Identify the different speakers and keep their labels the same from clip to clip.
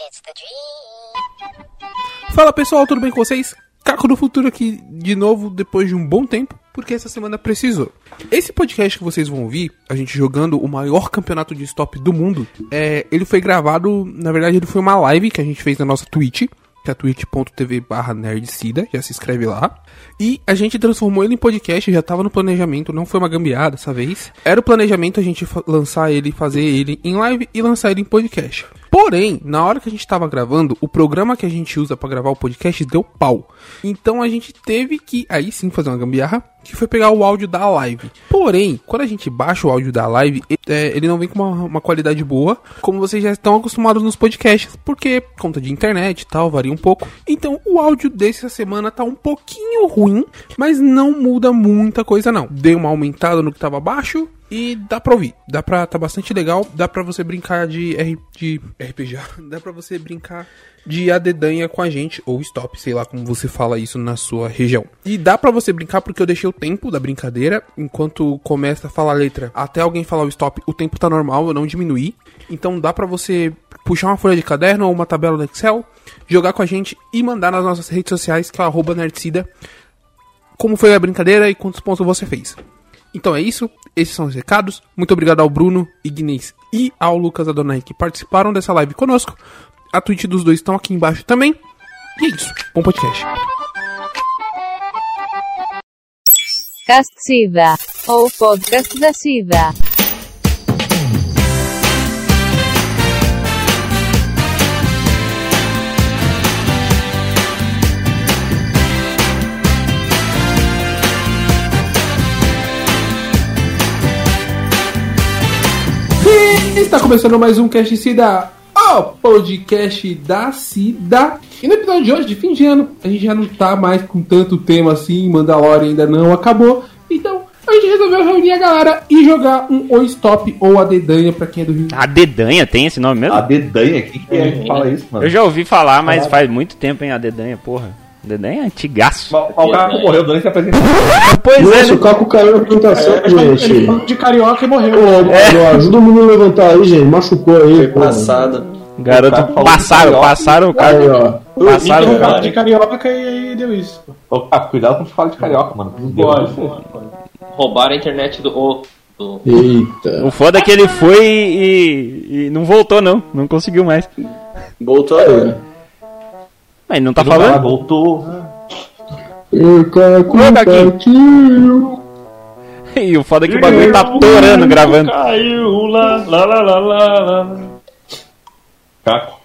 Speaker 1: It's the dream.
Speaker 2: Fala pessoal, tudo bem com vocês? Caco do Futuro aqui de novo depois de um bom tempo, porque essa semana precisou. Esse podcast que vocês vão ouvir, a gente jogando o maior campeonato de stop do mundo, ele foi gravado, na verdade ele foi uma live que a gente fez na nossa Twitch, que é twitch.tv/nerdsida, já se inscreve lá. E a gente transformou ele em podcast, já tava no planejamento, não foi uma gambiarra dessa vez. Era o planejamento a gente lançar ele, fazer ele em live e lançar ele em podcast. Porém, na hora que a gente tava gravando, o programa que a gente usa pra gravar o podcast deu pau. Então a gente teve que, aí sim, fazer uma gambiarra, que foi pegar o áudio da live. Porém, quando a gente baixa o áudio da live, ele não vem com uma qualidade boa, como vocês já estão acostumados nos podcasts, porque conta de internet e tal, varia um pouco. Então o áudio dessa semana tá um pouquinho ruim, mas não muda muita coisa não. Dei uma aumentada no que tava baixo e dá pra ouvir. Tá bastante legal, dá pra você brincar de RPG, dá pra você brincar de adedanha com a gente, ou stop, sei lá como você fala isso na sua região. E dá pra você brincar porque eu deixei o tempo da brincadeira, enquanto começa a falar a letra, até alguém falar o stop, o tempo tá normal, eu não diminuí. Então dá pra você puxar uma folha de caderno ou uma tabela do Excel, jogar com a gente e mandar nas nossas redes sociais, que é o @nerdsida, como foi a brincadeira e quantos pontos você fez. Então é isso, esses são os recados. Muito obrigado ao Bruno, Ignez e ao Lucas Adonai que participaram dessa live conosco. A Twitch dos dois estão aqui embaixo também. E é isso, bom podcast.
Speaker 3: Cast Sida, ou podcast da Sida.
Speaker 2: E está começando mais um Cast Sida, o podcast da Sida. E no episódio de hoje, de fim de ano, a gente já não tá mais com tanto tema assim, Mandalorian ainda não acabou. Então, a gente resolveu reunir a galera e jogar um Oi Stop ou a Dedanha pra quem é do Rio.
Speaker 4: A Dedanha tem esse nome mesmo?
Speaker 5: A Dedanha? Quem que é que fala isso, mano?
Speaker 4: Eu já ouvi falar, mas faz muito tempo, hein, a Dedanha, porra. Dedanha é antigaço.
Speaker 5: O Caco morreu durante a apresentação.
Speaker 4: Pois
Speaker 6: Nossa,
Speaker 4: é,
Speaker 6: o Caco caiu na apresentação, gente.
Speaker 7: Ele falou de carioca e morreu.
Speaker 6: Ajuda o menino a levantar aí, gente. Machucou aí.
Speaker 7: Passado.
Speaker 4: garoto, passaram o cara.
Speaker 6: Aí, ó.
Speaker 4: Passaram o cara.
Speaker 7: De carioca e aí deu isso.
Speaker 5: Ô, Caco, cuidado quando você fala de carioca, mano.
Speaker 7: Pode.
Speaker 8: Roubaram a internet do
Speaker 6: Eita.
Speaker 4: O foda é que ele foi e não voltou, não. Não conseguiu mais.
Speaker 7: Voltou aí.
Speaker 4: Mas ele não tá
Speaker 5: Falando?
Speaker 4: falando?
Speaker 5: Voltou.
Speaker 6: Ei, Caco,
Speaker 4: Ô, Caquinho.
Speaker 6: Caquinho.
Speaker 4: E o foda é que o bagulho tá torando gravando.
Speaker 8: Caiu lá.
Speaker 5: Caco.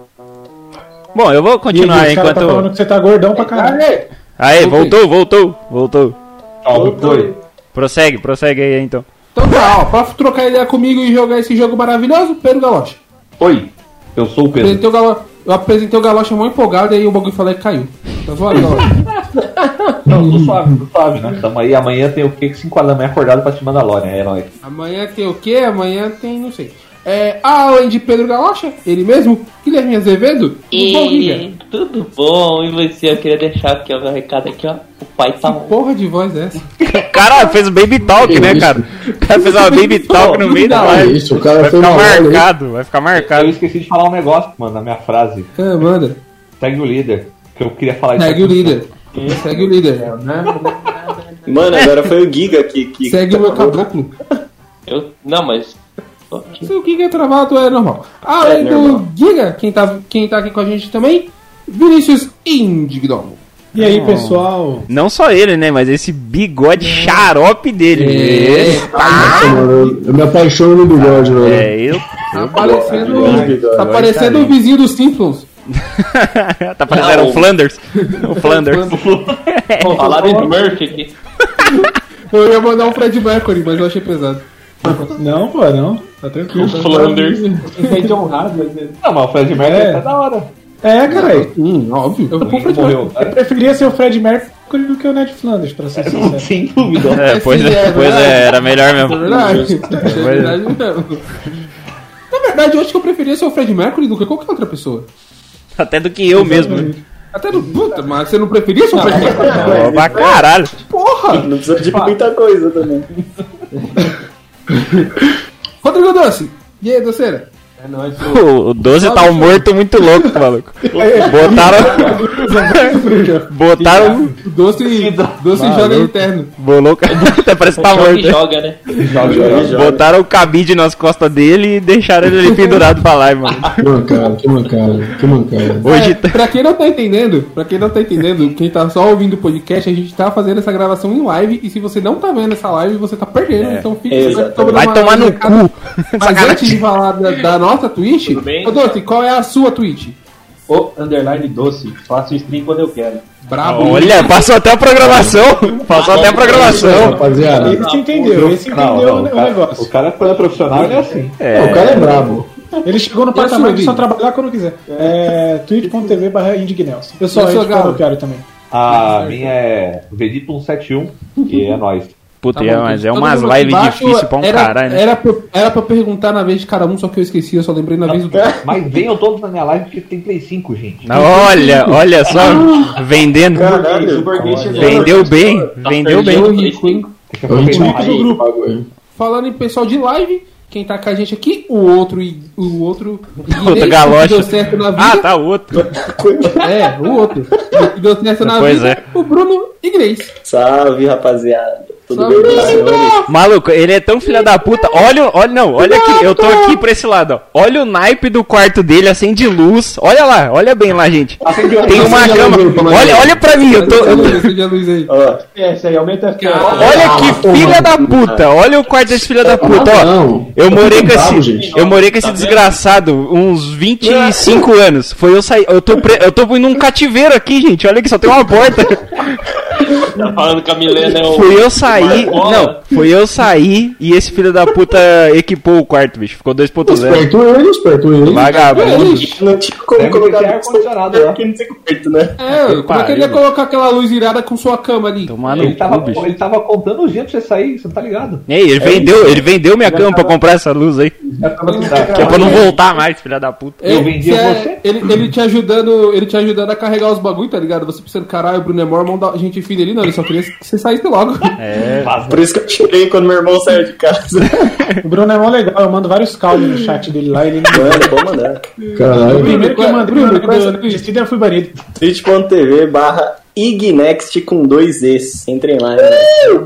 Speaker 4: Bom, eu vou continuar
Speaker 7: Os caras tá falando
Speaker 4: enquanto.
Speaker 7: que você tá gordão pra caralho.
Speaker 4: Aê, voltou.
Speaker 5: Voltou.
Speaker 4: Prossegue aí então.
Speaker 2: Então tá, ó, pra trocar ideia comigo e jogar esse jogo maravilhoso, Pedro Galocha.
Speaker 5: Oi, eu sou o Pedro.
Speaker 2: Eu apresentei o Galocha muito empolgado e aí o bagulho falei que caiu. Tá zoado, Galocha?
Speaker 5: Não, tô suave, né? Tamo aí, amanhã tem o quê? 5 horas da manhã acordado pra assistir Mandalorian, é nóis.
Speaker 2: Amanhã tem o quê? Amanhã tem, não sei. Além de Pedro Galocha, ele mesmo, Guilherme Azevedo, bom, Giga.
Speaker 8: Tudo bom? E você? Eu queria deixar aqui o meu recado aqui, ó. O pai tá
Speaker 2: Que porra de voz é essa?
Speaker 4: Cara, fez o Baby Talk, né, cara? O cara fez uma Baby Talk no meio da live.
Speaker 6: Isso, o cara
Speaker 4: Vai
Speaker 6: foi
Speaker 4: ficar
Speaker 6: mal, hein?
Speaker 4: marcado, vai ficar
Speaker 5: Eu
Speaker 4: marcado.
Speaker 5: esqueci de falar um negócio, mano, na minha frase.
Speaker 2: Manda.
Speaker 5: Segue o líder, que eu queria falar isso.
Speaker 2: Segue o líder. Segue o líder.
Speaker 7: Mano, agora foi o Giga que
Speaker 2: Segue o meu caboclo.
Speaker 8: Não, mas...
Speaker 2: Se o Giga é travado, é normal. Além do Giga, quem tá aqui com a gente também, Vinícius Indignomo.
Speaker 7: E aí, pessoal?
Speaker 4: Não só ele, né, mas esse bigode xarope dele.
Speaker 6: Nossa, mano, eu me apaixono no bigode, mano.
Speaker 4: Eu.
Speaker 2: Tá parecendo o vizinho dos Simpsons.
Speaker 4: Tá parecendo o Flanders. O Flanders.
Speaker 8: Falaram de Murphy aqui.
Speaker 2: Eu ia mandar um Fred Mercury, mas eu achei pesado.
Speaker 7: Não, pô, não. Tá tranquilo.
Speaker 8: Flanders.
Speaker 7: Enfeite honrado, mas...
Speaker 5: Não, mas o Fred Mercury tá da hora.
Speaker 7: caralho.
Speaker 2: Óbvio.
Speaker 5: Morreu.
Speaker 7: Eu preferia ser o Fred Mercury do que o Ned Flanders, pra ser sincero.
Speaker 5: Sem dúvida.
Speaker 4: Pois é, era melhor
Speaker 2: É
Speaker 4: mesmo.
Speaker 2: verdade. É verdade mesmo. Na verdade, eu acho que eu preferia ser o Fred Mercury do que qualquer outra pessoa.
Speaker 4: Até do que eu mesmo. Né?
Speaker 2: Até do puta, mas você não preferia ser o Fred Mercury?
Speaker 4: Ó, pra caralho.
Speaker 2: Porra!
Speaker 7: Não precisa de muita coisa também.
Speaker 2: Rodrigo Doce. E aí, doceira?
Speaker 7: É nóis.
Speaker 4: O 12 tá um morto muito louco, maluco. Botaram.
Speaker 2: O Doce joga interno.
Speaker 4: Bolou. Até parece que tá
Speaker 8: Joga e
Speaker 4: morto.
Speaker 8: joga, né?
Speaker 4: Botaram o cabide nas costas dele e deixaram ele ali pendurado pra lá, mano.
Speaker 6: Que mancada.
Speaker 4: Hoje
Speaker 2: Pra quem não tá entendendo, quem tá só ouvindo o podcast, a gente tá fazendo essa gravação em live. E se você não tá vendo essa live, você tá perdendo. Então fica
Speaker 4: vai tomar no cu.
Speaker 2: Mas antes de falar da nossa Twitch, ô Doce, qual é a sua Twitch?
Speaker 7: O underline doce. Faço stream quando eu quero.
Speaker 2: Brabo.
Speaker 4: Olha, passou até a programação.
Speaker 6: Rapaziada.
Speaker 7: Esse entendeu o negócio.
Speaker 5: O cara quando é profissional, ele é assim.
Speaker 6: O cara é brabo.
Speaker 7: Ele chegou no patamar de só trabalhar quando quiser. twitch.tv/indignelson. Eu só entro quando eu quero também.
Speaker 5: A minha é Vedito171 e é nóis.
Speaker 4: Puta,
Speaker 2: Tá bom,
Speaker 4: mas é
Speaker 2: todo
Speaker 4: umas
Speaker 2: mundo aqui
Speaker 4: lives
Speaker 2: embaixo
Speaker 4: difíceis pra um caralho, né?
Speaker 2: Era pra perguntar na vez de cada um, só que eu esqueci, eu só lembrei na vez do
Speaker 5: Mas venham todos na minha live porque tem Play 5, gente.
Speaker 4: Não, olha só, vendendo. Vendeu bem.
Speaker 6: Do grupo.
Speaker 2: Falando em pessoal de live, quem tá com a gente aqui, o outro
Speaker 4: Outro
Speaker 2: que
Speaker 4: galocha.
Speaker 2: deu certo na vida.
Speaker 4: Ah, tá outro.
Speaker 2: O outro. Que deu certo na
Speaker 4: Pois
Speaker 2: vida,
Speaker 4: é.
Speaker 2: o Bruno Iglesias.
Speaker 9: Salve, rapaziada. Tudo
Speaker 2: Salve,
Speaker 9: bem com os senhores?
Speaker 4: Maluco, ele é tão filha da puta. Olha aqui, eu tô aqui pra esse lado, ó. Olha o naipe do quarto dele, acende luz. Olha lá, olha bem lá, gente. Tem uma cama. Olha pra mim, eu tô.
Speaker 2: Acende a luz aí.
Speaker 7: Esse aí aumenta a
Speaker 4: Olha que filha da puta. Olha o quarto desse filho da puta, ó. Eu morei com esse desgraçado uns 25 anos. Foi eu sair. Eu tô indo num cativeiro aqui, gente. Olha que só tem uma porta.
Speaker 8: Tá falando que a Milena é o...
Speaker 4: Fui eu sair e esse filho da puta equipou o quarto, bicho. Ficou 2.0.
Speaker 6: Esperto ele.
Speaker 4: Vagabundo.
Speaker 9: Não tinha como colocar ar-condicionado aqui no seu quarto, né?
Speaker 2: Como é que ele ia colocar aquela luz irada com sua cama ali?
Speaker 4: Tomar no
Speaker 5: Ele
Speaker 4: cu, bicho.
Speaker 5: tava contando os dias pra você sair, você não tá ligado?
Speaker 4: Ei, ele vendeu minha cama pra comprar essa luz aí. Que é pra não voltar mais, filha da puta.
Speaker 5: Eu vendia você?
Speaker 2: Ele te ajudando a carregar os bagulho, tá ligado? Você pensando, caralho, o Bruno é mó irmão da gente filha ali, não, ele só queria que você saísse logo.
Speaker 9: Por isso que eu cheguei quando meu irmão saiu de casa.
Speaker 7: O Bruno é mó legal, eu mando vários caldos no chat dele lá e ele não
Speaker 9: Mano, pode mandar.
Speaker 7: O
Speaker 6: Caralho.
Speaker 7: primeiro que eu mandei
Speaker 2: Bruno,
Speaker 7: no Twitter eu fui banido.
Speaker 9: twitch.tv/ignext com 2 Es. Entrem lá, né?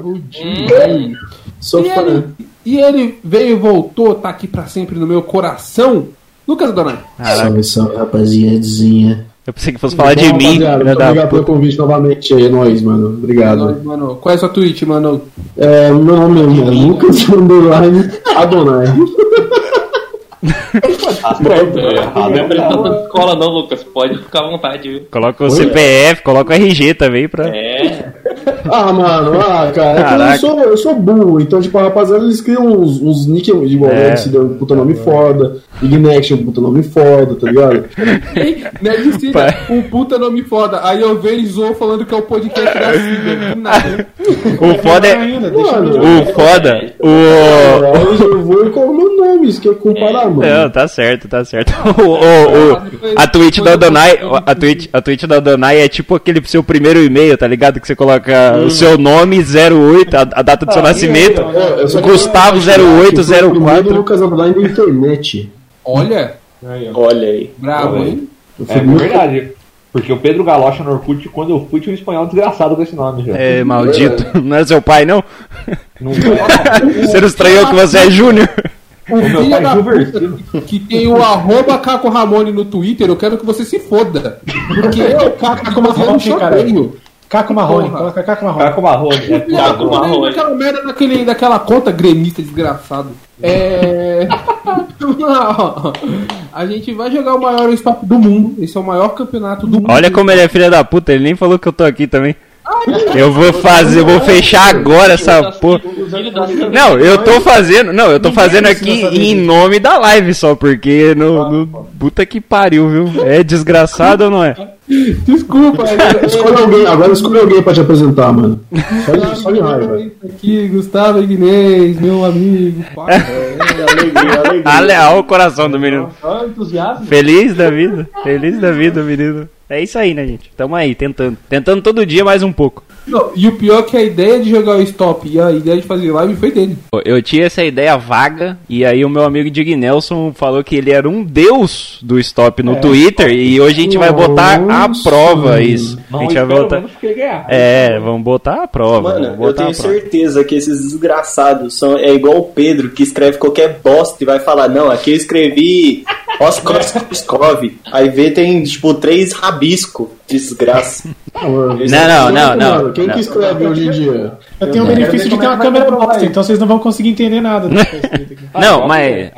Speaker 6: Sou fã.
Speaker 2: E ele veio e voltou, tá aqui pra sempre no meu coração. Lucas Adonai.
Speaker 6: Salve, rapaziadinha.
Speaker 4: Eu pensei que fosse falar de mim, filha da
Speaker 6: Obrigado pelo
Speaker 4: puta.
Speaker 6: convite novamente aí, é nóis, mano. Obrigado.
Speaker 2: Mano, qual é a sua Twitch, mano?
Speaker 6: Meu nome é Lucas Underline Adonai.
Speaker 8: Não é apresentação de escola não, Lucas. Pode ficar à vontade, viu?
Speaker 4: Coloca o CPF, coloca o RG também pra...
Speaker 6: Mano, cara, é que eu sou burro, então, tipo, a rapaziada, eles criam uns nick igual, se deu um puta nome foda, Ignext um puta nome foda, tá ligado?
Speaker 2: Nerd Cida, um puta nome foda. Aí eu vejo e zoou falando que é o podcast da Cida. Do nada.
Speaker 4: O foda é...
Speaker 6: Eu vou com o meu nome, isso que é comparar, mano.
Speaker 4: Não, tá certo. A Twitch da Adonai, a Twitch da Adonai é tipo aquele seu primeiro e-mail, tá ligado? Que você coloca o seu nome 08, a data do seu nascimento, Gustavo 0804.
Speaker 6: Lucas Adonai na internet.
Speaker 2: Olha
Speaker 9: aí.
Speaker 2: Bravo, hein?
Speaker 5: É verdade. Porque o Pedro Galocha no Orkut, quando eu fui, tinha um espanhol desgraçado com esse nome já.
Speaker 4: É, maldito. Não é seu pai, não?
Speaker 5: Não
Speaker 4: Você não estranhou que você é Júnior?
Speaker 2: O filho da puta que tem o @Caco Ramone no Twitter, eu quero que você se foda. Porque eu, Caco Ramone, chateio.
Speaker 7: Caco Marrone, coloca Caco Marrone.
Speaker 5: Caco Marrone.
Speaker 8: Caco Marrone.
Speaker 2: Aquela merda daquela conta gremista desgraçado. A gente vai jogar o maior stop do mundo. Esse é o maior campeonato do mundo.
Speaker 4: Olha como ele é filha da puta, ele nem falou que eu tô aqui também. Eu vou fechar agora essa porra. Não, eu tô fazendo aqui em nome da live só, porque no puta que pariu, viu? É desgraçado ou não é?
Speaker 2: Desculpa,
Speaker 6: Agora escolhe alguém pra te apresentar, mano. Só de raiva.
Speaker 2: Aqui, Gustavo Ignez, meu amigo, pai.
Speaker 4: Olha o coração do menino.
Speaker 7: Entusiasmo.
Speaker 4: Feliz da vida, menino. É isso aí, né, gente? Tamo aí, tentando todo dia mais um pouco.
Speaker 2: Não, e o pior é que a ideia de jogar o stop e a ideia de fazer live foi dele.
Speaker 4: Eu tinha essa ideia vaga, e aí o meu amigo Dig Nelson falou que ele era um deus do stop no Twitter, e hoje a gente vai botar à prova isso. A gente vai botar. Vamos botar à prova.
Speaker 10: Mano, eu tenho certeza que esses desgraçados é igual o Pedro, que escreve qualquer bosta e vai falar, não, aqui eu escrevi Oskov, aí vê tem, tipo, 3 rabisco, desgraça.
Speaker 4: Não.
Speaker 6: Quem que escreve hoje em dia?
Speaker 7: Eu tenho o benefício de ter uma câmera bosta, então vocês não vão conseguir entender nada.
Speaker 4: Não, mas...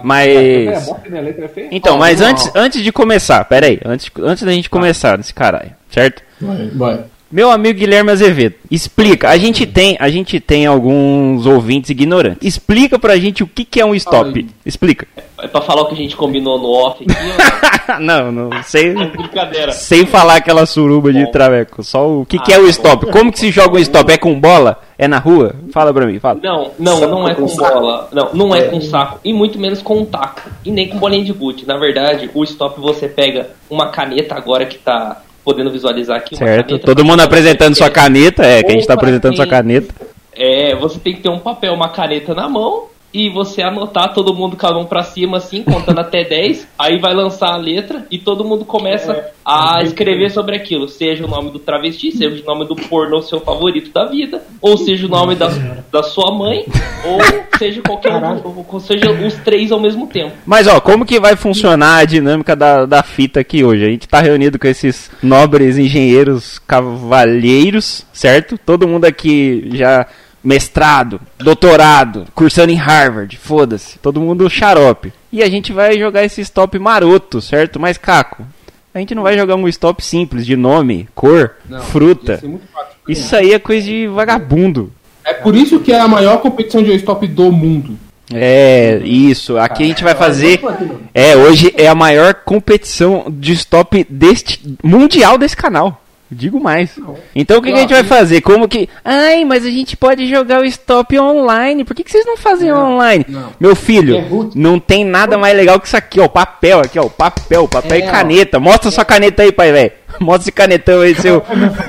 Speaker 4: Então, mas antes de começar, pera aí, antes da gente começar nesse caralho, certo?
Speaker 6: Vai.
Speaker 4: Meu amigo Guilherme Azevedo, explica, a gente tem alguns ouvintes ignorantes. Explica pra gente o que é um stop. Explica.
Speaker 8: É pra falar o que a gente combinou no off aqui,
Speaker 4: Não sei.
Speaker 8: É brincadeira.
Speaker 4: Sem falar aquela suruba de traveco. Só o que é o stop? Como que se joga um stop? É com bola? É na rua? Fala pra mim, fala.
Speaker 8: Não é com bola. Não é com saco. E muito menos com um taco. E nem com bolinha de gude. Na verdade, o stop você pega uma caneta agora que tá podendo visualizar aqui.
Speaker 4: Certo, todo mundo apresentando sua caneta, que a gente tá apresentando sua caneta.
Speaker 8: Você tem que ter um papel, uma caneta na mão, e você anotar todo mundo com a mão pra cima, assim, contando até 10, aí vai lançar a letra, e todo mundo começa a escrever sobre aquilo, seja o nome do travesti, seja o nome do pornô seu favorito da vida, ou seja o nome da sua mãe, ou seja qualquer ou seja os 3 ao mesmo tempo.
Speaker 4: Mas como que vai funcionar a dinâmica da fita aqui hoje? A gente tá reunido com esses nobres engenheiros cavalheiros, certo? Todo mundo aqui já mestrado, doutorado, cursando em Harvard, foda-se, todo mundo xarope. E a gente vai jogar esse stop maroto, certo? Mas, Caco, a gente não vai jogar um stop simples de nome, cor, fruta. Isso aí é coisa de vagabundo.
Speaker 2: É por isso que é a maior competição de stop do mundo.
Speaker 4: Isso. Aqui a gente vai fazer... hoje é a maior competição de stop mundial desse canal. Digo mais. Então o que a gente vai fazer? Como que... mas a gente pode jogar o stop online. Por que vocês não fazem online? Meu filho, não tem nada mais legal que isso aqui, ó. Papel e caneta. Mostra sua caneta aí, pai, velho. Mostra esse canetão aí, seu...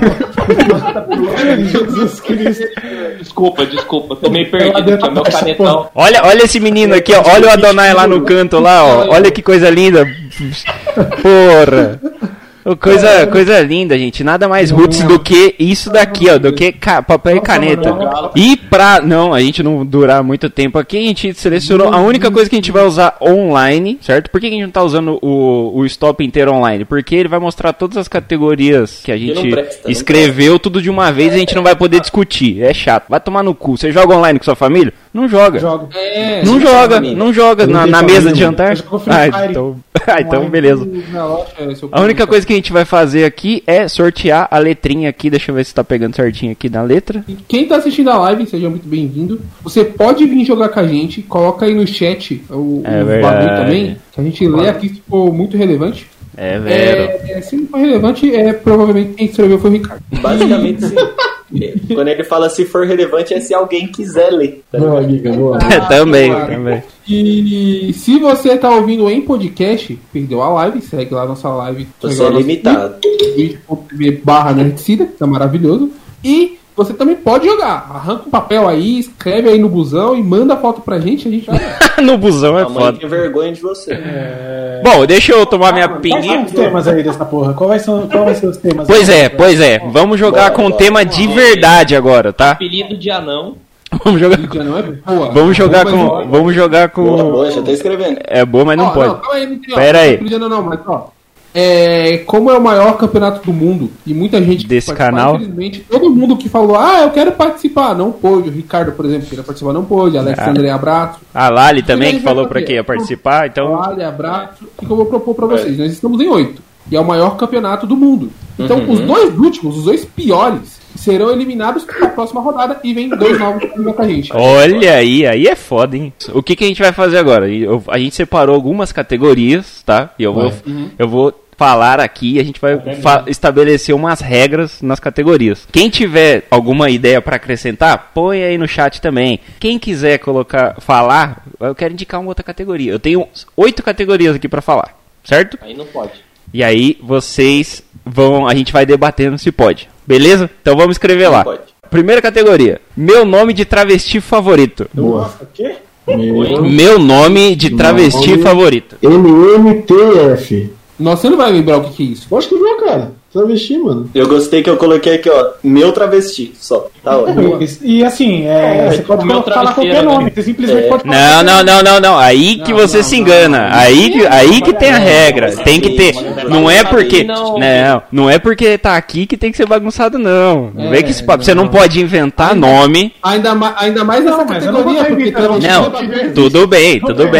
Speaker 7: Jesus Cristo.
Speaker 8: Desculpa. Tô meio perdido aqui, meu canetão.
Speaker 4: Olha esse menino aqui, ó. Olha o Adonai lá no canto, lá, ó. Olha que coisa linda. Porra. Coisa linda, gente. Nada mais roots do que isso daqui, ó. Do que papel e caneta. E a gente não durar muito tempo aqui, a gente selecionou a única coisa que a gente vai usar online, certo? Por que a gente não tá usando o stop inteiro online? Porque ele vai mostrar todas as categorias que a gente escreveu tudo de uma vez e a gente não vai poder discutir. É chato. Vai tomar no cu. Você joga online com sua família? Não joga. Não joga na mesa de jantar. Então beleza. A única coisa que a gente vai fazer aqui é sortear a letrinha aqui. Deixa eu ver se tá pegando certinho aqui na letra.
Speaker 2: Quem tá assistindo a live, seja muito bem-vindo. Você pode vir jogar com a gente. Coloca aí no chat o bagulho também, que a gente lê aqui se for muito relevante. Se não for relevante, provavelmente quem escreveu foi o Ricardo.
Speaker 10: Basicamente sim. Quando ele fala se for relevante, é se alguém quiser ler.
Speaker 6: Boa, Giga, boa.
Speaker 4: Também.
Speaker 2: E se você tá ouvindo em podcast, perdeu a live, segue lá a nossa live.
Speaker 10: Você é limitado.
Speaker 2: /Nerdcida, que tá maravilhoso. E você também pode jogar. Arranca um papel aí, escreve aí no busão e manda a foto pra gente, a gente vai ver.
Speaker 4: No busão é
Speaker 10: foda. A mãe tem vergonha de você.
Speaker 4: Bom, deixa eu tomar minha pinguinha.
Speaker 7: Quais são os temas aí dessa porra? Qual vai ser os temas?
Speaker 4: Pois é. Vamos jogar com tema de verdade agora, tá?
Speaker 8: Apelido de anão.
Speaker 4: Vamos jogar com...
Speaker 10: Boa, já tá escrevendo.
Speaker 4: É boa, mas não pode.
Speaker 2: Pera aí. Como é o maior campeonato do mundo e muita gente
Speaker 4: desse canal,
Speaker 2: infelizmente, todo mundo que falou, eu quero participar, não pôde. O Ricardo, por exemplo, queria participar, não pôde. Alexandre, abraço.
Speaker 4: A Lali também, que falou pra que ia participar, então...
Speaker 2: Lali, abraço. O que eu vou propor pra vocês? Nós estamos em 8. E é o maior campeonato do mundo. Então, os dois últimos, os dois piores, serão eliminados na próxima rodada e vem 2 novos pra gente.
Speaker 4: Olha aí é foda, hein? O que a gente vai fazer agora? A gente separou algumas categorias, tá? E eu vou falar aqui, a gente vai estabelecer umas regras nas categorias. Quem tiver alguma ideia pra acrescentar, põe aí no chat também. Quem quiser falar, eu quero indicar uma outra categoria. Eu tenho 8 categorias aqui pra falar, certo?
Speaker 8: Aí não pode.
Speaker 4: E aí a gente vai debatendo se pode. Beleza? Então vamos escrever lá.
Speaker 10: Pode.
Speaker 4: primeira categoria. Meu nome de travesti favorito.
Speaker 6: Boa.
Speaker 7: O quê?
Speaker 4: Meu nome de travesti favorito.
Speaker 6: MMTF.
Speaker 2: Nossa, você não vai lembrar o que é isso.
Speaker 6: Acho que não, cara. Travesti, mano.
Speaker 10: Eu gostei que eu coloquei aqui, ó. Meu travesti, só. Tá ótimo.
Speaker 7: E assim, você pode
Speaker 8: meu
Speaker 7: falar qualquer
Speaker 8: travesseiro,
Speaker 7: nome.
Speaker 8: né?
Speaker 7: Você simplesmente pode falar.
Speaker 4: Não. Aí que você se engana. Aí que tem a regra. Tem que ter. Não é porque. Não é porque tá aqui que tem que ser bagunçado, não. Não vem que esse papo. Você não pode inventar nome.
Speaker 2: Ainda mais nessa categoria, porque
Speaker 4: Não, tudo bem.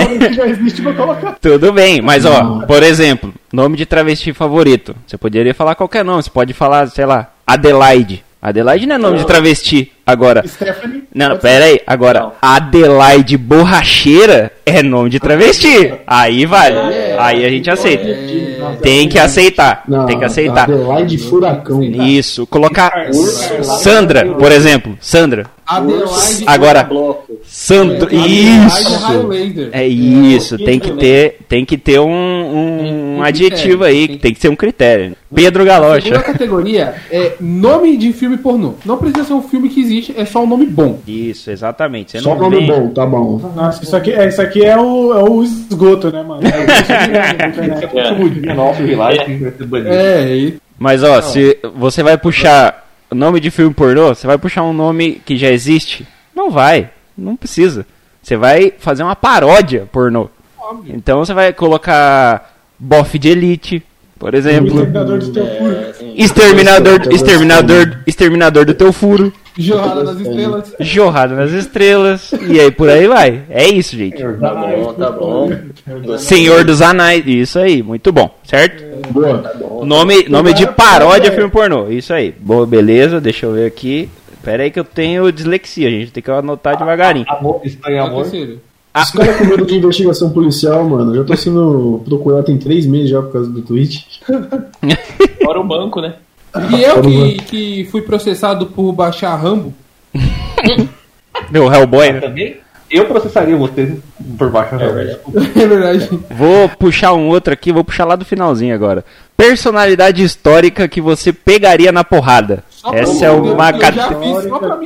Speaker 4: Tudo bem, mas ó, por exemplo, nome de travesti favorito. Você poderia falar qualquer nome, você pode falar, sei lá, Adelaide. Adelaide não é nome de travesti. Agora.
Speaker 7: Stephanie.
Speaker 4: Não, pera aí. Agora, Adelaide Borracheira é nome de travesti. Aí vale. Aí a gente aceita. Tem que aceitar. Tem que aceitar.
Speaker 6: Adelaide Furacão.
Speaker 4: Isso. Colocar Sandra, por exemplo. Sandra.
Speaker 2: Adelaide.
Speaker 4: Agora, Sandra. Isso.
Speaker 2: Highlander.
Speaker 4: É isso. Tem que ter um adjetivo aí. Tem que ser um critério. Pedro
Speaker 2: A
Speaker 4: Galocha.
Speaker 2: segunda categoria é nome de filme pornô. Não precisa ser um filme que existe, é só um nome bom.
Speaker 4: Isso, exatamente. Você
Speaker 6: Só
Speaker 4: não
Speaker 6: nome
Speaker 4: vem...
Speaker 6: bom, tá bom.
Speaker 7: Nossa, isso aqui é o esgoto, né, mano?
Speaker 4: Mas ó, se você vai puxar nome de filme pornô, você vai puxar um nome que já existe? Não vai, não precisa. Você vai fazer uma paródia pornô. Então você vai colocar Bofe de Elite, por exemplo. Exterminador do teu furo.
Speaker 2: Jorrada das Estrelas.
Speaker 4: Jorrada nas Estrelas. E aí por aí vai. É isso, gente.
Speaker 10: Tá bom.
Speaker 4: Senhor dos Anéis. Isso aí, muito bom, certo?
Speaker 6: Boa.
Speaker 4: Nome de paródia filme pornô. Isso aí. Boa, beleza, deixa eu ver aqui. Pera aí que eu tenho dislexia, gente. Tem que anotar devagarinho.
Speaker 5: Amor, estranho amor.
Speaker 6: Esse cara com medo de investigação policial, mano. Eu já tô sendo procurado tem 3 meses já por causa do tweet.
Speaker 8: Fora o banco, né?
Speaker 2: E eu que fui processado por baixar Rambo.
Speaker 4: Meu Hellboy, né?
Speaker 5: Também? Eu processaria você por baixo.
Speaker 2: É verdade.
Speaker 4: Vou puxar um outro aqui, vou puxar lá do finalzinho agora. Personalidade histórica que você pegaria na porrada. Essa é uma categoria.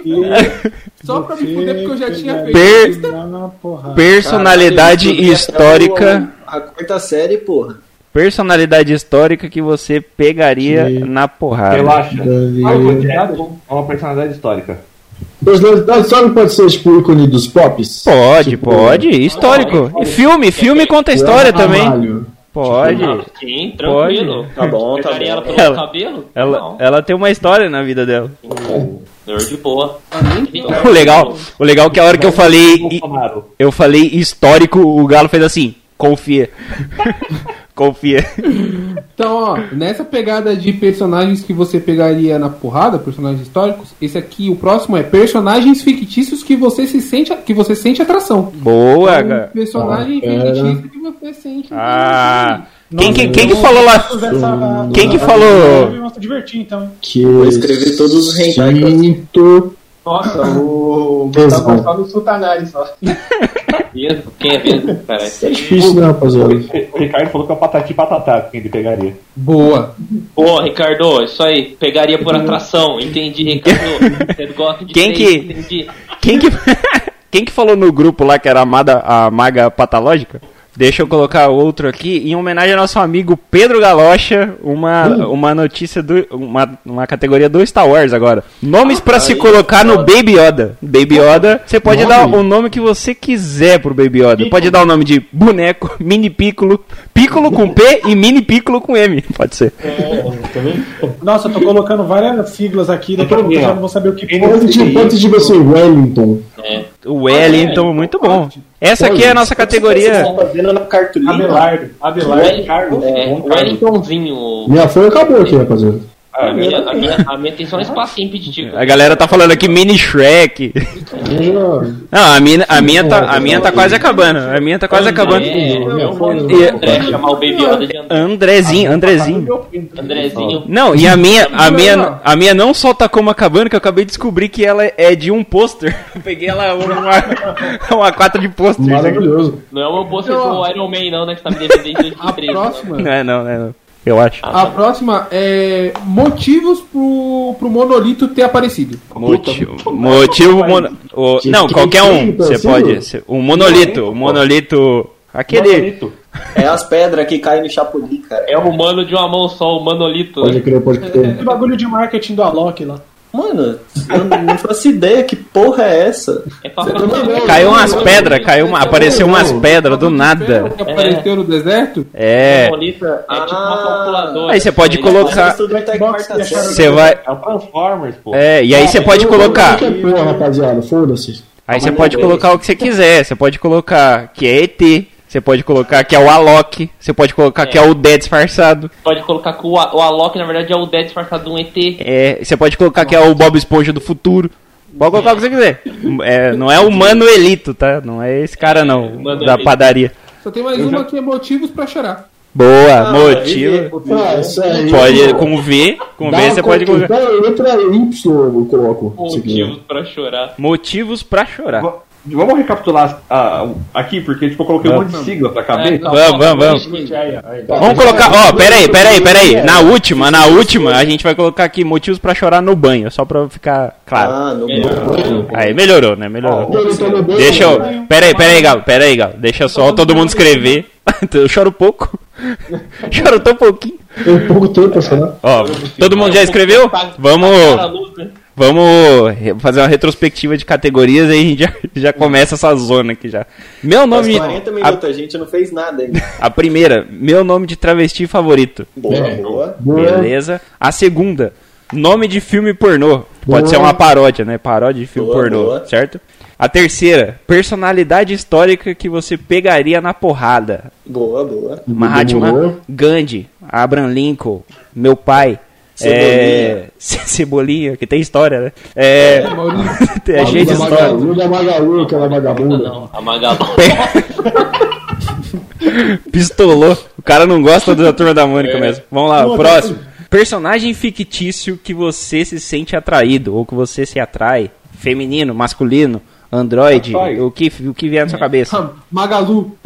Speaker 2: Só pra me fuder, porque eu já tinha feito.
Speaker 4: Personalidade histórica.
Speaker 10: A quarta série, porra.
Speaker 4: Personalidade histórica que você pegaria na porrada.
Speaker 5: Relaxa. Michael Jackson é uma personalidade histórica.
Speaker 6: Personalidade histórica pode ser tipo o ícone dos pops?
Speaker 4: Pode. Histórico. E filme conta a história também. Pode.
Speaker 8: Sim, tranquilo.
Speaker 10: Tá bom.
Speaker 8: Pegaria ela pelo cabelo?
Speaker 4: Ela tem uma história na vida dela.
Speaker 8: De boa.
Speaker 4: O legal é que a hora que eu falei histórico, o Galo fez assim, confia. Confia.
Speaker 2: Então, ó, nessa pegada de personagens que você pegaria na porrada, personagens históricos, esse aqui, o próximo é personagens fictícios que você sente atração.
Speaker 4: Boa,
Speaker 2: então,
Speaker 4: cara.
Speaker 2: Personagem fictício que você sente atração.
Speaker 4: Quem que falou lá? Quem que falou?
Speaker 7: Eu me divertir, então.
Speaker 10: Vou escrever todos os hentai.
Speaker 7: Nossa, o Gustavo só no Sultanari só.
Speaker 8: Quem é mesmo, cara?
Speaker 6: É difícil, né, rapaziada?
Speaker 5: O Ricardo falou que é o Patati Patatá quem ele pegaria.
Speaker 2: Boa.
Speaker 8: Boa, Ricardo, isso aí. Pegaria por atração. Entendi, Ricardo. Você gosta de entendi.
Speaker 4: Quem que falou no grupo lá que era a maga patológica? Deixa eu colocar outro aqui, em homenagem ao nosso amigo Pedro Galocha, uma notícia, uma categoria do Star Wars agora. Nomes pra se colocar no Baby Yoda. Baby Yoda, você pode dar o nome que você quiser pro Baby Yoda. Pode dar o nome de boneco, mini Piccolo, Piccolo com P e mini Piccolo com M, pode ser.
Speaker 7: Nossa, eu tô colocando várias siglas aqui, daqui a pouco eu já não vou saber o que
Speaker 6: Pode tipo assim, Wellington.
Speaker 4: O Wellington, muito bom. Essa aqui é a nossa categoria.
Speaker 7: Abelardo.
Speaker 8: Carlos. Wellingtonzinho.
Speaker 6: Minha folha acabou aqui, rapaziada.
Speaker 8: A minha tem só um espacinho impeditivo.
Speaker 4: A galera tá falando aqui mini Shrek. Não, a minha tá quase acabando. A minha tá quase acabando.
Speaker 8: André, chamar o Baby Yoda de
Speaker 4: Andrezinho. Não, e a minha não só tá como acabando, que eu acabei de descobrir que ela é de um pôster. Eu peguei ela uma 4 de pôster.
Speaker 6: Maravilhoso.
Speaker 8: Não é o meu pôster do Iron Man, não, né? Que tá me devendo desde 2013.
Speaker 2: A próxima.
Speaker 4: Não. eu acho.
Speaker 2: A próxima é motivos pro monolito ter aparecido.
Speaker 4: Não, qualquer um. Você pode. O monolito. Aquele.
Speaker 5: Monolito.
Speaker 10: É as pedras que caem no Chapolin, cara.
Speaker 8: É o mano de uma mão só, o manolito.
Speaker 6: Pode crer.
Speaker 7: Que bagulho de marketing do Alok lá.
Speaker 10: Mano, eu não faço ideia que porra é essa.
Speaker 8: É pra
Speaker 4: Caiu umas pedras, apareceu umas pedras do nada.
Speaker 2: Que apareceu no deserto?
Speaker 4: É.
Speaker 8: monolito é tipo uma calculadora.
Speaker 4: Aí você pode colocar. Você vai.
Speaker 5: É o Transformers, pô.
Speaker 4: É, e aí você pode colocar.
Speaker 6: Porra, rapaziada, foda-se.
Speaker 4: Aí você pode colocar o que você quiser. Você pode colocar que é ET. Você pode colocar que é o Alok. Você pode colocar que é o Dé disfarçado.
Speaker 8: Pode colocar que o Alok, na verdade, é o Dé disfarçado de um ET.
Speaker 4: É, você pode colocar que é o Bob Esponja do futuro. Pode colocar o que você quiser. É, não é o Manuelito, tá? Não é esse cara não, da padaria.
Speaker 2: Só tem mais uma que é motivos pra chorar.
Speaker 4: Boa, motivo. Pode, com V você pode colocar.
Speaker 6: Letra Y eu coloco.
Speaker 8: Motivos pra chorar.
Speaker 4: Motivos pra chorar.
Speaker 5: Vamos recapitular aqui, porque tipo, eu coloquei um monte de sigla pra caber.
Speaker 4: Vamos. Vamos colocar, ó, peraí. Na última, a gente vai colocar aqui motivos pra chorar no banho, só pra ficar claro.
Speaker 10: No banho.
Speaker 4: Aí, melhorou, né? Deixa eu... Peraí, Galo. Deixa só todo mundo escrever. Eu choro pouco. Choro tão pouquinho.
Speaker 6: Tem pouco tempo pra chorar.
Speaker 4: Ó, todo mundo já escreveu? Vamos fazer uma retrospectiva de categorias e aí a gente já começa essa zona aqui já. Meu nome...
Speaker 10: 40 minutos, a gente não fez nada ainda.
Speaker 4: A primeira, meu nome de travesti favorito.
Speaker 10: Boa.
Speaker 4: Beleza. A segunda, nome de filme pornô. Pode ser uma paródia, né? Paródia de filme pornô, certo? A terceira, personalidade histórica que você pegaria na porrada.
Speaker 10: Boa.
Speaker 4: Mahatma Gandhi, Abraham Lincoln, meu pai. Cebolinha, que tem história, né? Tem cheio de história.
Speaker 6: A Magalu, aquela vagabunda.
Speaker 8: Não, a Magalu.
Speaker 4: Pistolou. O cara não gosta da Turma da Mônica mesmo. Vamos lá, o próximo. Personagem fictício que você se sente atraído, ou que você se atrai. Feminino, masculino, androide, o que vier na sua cabeça.
Speaker 2: Magalu.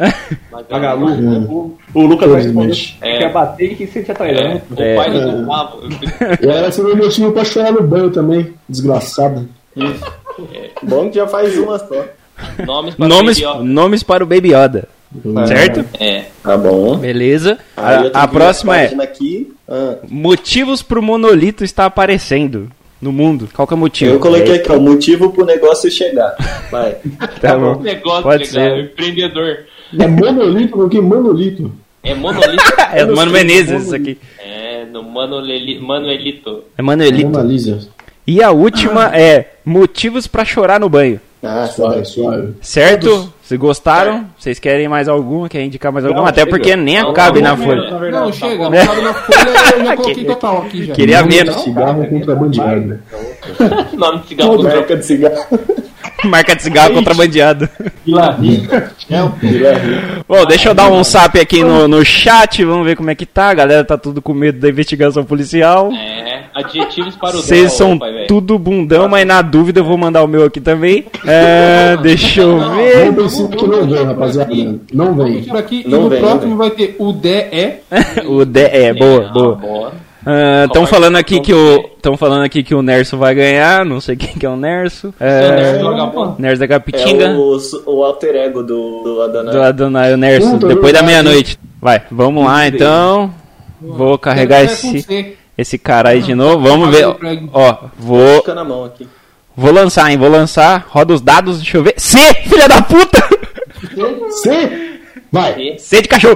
Speaker 5: O Lucas vai responder que quer bater e que sente atraído.
Speaker 8: O pai do Pavo.
Speaker 6: E era seu motivo pra chorar no banho também, desgraçado.
Speaker 10: Bom que já faz uma só.
Speaker 4: Nomes para o Baby Yoda. Certo?
Speaker 10: Tá bom.
Speaker 4: Beleza. A próxima é motivos pro monolito estar aparecendo no mundo. Qual que é o motivo?
Speaker 10: Eu coloquei aqui, ó, motivo pro negócio chegar. Vai.
Speaker 4: Tá bom.
Speaker 8: Negócio
Speaker 4: pode
Speaker 8: chegar,
Speaker 4: ser.
Speaker 8: empreendedor.
Speaker 6: É monolito, porque monolito.
Speaker 8: É monolito.
Speaker 4: É do Mano Menezes isso aqui.
Speaker 8: É, no Manuelito.
Speaker 4: É Manuelito.
Speaker 6: Mona Lisa.
Speaker 4: E a última é motivos pra chorar no banho.
Speaker 6: Suave.
Speaker 4: Certo? Vocês gostaram? Vocês querem mais alguma? Querem indicar mais alguma? Até porque nem cabe na folha.
Speaker 2: Não, chega. Não cabe na folha, eu já coloquei total aqui já.
Speaker 4: Queria menos.
Speaker 6: Cigarro contrabandeado.
Speaker 8: Nome de cigarro.
Speaker 10: Marca de cigarro.
Speaker 4: Marca de cigarro contrabandeado. Bom, deixa eu dar um sap aqui no chat. Vamos ver como é que tá. A galera tá tudo com medo da investigação policial.
Speaker 8: Adjetivos para o
Speaker 4: Vocês são tudo bundão, mas na dúvida eu vou mandar o meu aqui também. Deixa eu ver.
Speaker 6: Não princípio que não vem, rapaziada. Não vem.
Speaker 2: Por aqui, e no próximo vai ter o DE.
Speaker 4: O DE, boa. Estão falando aqui que o Nerso vai ganhar. Não sei quem que é o Nerso. Nerso da Capitinga.
Speaker 10: É o alter ego do Adonai.
Speaker 4: Do Adonai, o Nerso. Depois da meia-noite. Vai, vamos lá então. Vou carregar esse cara aí de novo. Vamos ver. Ó, vou lançar, hein? Vou lançar. Roda os dados, deixa eu ver. C, filha da puta!
Speaker 6: C! Vai!
Speaker 4: C de cachorro!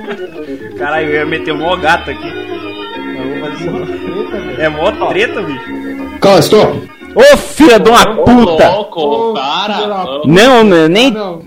Speaker 4: Caralho, eu ia meter mó gato aqui. Eu vou fazer isso. É mó treta, bicho.
Speaker 6: Calma, stop.
Speaker 4: Ô, filha de uma puta!
Speaker 8: Louco, para!
Speaker 4: Não, nem. Não.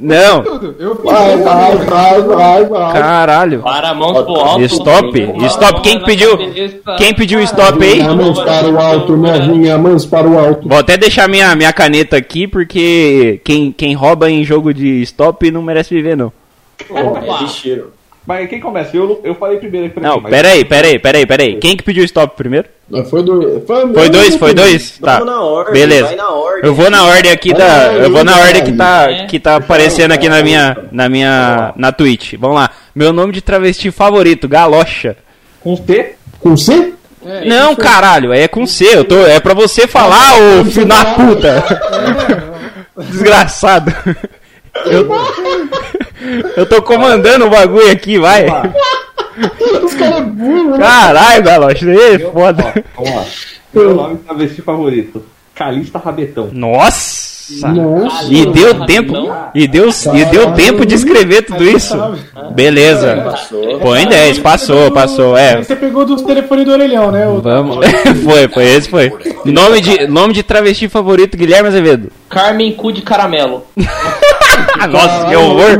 Speaker 6: Vai.
Speaker 4: Caralho.
Speaker 8: Para, mãos pro alto.
Speaker 4: Stop. Quem pediu stop aí?
Speaker 6: Mãos para o alto, novinha, mãos para o alto.
Speaker 4: Vou até deixar minha caneta aqui, porque quem rouba em jogo de stop não merece viver, não.
Speaker 10: É lixeiro.
Speaker 5: Mas quem começa? Eu falei primeiro aqui pra
Speaker 4: Não,
Speaker 5: mim, mas-
Speaker 4: peraí. Quem que pediu stop primeiro?
Speaker 6: Foi
Speaker 4: Foi dois? Tá.
Speaker 10: Vamos na ordem,
Speaker 4: Beleza.
Speaker 10: vai na ordem.
Speaker 4: Eu vou na ordem aqui que tá aparecendo aqui na Twitch. Vamos lá. Meu nome de travesti favorito, Galocha.
Speaker 5: Com C?
Speaker 6: Com C?
Speaker 4: Não, caralho, é com C. É pra você falar, ô filho da puta. Desgraçado. Eu tô comandando o bagulho aqui, vai.
Speaker 6: Os caras burros, né?
Speaker 4: Caralho, Galocha, é foda.
Speaker 5: Vamos lá. Meu nome de travesti favorito. Calista Rabetão.
Speaker 4: Nossa!
Speaker 6: Nossa.
Speaker 4: E deu tempo. E deu tempo de escrever tudo isso. Beleza. Põe 10, passou. É.
Speaker 7: Você pegou dos telefones do orelhão, né?
Speaker 4: Vamos. Esse foi. Nome de travesti favorito, Guilherme Azevedo.
Speaker 8: Carmen Cu de Caramelo.
Speaker 4: Nossa, que horror.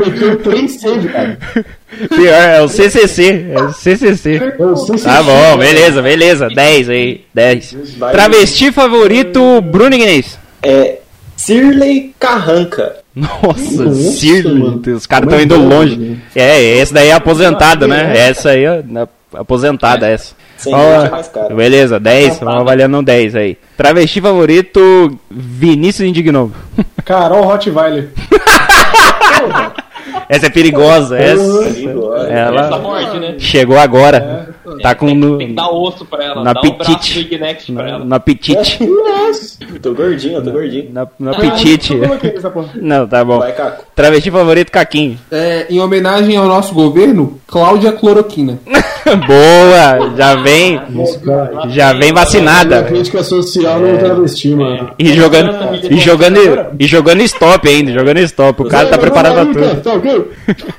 Speaker 4: Pior, é o CCC. Tá bom, beleza. 10 aí. 10. Travesti favorito, Bruno Ignez.
Speaker 10: Cirlei Carranca.
Speaker 4: Nossa, Cirlei. Os caras estão indo longe. Esse daí é aposentado, né? Essa aí é aposentada, essa.
Speaker 10: Mais caro.
Speaker 4: Beleza, 10. Vamos avaliando um 10 aí. Travesti favorito, Vinícius Indignovo.
Speaker 7: Carol Rottweiler.
Speaker 4: Essa é perigosa. Ela
Speaker 8: Essa morte, né?
Speaker 4: chegou agora. Tá com
Speaker 8: Tem que dar osso pra ela.
Speaker 4: no
Speaker 8: Dá um braço do
Speaker 4: apetite.
Speaker 8: Ignex pra ela.
Speaker 4: No apetite.
Speaker 10: Tô gordinho.
Speaker 4: No apetite.
Speaker 7: Eu coloquei essa porra.
Speaker 4: Não, tá bom.
Speaker 10: Vai, Caco.
Speaker 4: Travesti favorito, Caquinho.
Speaker 2: Em homenagem ao nosso governo, Cláudia Cloroquina.
Speaker 4: Boa! Já vem vacinada.
Speaker 6: Crítica social no travesti, mano.
Speaker 4: E jogando stop ainda, jogando stop. O cara tá preparado pra tudo.
Speaker 6: Tá ok?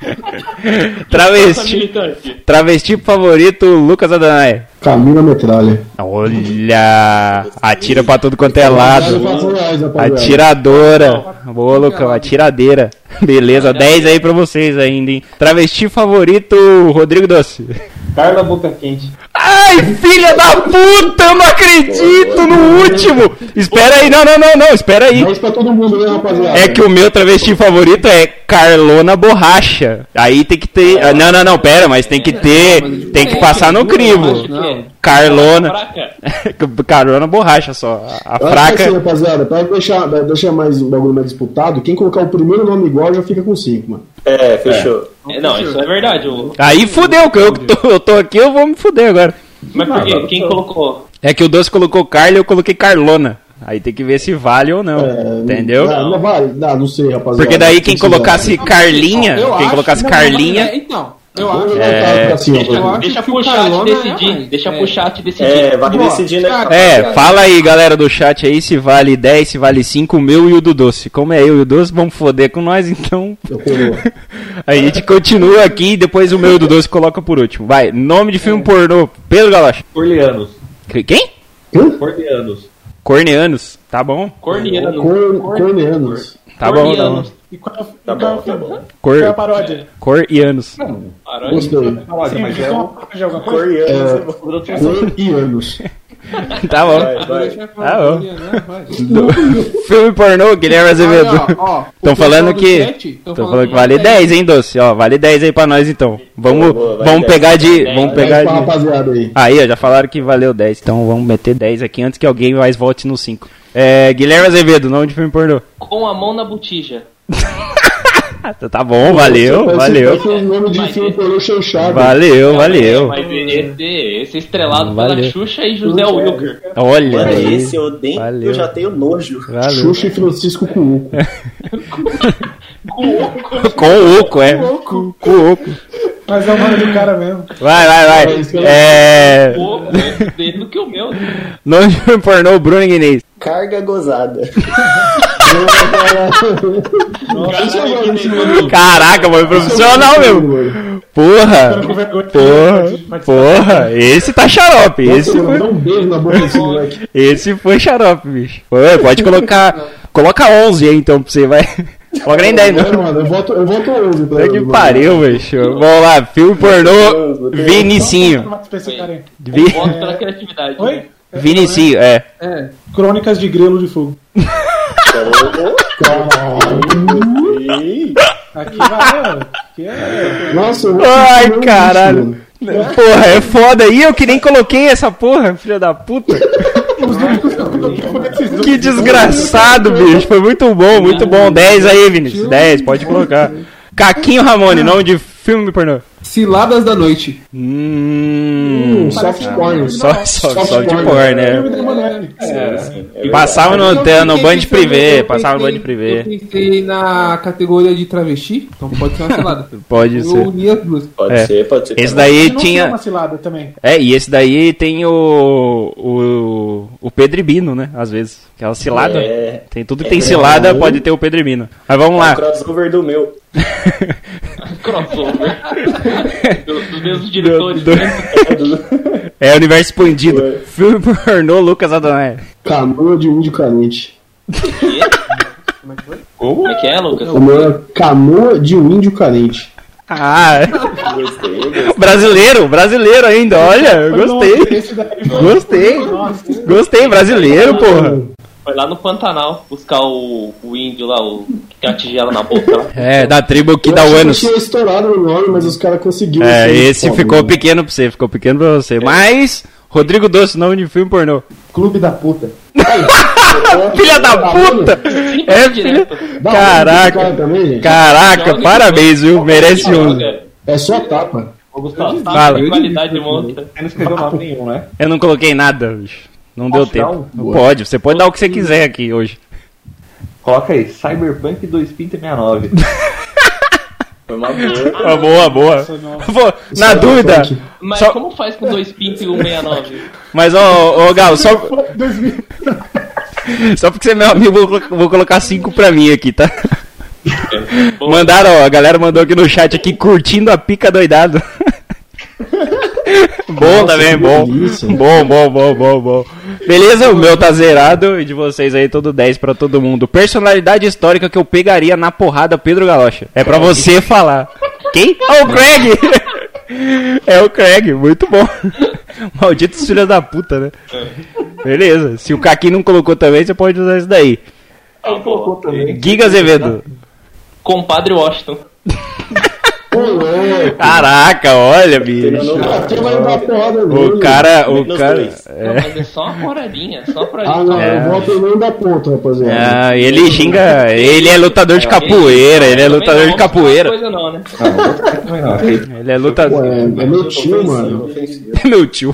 Speaker 4: Travesti favorito, Lucas Adonai.
Speaker 6: Camila Metralha.
Speaker 4: Olha! Atira pra tudo quanto é lado. Atiradora. Boa, Lucão, atiradeira. Beleza, 10 aí pra vocês ainda, hein? Travesti favorito, Rodrigo Doce.
Speaker 9: Carla Boca Quente.
Speaker 4: Ai, filha da puta, eu não acredito no último. Espera aí, não, espera aí.
Speaker 6: Mas pra todo mundo, né, rapaziada?
Speaker 4: É que o meu travesti favorito é Carlona Borracha. Aí tem que ter. Não, pera, mas tem que ter. Tem que passar no crivo. Carlona. Carlona Borracha só. A fraca.
Speaker 6: Assim, rapaziada, pra deixar mais um bagulho mais disputado, quem colocar o primeiro nome igual já fica com 5, mano.
Speaker 10: Fechou.
Speaker 8: Não, isso é verdade.
Speaker 4: Aí fudeu, que eu tô aqui, eu vou me fuder agora.
Speaker 8: Mas por quê? Quem colocou?
Speaker 4: É que o Doce colocou Carla e eu coloquei Carlona. Aí tem que ver se vale ou não. Entendeu?
Speaker 6: Não vale, não sei, rapaziada.
Speaker 4: Porque daí quem colocasse Carlinha. Quem colocasse Carlinha.
Speaker 2: Eu acho.
Speaker 8: Deixa pro chat decidir. Deixa pro chat decidir.
Speaker 10: Vai decidir, né?
Speaker 4: Fala aí, galera do chat aí, se vale 10, se vale 5, o meu e o do Doce. Como é eu e o Doce, vamos foder com nós, então. Aí a gente continua aqui e depois o meu e o do Doce coloca por último. Vai, nome de filme pornô, Pedro Galocha.
Speaker 5: Corleanos.
Speaker 4: Quem?
Speaker 5: Corleanos.
Speaker 4: Corneanos, tá bom.
Speaker 6: Corneanos.
Speaker 4: Tá bom.
Speaker 7: E qual
Speaker 10: Tá bom.
Speaker 7: qual é a paródia?
Speaker 4: Corianos.
Speaker 6: Gostei.
Speaker 7: Sim,
Speaker 5: Mas
Speaker 7: fica
Speaker 5: é
Speaker 7: uma
Speaker 5: o
Speaker 7: paródia de alguma coisa?
Speaker 6: Corneanos.
Speaker 4: Tá bom.
Speaker 10: Vai.
Speaker 4: Tá bom. Filme pornô, Guilherme Azevedo. Estão falando que. Estão falando que vale 10, hein, Doce? Ó, vale 10 aí pra nós então. Vamos pegar de. Vamos pegar de.
Speaker 6: Rapaziada aí.
Speaker 4: Aí, ó, já falaram que valeu 10. Então vamos meter 10 aqui antes que alguém mais volte no 5. Guilherme Azevedo, nome de filme pornô.
Speaker 8: Com a mão na botija.
Speaker 4: Tá bom, valeu.
Speaker 6: Esse é o nome de filme pornô chanchado.
Speaker 4: Valeu.
Speaker 8: Mas esse estrelado pela Xuxa e José Wilker.
Speaker 4: Olha
Speaker 10: Mano,
Speaker 4: aí.
Speaker 10: esse eu odeio, eu já tenho nojo.
Speaker 4: Valeu.
Speaker 6: Xuxa e Francisco Cuoco.
Speaker 4: Com o oco, é. Com o oco.
Speaker 7: Mas é o nome do cara mesmo.
Speaker 4: Vai.
Speaker 8: Pouco dele do que o meu.
Speaker 4: Nome de filme pornô, Bruno Guinês.
Speaker 10: Carga gozada.
Speaker 4: Caraca, foi profissional mesmo. Porra. Esse tá xarope. Esse foi xarope, bicho. Pode colocar. Coloca 11 aí então pra você, vai. Coloca nem 10, não.
Speaker 6: Mano, eu voto 11.
Speaker 4: Puta que pariu, bicho. Vamos lá, filme pornô Vinicinho.
Speaker 8: Eu voto pela criatividade.
Speaker 7: Oi?
Speaker 4: Vinicinho,
Speaker 7: Crônicas de Grelo de Fogo. Aqui vai,
Speaker 6: Nossa,
Speaker 4: ai, caralho. Porra, é foda. E eu que nem coloquei essa porra, filha da puta. Que desgraçado, bicho. Foi muito bom, muito bom. 10 aí, Vinícius. 10, pode colocar. Caquinho Ramone, nome de filme pornô.
Speaker 2: Ciladas da Noite.
Speaker 6: Soft porn.
Speaker 4: Soft porn, né? Passava no Band Privé. Passava no Band Privé.
Speaker 2: Eu pensei na categoria de travesti, então pode ser uma cilada.
Speaker 4: Pode ser.
Speaker 2: Eu uni as duas.
Speaker 10: Pode ser.
Speaker 4: Esse daí tinha.
Speaker 7: Uma cilada também.
Speaker 4: E esse daí tem o Pedro Bino, né? Às vezes. Aquela cilada. Tem tudo que tem cilada, pode ter o Pedro Bino. Mas vamos lá.
Speaker 10: O crossover do meu.
Speaker 8: Crossover. Dos mesmos diretores.
Speaker 4: É universo expandido. Filme pornô Lucas Adonai.
Speaker 6: Canoa de índio carente.
Speaker 8: Como é que é, Lucas?
Speaker 6: Canoa de um índio carente.
Speaker 4: Brasileiro ainda, olha, eu gostei, brasileiro, porra.
Speaker 8: Foi lá no Pantanal buscar o índio lá, o que tem a tigela na boca lá.
Speaker 4: Da tribo que dá o ânus.
Speaker 6: Eu tinha estourado o nome, mas os caras conseguiram.
Speaker 4: Esse ficou pequeno pra você, Mas, Rodrigo Doce, nome de filme pornô.
Speaker 6: Clube da Puta.
Speaker 4: Filha da puta! Filha... Caraca, parabéns, viu? Merece um.
Speaker 6: É só tapa.
Speaker 8: Gustavo,
Speaker 4: fala.
Speaker 8: Qualidade monta.
Speaker 5: Você não escreveu nome nenhum, né?
Speaker 4: Eu não coloquei nada, bicho. Não deu tempo. Pode, você pode dar o que você quiser aqui hoje.
Speaker 5: Coloca aí, Cyberpunk 2Pinta69.
Speaker 10: Foi uma
Speaker 4: boa. Na dúvida.
Speaker 8: Mas como faz com 2 pintos e 169?
Speaker 4: Mas, ô Gal, só porque você é meu amigo, vou colocar 5 pra mim aqui, tá? Mandaram, a galera mandou aqui no chat aqui, curtindo a pica doidado. Bom também, bom. Beleza, o meu tá zerado e de vocês aí todo 10 pra todo mundo. Personalidade histórica que eu pegaria na porrada, Pedro Galocha. É pra você falar. Quem? O Craig! É o Craig, muito bom. Malditos filhos da puta, né? Beleza, se o Kaki não colocou também, você pode usar isso daí.
Speaker 5: Ele colocou também.
Speaker 4: Giga Azevedo.
Speaker 8: Compadre Washington.
Speaker 4: Caraca, olha, bicho. O cara.
Speaker 8: Não, mas é só uma poradinha, só pra
Speaker 6: eu volto no meio da ponta, rapaziada.
Speaker 4: Ele xinga. Ele é lutador de capoeira. Ele é lutador de capoeira.
Speaker 8: Não, né?
Speaker 4: Ele é lutador.
Speaker 6: É meu tio, mano.
Speaker 4: É meu tio.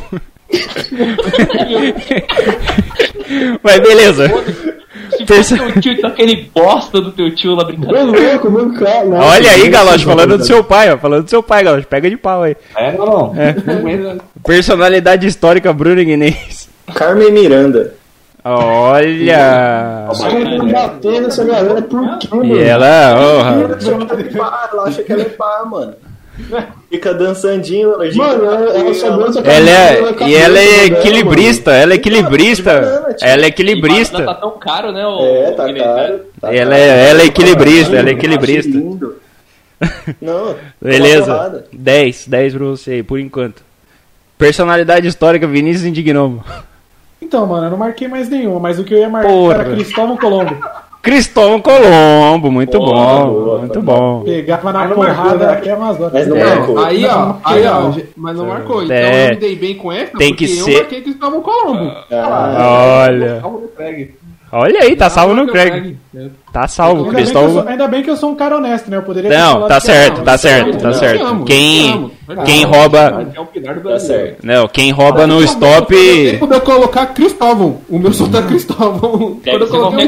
Speaker 4: Mas beleza.
Speaker 8: Se fosse teu tio, então aquele bosta do teu tio lá brincando.
Speaker 4: Olha aí, Galoche, falando do seu pai, ó. Falando do seu pai, Galoche. Pega de pau aí.
Speaker 5: Não.
Speaker 4: Personalidade histórica, Bruno Guinês.
Speaker 10: Carmen Miranda.
Speaker 4: Olha.
Speaker 6: Os caras estão batendo nessa galera por quê, mano?
Speaker 4: E ela,
Speaker 10: Ela acha que ela é pá, mano. Fica dançandinho,
Speaker 6: mano, ela só dança com
Speaker 4: ela é equilibrista, ela é equilibrista. Ela é equilibrista.
Speaker 8: Tá tão caro, né?
Speaker 10: Tá caro.
Speaker 4: Ela é equilibrista, ela é equilibrista.
Speaker 10: Não.
Speaker 4: Beleza. 10 pra você aí, por enquanto. Personalidade histórica, Vinícius Indignomo.
Speaker 7: Então, mano, eu não marquei mais nenhuma, mas o que eu ia marcar era Cristóvão Colombo.
Speaker 4: Cristóvão Colombo, muito bom, muito bom.
Speaker 7: Pegava na porrada aqui é umas horas.
Speaker 10: Mas não marcou.
Speaker 2: Aí, ó, mas não marcou. Então eu me dei bem com essa,
Speaker 4: tem que
Speaker 2: porque
Speaker 4: ser...
Speaker 2: eu marquei Cristóvão Colombo.
Speaker 4: Olha aí, tá salvo no Craig. Tá salvo, Cristóvão.
Speaker 7: Ainda bem que eu sou um cara honesto, né? Eu poderia
Speaker 4: Não, tá certo. Quem rouba...
Speaker 10: Tá certo.
Speaker 4: Não, quem rouba no stop...
Speaker 2: Quando eu colocar Cristóvão, o meu som tá Cristóvão. Quando eu coloquei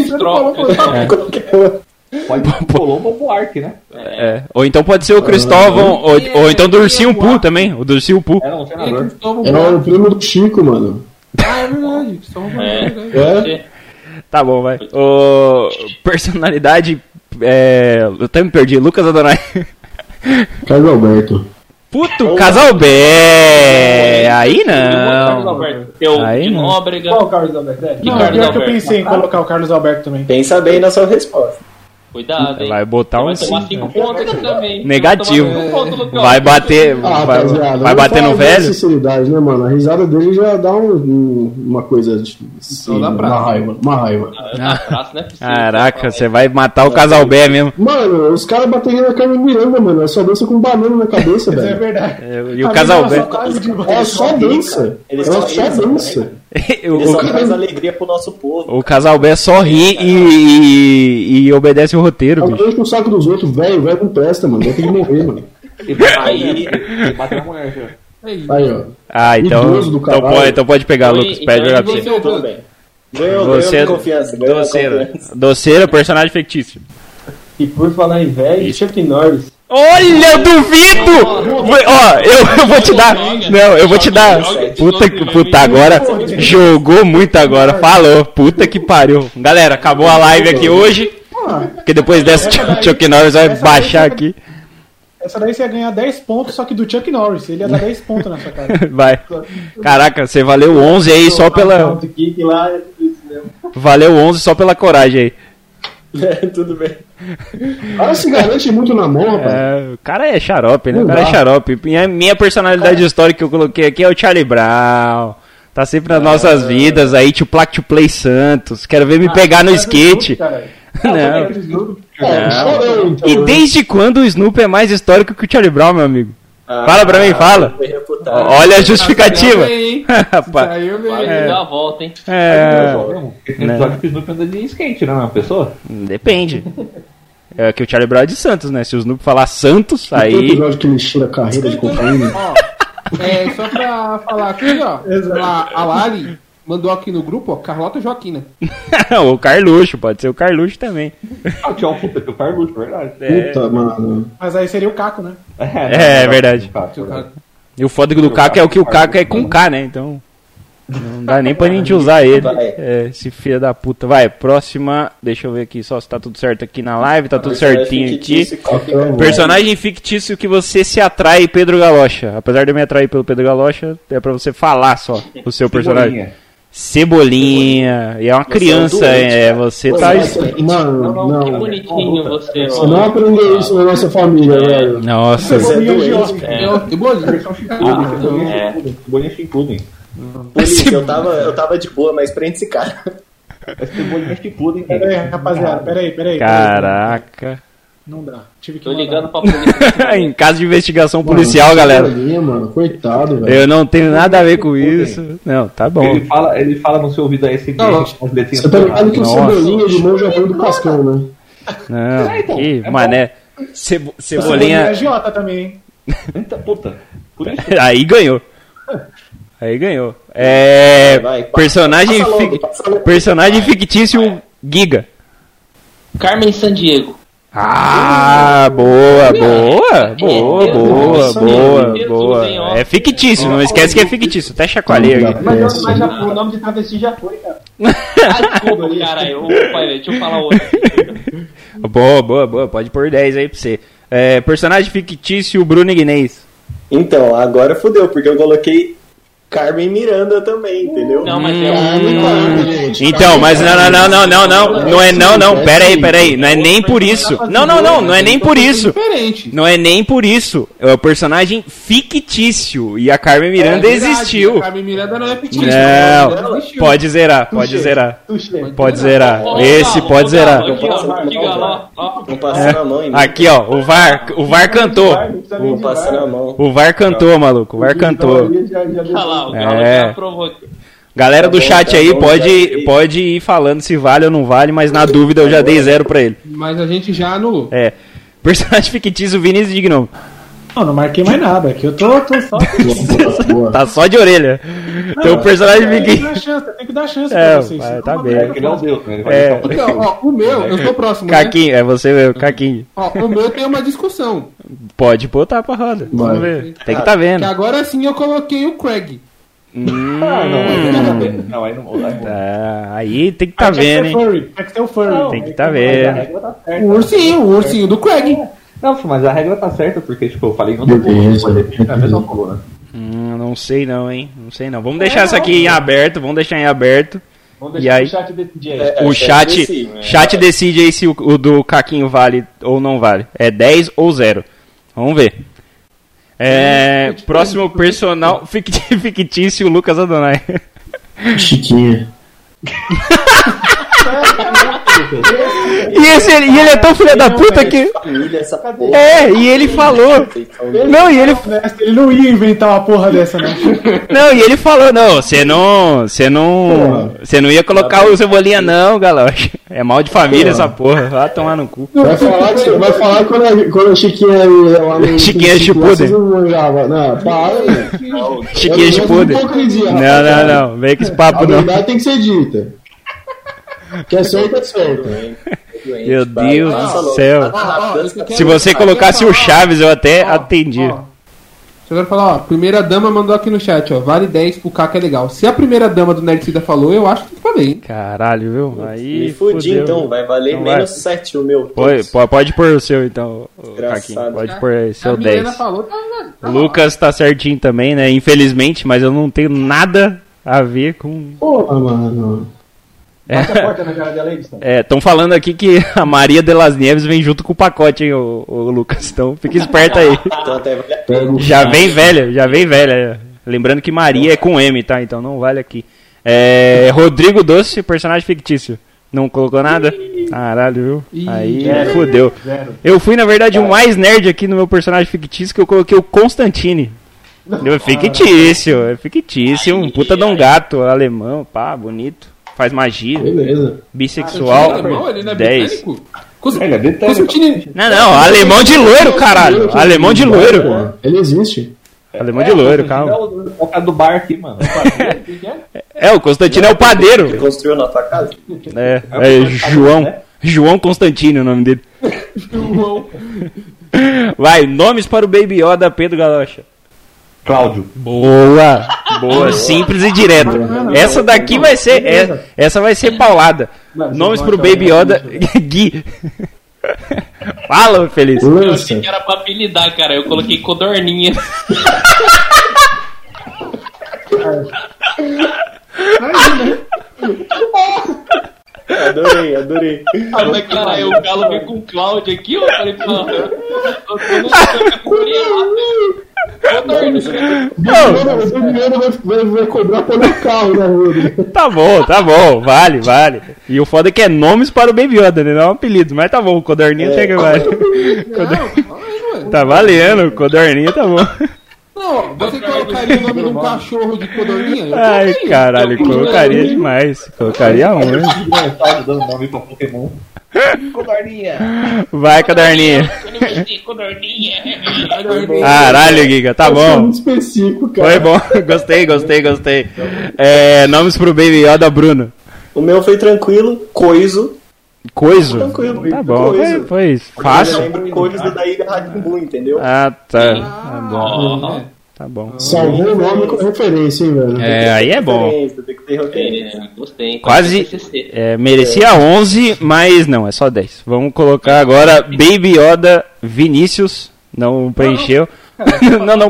Speaker 5: Pode Colombo ou Buarque, né?
Speaker 4: Ou então pode ser o Cristóvão, ou então do Ursinho Poo também, o do Ursinho Poo.
Speaker 6: É o primo do Chico, mano.
Speaker 2: É verdade.
Speaker 4: Tá bom, vai. Personalidade. Eu até me perdi. Lucas Adonai.
Speaker 6: Carlos Alberto.
Speaker 4: Puto, Casalbé! Aí não.
Speaker 8: Eu de Nóbrega.
Speaker 7: Qual o Carlos Alberto? Não, pior que eu pensei em colocar o Carlos Alberto também.
Speaker 10: Pensa bem na sua resposta.
Speaker 8: Cuidado, hein?
Speaker 4: Vai botar um.
Speaker 8: Vai tomar 5 pontos também.
Speaker 4: Negativo. Vai bater. Vai bater no velho?
Speaker 6: Sinceridade, né, mano? A risada dele já dá uma coisa. Assim, uma raiva.
Speaker 4: Caraca, você vai matar o Casalbé mesmo.
Speaker 6: Mano, os caras bateriam na Carmen Miranda, mano. É só dança com banana na cabeça, velho.
Speaker 7: Isso é verdade.
Speaker 4: E o Casalbé.
Speaker 6: É só dança. É só dança.
Speaker 10: Ele só traz alegria pro nosso povo.
Speaker 4: O Casalbé só ri e obedece o roteiro, bicho.
Speaker 6: Alguém com o saco dos outros, velho não presta, mano. Vai ter que morrer, mano.
Speaker 5: Aí, bateu a mulher já.
Speaker 6: Aí, ó.
Speaker 4: Ah, então pode pegar, Lucas. Pede jogar pra você.
Speaker 10: Tudo bem. Ganhou confiança.
Speaker 4: Doceira, personagem fictício.
Speaker 7: E por falar em velho, Chuck Norris.
Speaker 4: Olha, eu duvido! Ó, eu vou te dar. Não, eu vou te dar. Puta, agora. Jogou muito agora. Falou. Puta que pariu. Galera, acabou a live aqui hoje. Porque depois dessa, Chuck Norris vai baixar aqui.
Speaker 7: Essa daí você ia ganhar 10 pontos, só que do Chuck Norris. Ele ia dar 10 pontos na sua cara.
Speaker 4: Vai. Caraca, você valeu 11 aí só pela. Valeu 11 só pela coragem aí.
Speaker 10: Tudo bem.
Speaker 6: O cara se garante muito na mão, rapaz.
Speaker 4: O cara é xarope, né? O cara é xarope. Minha personalidade histórica que eu coloquei aqui é o Charlie Brown. Tá sempre nas nossas vidas aí, to Play Santos. Quero ver me pegar no skate. Não. E desde quando o Snoopy é mais histórico que o Charlie Brown, meu amigo? Fala pra mim, fala. Olha a justificativa.
Speaker 8: Rapaz. Vai dar a volta, hein?
Speaker 5: Tem episódio que o Snoopy anda de skate, não é uma pessoa?
Speaker 4: Depende. É que o Charlie Brown é de Santos, né? Se o Snoopy falar Santos, aí...
Speaker 6: Tem episódio que ele tira a carreira de cocaína.
Speaker 2: Só pra falar aqui, ó. A Lali mandou aqui no grupo, ó, Carlota Joaquina.
Speaker 4: O Carluxo, pode ser o Carluxo também.
Speaker 5: Tinha um puta que o Carluxo, verdade.
Speaker 6: Puta, mano.
Speaker 7: Mas aí seria o Caco, né?
Speaker 4: É verdade. E o foda do Caco é que o Caco é com K, né? Então não dá nem pra gente usar ele. Esse filho da puta. Vai, próxima. Deixa eu ver aqui só se tá tudo certo aqui na live. Tá tudo certinho aqui. Personagem fictício que você se atrai, Pedro Galocha. Apesar de eu me atrair pelo Pedro Galocha, é pra você falar só o seu personagem. Cebolinha. E é uma criança, você tá...
Speaker 6: Mano, não.
Speaker 8: Que bonitinho você.
Speaker 6: Você não aprendeu isso na nossa família, velho.
Speaker 4: Nossa.
Speaker 6: Cebolinha.
Speaker 5: Cebolinha Chimpuden.
Speaker 10: Polícia, eu tava de boa, mas prende esse cara.
Speaker 5: Cebolinha Chimpuden.
Speaker 7: Pera aí, rapaziada, peraí.
Speaker 4: Caraca.
Speaker 7: Não dá. Tive que
Speaker 8: Tô ligando pra polícia.
Speaker 4: Em caso de investigação policial, galera.
Speaker 6: Mano, coitado, velho.
Speaker 4: Eu não tenho nada a ver com isso. Não, tá bom.
Speaker 5: Ele fala no seu ouvido aí esse
Speaker 6: Você tá ligado que o Cebolinha de mão já veio do Cascão, né?
Speaker 4: Não, que mané. Cebolinha.
Speaker 7: É Jota também, hein?
Speaker 5: Eita puta.
Speaker 4: Aí ganhou. Personagem fictício Giga.
Speaker 8: Carmen Sandiego.
Speaker 4: Boa. É fictício, não esquece que é fictício. Até chacoalhei aqui.
Speaker 7: Mas o nome de travesti já foi, cara.
Speaker 8: Desculpa, caralho. Deixa eu falar outro.
Speaker 4: Boa. Pode pôr 10 aí pra você. Personagem fictício Bruno Ignez.
Speaker 10: Então, agora fodeu, porque eu coloquei Carmen Miranda também, entendeu?
Speaker 8: Não, mas
Speaker 4: Então, mas não, peraí, não é nem por isso. Não é nem por isso. Não é nem por isso. É o personagem fictício e a Carmen Miranda existiu.
Speaker 2: A Carmen Miranda não é fictício.
Speaker 4: Não, pode zerar. Esse pode zerar.
Speaker 10: Vou passar na mão, hein?
Speaker 4: Aqui, ó, o VAR cantou.
Speaker 10: Vou passar na mão.
Speaker 4: O VAR cantou, maluco. O VAR cantou. Galera do chat aí pode ir falando se vale ou não vale, mas na dúvida eu já dei 0 pra ele.
Speaker 2: Mas a gente já anulou.
Speaker 4: Personagem fictício Vinícius de Gnome.
Speaker 7: Não marquei mais nada, aqui eu tô só.
Speaker 4: Tá só de orelha. Então o personagem fictício.
Speaker 7: Tem que dar chance pra vocês.
Speaker 4: Tá bem.
Speaker 2: Então, o meu, eu sou próximo.
Speaker 4: Caquinho, né? É você mesmo, Caquinho.
Speaker 2: O meu tem uma discussão.
Speaker 4: Pode botar pra roda. Vamos ver. Tem que tá vendo.
Speaker 2: Que agora sim eu coloquei o Craig.
Speaker 5: Não, aí não.
Speaker 4: Aí tem que tá vendo, hein?
Speaker 7: Tem que ter o furry.
Speaker 4: Tem que tá vendo.
Speaker 2: O ursinho do Craig.
Speaker 5: Não, mas a regra tá certa, porque, tipo, eu falei não é a mesma coluna.
Speaker 4: Não sei não, hein? Não sei não. Vamos deixar isso aqui em aberto, Vamos deixar e aí,
Speaker 8: o chat decidir.
Speaker 4: O chat decide aí se o do Caquinho vale ou não vale. É 10 ou 0. Vamos ver. Próximo personal fictício, Lucas Adonai.
Speaker 6: Chiquinha.
Speaker 4: E ele é tão filho da puta que... e ele falou... Não, e ele...
Speaker 7: Ele não ia inventar uma porra dessa, né?
Speaker 4: Não, e ele falou, você não ia colocar o Cebolinha não, Galocha. É mal de família essa porra, vai tomar no cu.
Speaker 6: Vai falar quando a Chiquinha...
Speaker 4: Chiquinha Chipuden.
Speaker 6: Não, para, né?
Speaker 4: Chiquinha Chipuden. Não, vem com esse papo não.
Speaker 6: A verdade tem que ser dita. Que é certo, é certo.
Speaker 4: Meu Deus do céu. Se você colocasse o Chaves, eu até atendi.
Speaker 2: Eu quero falar, primeira dama mandou aqui no chat, vale 10 pro K que é legal. Se a primeira dama do Nerdcida falou, eu acho que tem que valer, hein?
Speaker 4: Caralho, viu? Aí
Speaker 10: me fudi então, vai valer então menos 7 o meu.
Speaker 4: Pode pôr o seu então, Caquinho. Pode pôr aí, seu 10.
Speaker 2: Falou,
Speaker 4: o Lucas tá certinho também, né? Infelizmente, mas eu não tenho nada a ver com...
Speaker 6: Porra, mano.
Speaker 7: Bate a porta na cara dela aí,
Speaker 4: estão falando aqui que a Maria de las Nieves vem junto com o pacote, hein, o Lucas. Então fica esperto aí. Já vem velha. Lembrando que Maria é com M, tá? Então não vale aqui. Rodrigo Doce, personagem fictício. Não colocou nada? Caralho, viu? Aí fodeu. Eu fui, na verdade, o mais nerd aqui no meu personagem fictício, que eu coloquei o Constantine. É fictício, um puta de um gato alemão, pá, bonito. Faz magia.
Speaker 6: Beleza.
Speaker 4: Bissexual.
Speaker 2: Ele não é
Speaker 4: 10.
Speaker 2: Ele é britânico.
Speaker 4: Não, alemão de loiro, caralho. Alemão de loiro.
Speaker 6: Ele existe.
Speaker 4: Alemão de loiro, calma.
Speaker 5: É o cara do bar aqui, mano.
Speaker 4: O Constantino é o padeiro.
Speaker 10: Ele construiu na tua casa?
Speaker 4: João. João Constantino é o nome dele. Vai, nomes para o Baby Yoda, Pedro Galocha.
Speaker 5: Cláudio.
Speaker 4: Boa, simples e direto. Essa daqui vai ser, essa vai ser paulada. Nomes pro Baby Yoda, Gui. Fala, Feliz.
Speaker 8: Eu achei que era pra apelidar, cara. Eu coloquei Codorninha.
Speaker 10: Adorei.
Speaker 8: Mas, cara, o Galo veio com o Cláudio aqui, eu falei, eu não sei a categoria errada.
Speaker 6: Vai cobrar pelo carro, né, Rodrigo?
Speaker 4: Tá bom, vale. E o foda é que é nomes para o Baby Yoda, né? Não é um apelido, mas tá bom, o Codorninha até que vale. Tá valendo, o Codorninha tá bom.
Speaker 2: Não, você colocaria o nome de um cachorro de Codorninha?
Speaker 4: Ai, caralho, colocaria demais. Colocaria onde?
Speaker 5: Dando nome pra Pokémon. Codorninha.
Speaker 4: Vai, Codorninha. Caralho, Giga, tá bom.
Speaker 6: Muito específico, cara.
Speaker 4: Foi bom, gostei. Nomes pro Baby Yoda, Bruno.
Speaker 10: O meu foi tranquilo, Coiso.
Speaker 4: Tranquilo, tá bom, foi fácil.
Speaker 10: Eu lembro Coiso da Ilha Rá-Tim-Bum, entendeu?
Speaker 4: Ah, tá. Tá bom.
Speaker 6: Salvou o nome com referência, hein, velho?
Speaker 4: Aí é bom.
Speaker 10: Tem que ter referência.
Speaker 8: Gostei.
Speaker 4: Quase merecia 11, mas não, é só 10. Vamos colocar agora Baby Yoda Vinícius. Não preencheu. Não,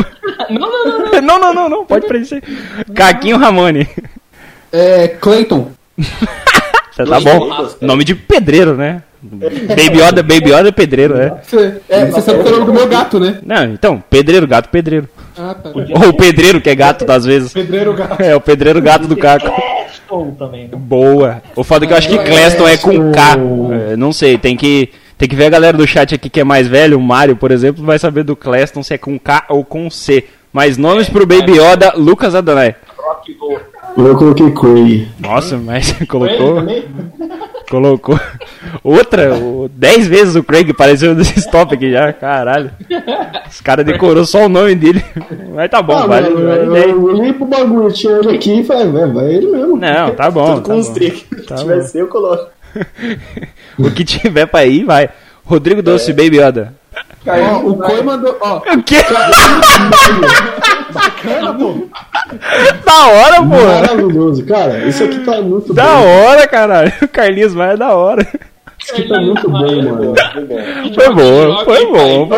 Speaker 4: pode preencher. Caquinho Ramone.
Speaker 2: Clayton.
Speaker 4: Tá bom. Nome de pedreiro, né? Baby Yoda é pedreiro, né?
Speaker 2: Você sabe que é o nome do meu gato, né?
Speaker 4: Não, então, pedreiro, gato pedreiro.
Speaker 2: Ah, tá.
Speaker 4: Ou o pedreiro, que é gato, às vezes.
Speaker 7: Pedreiro gato.
Speaker 4: É, o pedreiro gato do Caco.
Speaker 5: Também.
Speaker 4: Boa. O foda é que eu acho que Cleston é com K. Não sei, tem que ver a galera do chat aqui que é mais velho. O Mário, por exemplo, vai saber do Cleston se é com K ou com C. Mas nomes pro Baby Yoda, Lucas Adonai.
Speaker 6: Eu coloquei Craig.
Speaker 4: Nossa, mas colocou outra, 10 vezes o Craig apareceu nesse stop aqui já, caralho. Os caras decorou só o nome dele. Mas tá bom, vale.
Speaker 6: Eu olhei pro bagulho, tinha ele aqui e falei, vai ele mesmo.
Speaker 4: Não, tá bom.
Speaker 10: Tudo com os tricks. Se tiver C, eu coloco.
Speaker 4: O que tiver pra ir, vai. Rodrigo Doce, Baby Yoda.
Speaker 2: O Coi mandou.
Speaker 4: O quê?
Speaker 7: Bacana, pô.
Speaker 4: da hora, pô.
Speaker 6: Maravilhoso, cara. Isso aqui tá muito
Speaker 4: Da hora, caralho. O Carlinhos Maia é da hora.
Speaker 6: Isso aqui tá muito bom, mano.
Speaker 4: Foi bom.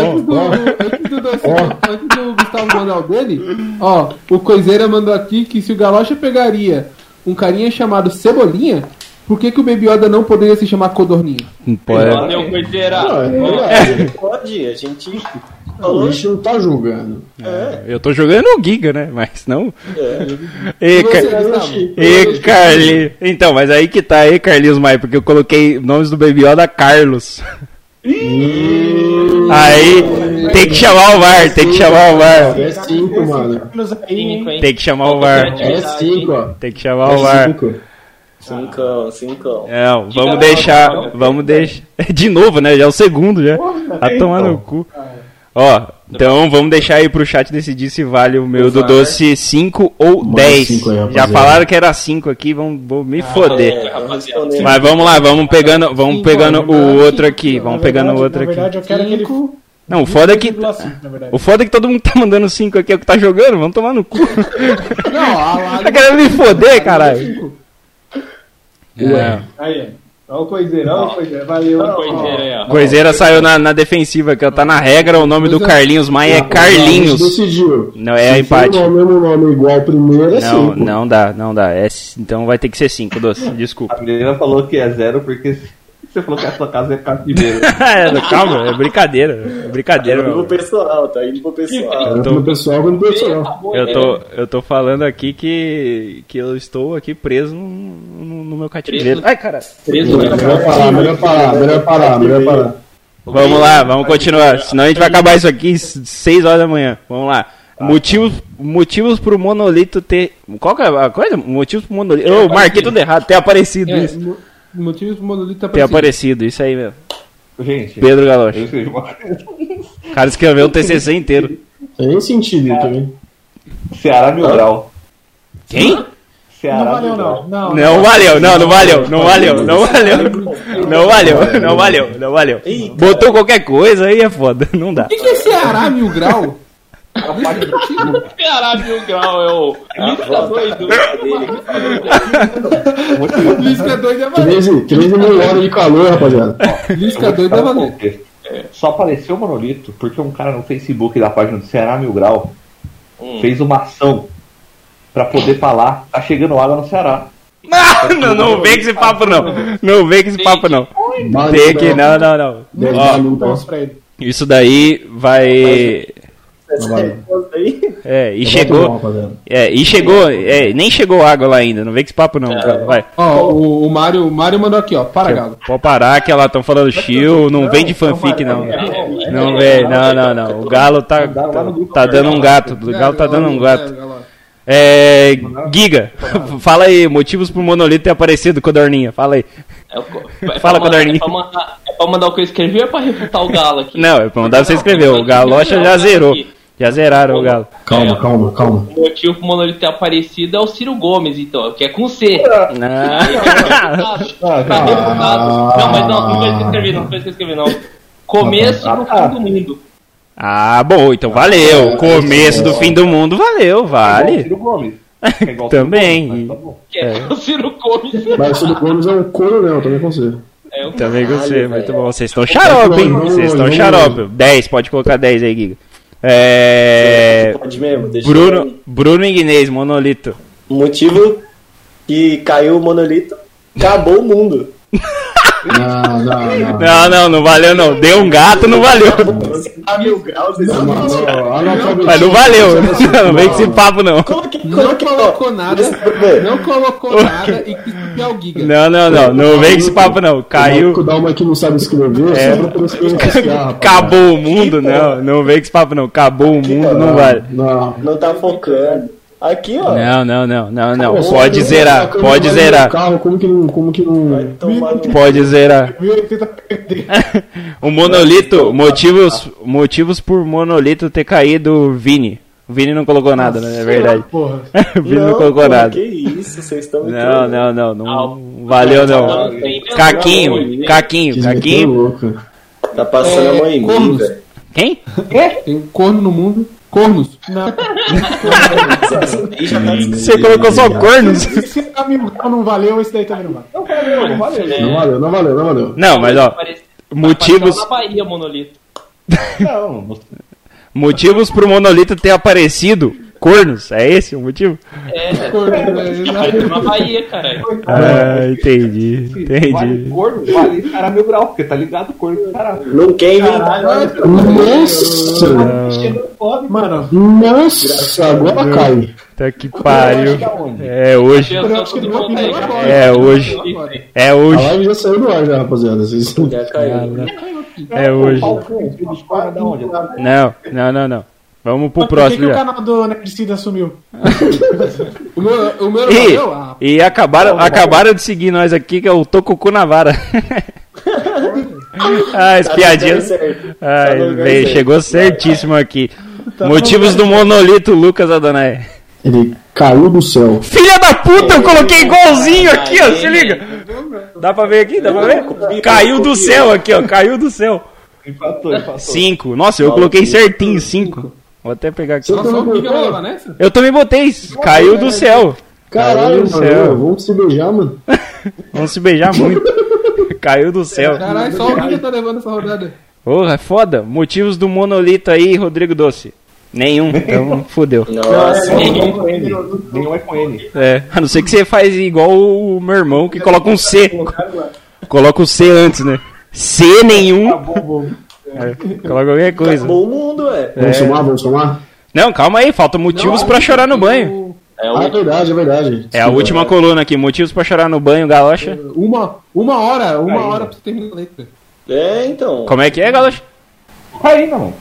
Speaker 2: Antes do Gustavo mandar o dele, ó, o Coiseira mandou aqui que se o Galocha pegaria um carinha chamado Cebolinha, por que o Baby Yoda não poderia se chamar Codorninho?
Speaker 8: Valeu, Coiseira.
Speaker 10: Pode, a gente...
Speaker 6: A gente não tá julgando.
Speaker 4: Eu tô jogando o Giga, né? Mas não.
Speaker 2: E
Speaker 4: Carlinhos. Então, mas aí que tá aí, Carlinhos Maia, porque eu coloquei nomes do Baby Yoda Carlos. Aí tem que chamar o VAR,
Speaker 6: É 5, mano.
Speaker 4: Tem que chamar o VAR.
Speaker 6: É 5, ó.
Speaker 4: Tem que chamar o VAR.
Speaker 10: 5.
Speaker 4: Não, vamos deixar. De novo, né? Já é o segundo já. Tá tomando no cu. Ó, então vamos deixar aí pro chat decidir se vale o meu do doce 5 ou 10. Já falaram que era 5 aqui, vou me foder. Mas vamos lá, vamos pegando o outro aqui. Vamos pegando o outro aqui.
Speaker 7: Na verdade, eu quero aquele...
Speaker 4: Não, o foda é que todo mundo tá mandando 5 aqui, é o que tá jogando, vamos tomar no cu. Tá querendo me foder, caralho.
Speaker 9: Aí, ó o Coiseira, valeu.
Speaker 4: Coiseira saiu na defensiva, que tá na regra, o nome do Carlinhos Maia é Carlinhos.
Speaker 6: Decidiu.
Speaker 4: Não, é empate.
Speaker 6: Se for o mesmo nome igual ao primeiro, é 5.
Speaker 4: Não dá. Então vai ter que ser 5, Doce, desculpa.
Speaker 5: A menina falou que é 0 porque você falou que a sua casa é casa de medo.
Speaker 4: Calma, é brincadeira.
Speaker 10: Tá indo pro pessoal,
Speaker 4: Eu tô falando aqui que eu estou aqui preso no meu cativeiro. Ai, caralho.
Speaker 6: Melhor parar.
Speaker 4: Vamos lá, vamos continuar. Senão a gente vai acabar isso aqui 6 horas da manhã. Vamos lá. Motivos pro Monolito ter... Qual que é a coisa? Motivos pro Monolito... Eu marquei tudo errado, ter aparecido isso.
Speaker 2: Motivos pro Monolito
Speaker 4: ter aparecido, isso aí mesmo.
Speaker 5: Gente,
Speaker 4: Pedro Galocha.
Speaker 5: eu escrevi uma coisa.
Speaker 4: O cara escreveu o TCC inteiro.
Speaker 6: Tem sentido também.
Speaker 5: Ceará Mil Grau.
Speaker 4: Quem?
Speaker 5: Ceará
Speaker 7: Não
Speaker 5: Mil Grau.
Speaker 4: Não valeu. Botou qualquer coisa aí é foda, não dá.
Speaker 2: O que é Ceará Mil Grau?
Speaker 8: Ceará Mil Grau é o Lisca doido.
Speaker 2: Lisca doido é valer.
Speaker 6: 13 mil horas de calor, rapaziada.
Speaker 2: Lisca doido é valer.
Speaker 5: Só apareceu o Monolito porque um cara no Facebook da página do Ceará Mil Grau fez uma ação pra poder falar, tá chegando água no Ceará.
Speaker 4: Não vem com esse papo não. Não vem com esse papo não. Tem que, não. Ó, isso daí vai... nem chegou água lá ainda, não vem com esse papo não, cara. Vai.
Speaker 2: Ó, o Mário mandou aqui, ó, para Galo.
Speaker 4: Pode parar que ela tão falando chill, não vem de fanfic não. Não vem, não. O Galo tá dando um gato, o Galo tá dando um gato. Giga, fala aí, motivos pro Monolito ter aparecido, Codorninha, fala aí. Fala, Codorninha.
Speaker 8: É pra mandar o que eu escrevi ou é pra refutar o Galo aqui?
Speaker 4: Não, é pra mandar você escrever, o Galocha já zerou. Já zeraram o Galo.
Speaker 6: Calma.
Speaker 8: O motivo pro Monolito ter aparecido é o Ciro Gomes, então, que é com C. Não, mas não precisa escrever, não. Começo no fim do mundo.
Speaker 4: Ah, bom, então valeu. Começo do fim do mundo, valeu, vale.
Speaker 5: Ciro Gomes.
Speaker 4: Também.
Speaker 8: O Ciro Gomes.
Speaker 6: Mas o Ciro Gomes é um coronel, também com você.
Speaker 4: Também com você, muito bom. Vocês estão xarope, hein? Vocês estão xarope. 10, pode colocar 10 aí, Giga.
Speaker 10: Pode mesmo, deixa
Speaker 4: Bruno Inguinês, Monolito.
Speaker 10: O motivo que caiu o Monolito, acabou o mundo.
Speaker 4: Não valeu não. Deu um gato, não valeu. Mas não valeu. Não vem com esse papo não.
Speaker 2: Não colocou nada e quis o Giga.
Speaker 4: Não vem com esse papo não. Caiu.
Speaker 6: Dá uma que não sabe escrever, só pra poder escrever.
Speaker 4: Acabou o mundo, não vem com esse papo não. Acabou o mundo, não vale.
Speaker 10: Não tá focando. Aqui, ó.
Speaker 4: Não. Pode zerar.
Speaker 6: Como que não...
Speaker 4: Pode zerar. O Monolito, motivos por Monolito ter caído, Vini. O Vini não colocou nada, né? É verdade. O Vini não colocou nada.
Speaker 10: Que isso, vocês estão...
Speaker 4: Não valeu não. Caquinho.
Speaker 10: Tá passando a mão em mim, velho.
Speaker 4: Quem?
Speaker 2: Tem corno no mundo. Cornos.
Speaker 7: Não.
Speaker 4: Você colocou só cornos?
Speaker 7: Se a mil grau não valeu, esse daí também não vale.
Speaker 6: Não valeu.
Speaker 4: Não, mas ó, motivos...
Speaker 8: na Bahia, Monolito.
Speaker 5: Não,
Speaker 4: Motivos pro Monolito ter aparecido. Cornos, é esse o motivo?
Speaker 8: Apareceu na Bahia, caralho.
Speaker 4: Ah, entendi.
Speaker 5: Vale corno, vale cara mil grau, porque tá ligado o corno do caralho.
Speaker 10: Não quer inventar.
Speaker 6: Nossa!
Speaker 7: Mano,
Speaker 6: Nossa, agora cai.
Speaker 4: Tá que pariu. É hoje.
Speaker 8: Eu acho que não tem.
Speaker 4: É hoje. É
Speaker 6: A
Speaker 4: hoje.
Speaker 6: live já saiu do ar já, rapaziada. Vocês...
Speaker 10: Já caiu.
Speaker 4: É hoje. Não. Vamos pro
Speaker 7: por
Speaker 4: próximo
Speaker 7: que o
Speaker 4: já.
Speaker 7: canal do Nerdcida sumiu?
Speaker 2: O meu valeu? Ah,
Speaker 4: E acabaram de seguir nós aqui, que é o Tocucu na vara. Ah, as piadinhas. Ai, veio, chegou certíssimo aqui. Motivos do Monolito, Lucas Adonai.
Speaker 6: Ele caiu do céu.
Speaker 4: Filha da puta, eu coloquei igualzinho aqui, ó, se liga. Dá pra ver aqui? Dá pra ver? Caiu do céu aqui, ó, caiu do céu.
Speaker 5: Empatou.
Speaker 4: 5. Nossa, eu coloquei certinho 5. Vou até pegar aqui.
Speaker 2: nossa, o que vai levar nessa?
Speaker 4: Eu também botei. Caiu do céu.
Speaker 6: Caralho,
Speaker 4: do céu.
Speaker 6: mano. Vamos se beijar, mano.
Speaker 4: Vamos se beijar muito. Caiu do céu.
Speaker 2: Caralho, só o Guilherme tá levando essa rodada.
Speaker 4: Porra, é foda. Motivos do Monolito aí, Rodrigo Doce. Nenhum, então fudeu.
Speaker 10: Nossa,
Speaker 5: Nenhum é com ele.
Speaker 4: É, a não ser que você faz igual o meu irmão, que coloca um C. Coloca o C antes, né? C nenhum. É, coloca qualquer coisa.
Speaker 10: acabou o mundo, é.
Speaker 6: Vamos somar?
Speaker 4: Não, calma aí, faltam motivos pra chorar no banho.
Speaker 6: É verdade.
Speaker 4: É a última coluna aqui, motivos pra chorar no banho, Galocha.
Speaker 2: Uma hora pra você terminar a letra.
Speaker 10: É, então.
Speaker 4: Como é que é, Galocha?
Speaker 5: Cocaína, mano.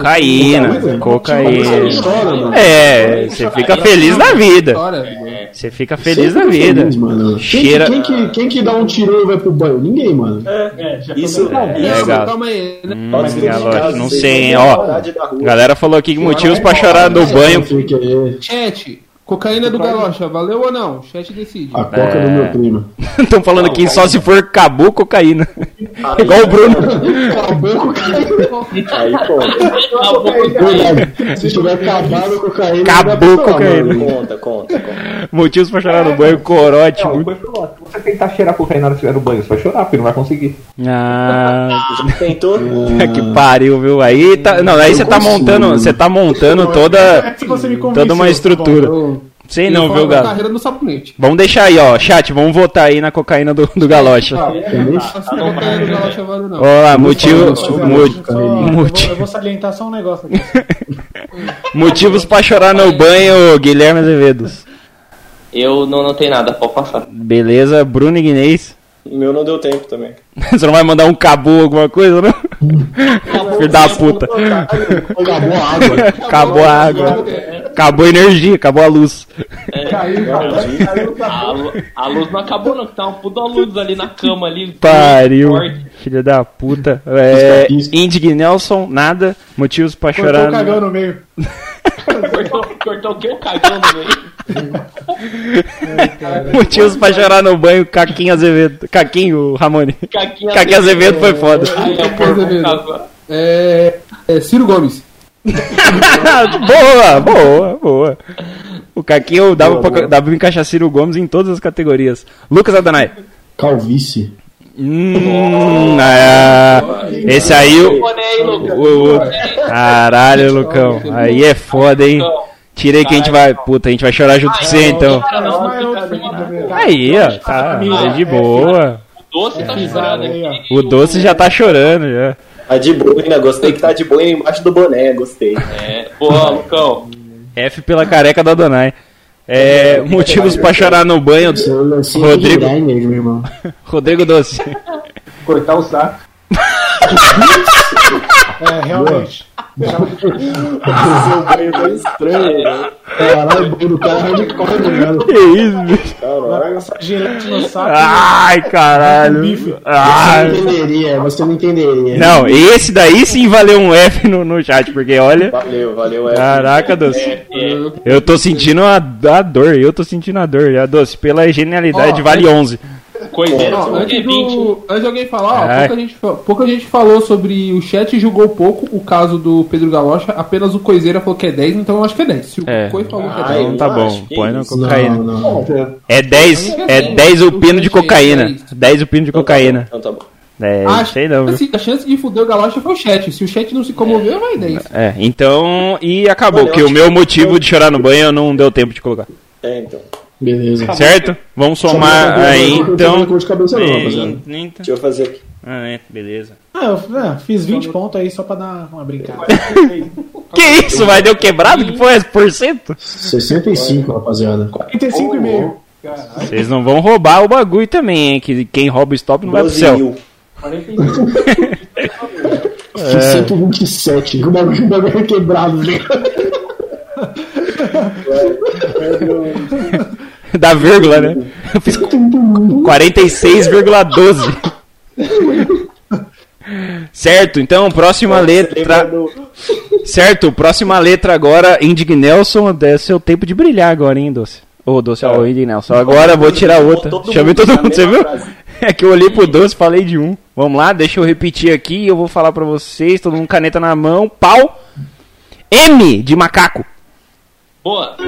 Speaker 4: Cocaína. É, você fica feliz na vida. Você fica feliz na vida.
Speaker 6: Feliz, mano.
Speaker 4: Cheira.
Speaker 6: Quem que dá um tirão e vai pro banho? Ninguém, mano.
Speaker 10: Isso.
Speaker 2: Calma aí, né?
Speaker 4: Galocha, não sei, hein, ó. Galera falou aqui que motivos pra chorar no banho.
Speaker 2: Chat, cocaína do Galocha, valeu ou não? Chat decide.
Speaker 6: A coca do meu primo.
Speaker 4: Estão falando aqui só se for acabou cocaína. Igual o Bruno.
Speaker 6: Acabou cocaína.
Speaker 10: Aí, pô.
Speaker 6: Verdade. Se tiver acabado cocaína.
Speaker 4: Acabou cocaína.
Speaker 10: Conta.
Speaker 4: Motivos pra chorar no banho, corote.
Speaker 5: Não, se você tentar cheirar cocaína na hora que estiver no banho, você vai chorar, porque não vai conseguir.
Speaker 4: Ah,
Speaker 10: Já tentou?
Speaker 4: que pariu, viu? Aí tá, não, aí você tá montando toda uma estrutura. Sei não, viu, Galo?
Speaker 2: Carreira no sabonete.
Speaker 4: Vamos deixar aí, ó, chat, vamos votar aí na cocaína do Galocha.
Speaker 2: Cocaína do Galocha vale não.
Speaker 4: Ó lá,
Speaker 7: Eu vou salientar só um negócio aqui.
Speaker 4: motivos pra chorar no banho, Guilherme Azevedo.
Speaker 8: Eu não tem nada, pode passar.
Speaker 4: Beleza, Bruno Ignez.
Speaker 10: O meu não deu tempo também.
Speaker 4: Você não vai mandar um cabu alguma coisa, não? Filho da puta. Acabou a água. Acabou a energia, acabou a luz.
Speaker 8: A luz não acabou não, que tá uma puta luz ali na cama ali.
Speaker 4: Pariu,
Speaker 8: Forte.
Speaker 4: filha da puta. Indig Nelson, nada. Motivos pra chorar.
Speaker 7: Cortou o cagão no meio.
Speaker 8: Cortou o que? O cagão no meio?
Speaker 4: Motivos pra chorar no banho, Caquinho Azevedo. Caquinho, Ramone. Caquinho Azevedo foi foda.
Speaker 2: Ciro Gomes.
Speaker 4: Boa. O Caquinho dava pra encaixar Ciro Gomes em todas as categorias. Lucas Adonai.
Speaker 6: Calvície.
Speaker 4: Esse aí caralho, Lucão. Aí é foda, hein? Tirei que a gente vai chorar junto com você, então. Aí, ó, tá de boa.
Speaker 8: O Doce tá chorando aqui.
Speaker 4: O Doce já tá chorando, já.
Speaker 10: Tá de boina, gostei que tá de boina embaixo do boné, gostei.
Speaker 8: Boa, Lucão.
Speaker 4: F pela careca da Donai. Motivos pra chorar no banho, Rodrigo Doce.
Speaker 9: Cortar o saco.
Speaker 7: Realmente.
Speaker 10: Seu banho tá estranho, né?
Speaker 6: Caralho, o banho do cara é hardcore, tá ligado?
Speaker 4: Que isso, bicho?
Speaker 10: Caralho.
Speaker 7: Gilete no saco.
Speaker 4: Ai, caralho.
Speaker 6: Você não entenderia.
Speaker 4: Não, esse daí sim valeu um F no chat, porque olha.
Speaker 10: Valeu, F.
Speaker 4: Caraca, Doce. Eu tô sentindo a dor, a Doce, pela genialidade, vale 11.
Speaker 8: Coiseira,
Speaker 2: antes de alguém falar, pouca gente falou sobre o chat, julgou pouco o caso do Pedro Galocha, apenas o Coiseira falou que é 10, então eu acho que é 10. Se o Coi falou que é 10,
Speaker 4: então tá bom, põe na cocaína.
Speaker 6: Não.
Speaker 4: É 10 o pino de cocaína. 10 o pino de cocaína.
Speaker 10: Então tá bom.
Speaker 4: Sei não, viu?
Speaker 2: A chance de fuder o Galocha foi o chat. Se o chat não se comoveu, vai 10.
Speaker 4: Então. E acabou, porque o meu motivo de chorar no banho não deu tempo de colocar.
Speaker 10: Então.
Speaker 6: Beleza.
Speaker 4: Certo? Vamos somar aí, então.
Speaker 6: Deixa
Speaker 10: eu fazer aqui.
Speaker 4: Beleza.
Speaker 7: Eu fiz 20 pontos aí só pra dar uma brincada.
Speaker 4: Que isso? Vai deu quebrado? Que foi esse por cento?
Speaker 6: 65, rapaziada.
Speaker 7: 45,5.
Speaker 4: Vocês não vão roubar o bagulho também, hein? Que quem rouba o stop não vai pro céu.
Speaker 6: 127. O bagulho é quebrado, né?
Speaker 4: Da vírgula, né? Eu fiz 46,12. Certo, então, próxima letra. Certo, próxima letra agora, Indignelson. É seu tempo de brilhar agora, hein, Doce? Ô, Doce, ó, Indignelson. Agora vou tirar outra. Chamei todo mundo, você viu? É que eu olhei pro Doce, falei de um. Vamos lá, deixa eu repetir aqui e eu vou falar pra vocês. Todo mundo caneta na mão, pau. M de macaco.
Speaker 8: Boa.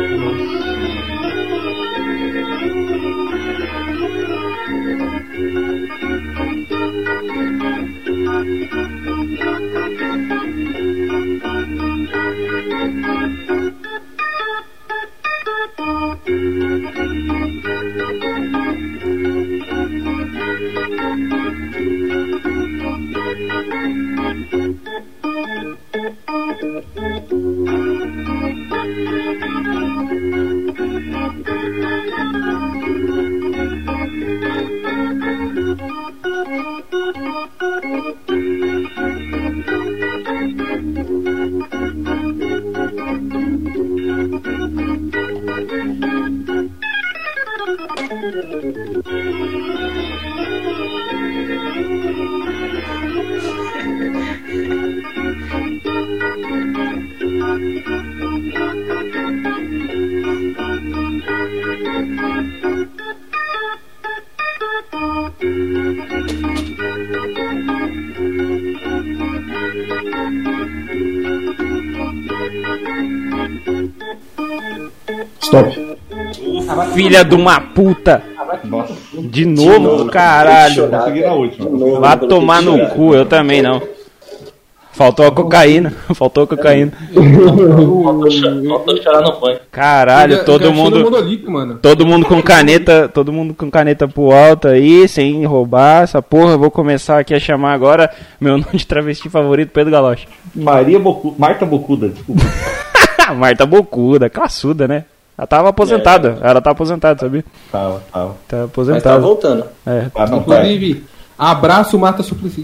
Speaker 6: Stop.
Speaker 4: Filha de uma puta.
Speaker 5: Nossa.
Speaker 4: De novo, caralho.
Speaker 5: Consegui na última.
Speaker 4: Vai tomar no cu, eu também não. Faltou a cocaína. Faltou a cocaína.
Speaker 8: Faltou chorar no banho.
Speaker 4: Caralho, todo mundo com caneta. Todo mundo com caneta pro alto aí, sem roubar essa porra. Eu vou começar aqui a chamar agora meu nome de travesti favorito, Pedro Galocha.
Speaker 5: Marta Bocuda, desculpa.
Speaker 4: Marta Bocuda, classuda, né? Ela tava aposentada. Ela tá aposentada, sabia?
Speaker 5: Tava.
Speaker 4: Tá aposentada.
Speaker 10: Mas tá voltando.
Speaker 2: Inclusive, abraço Marta Suplicy.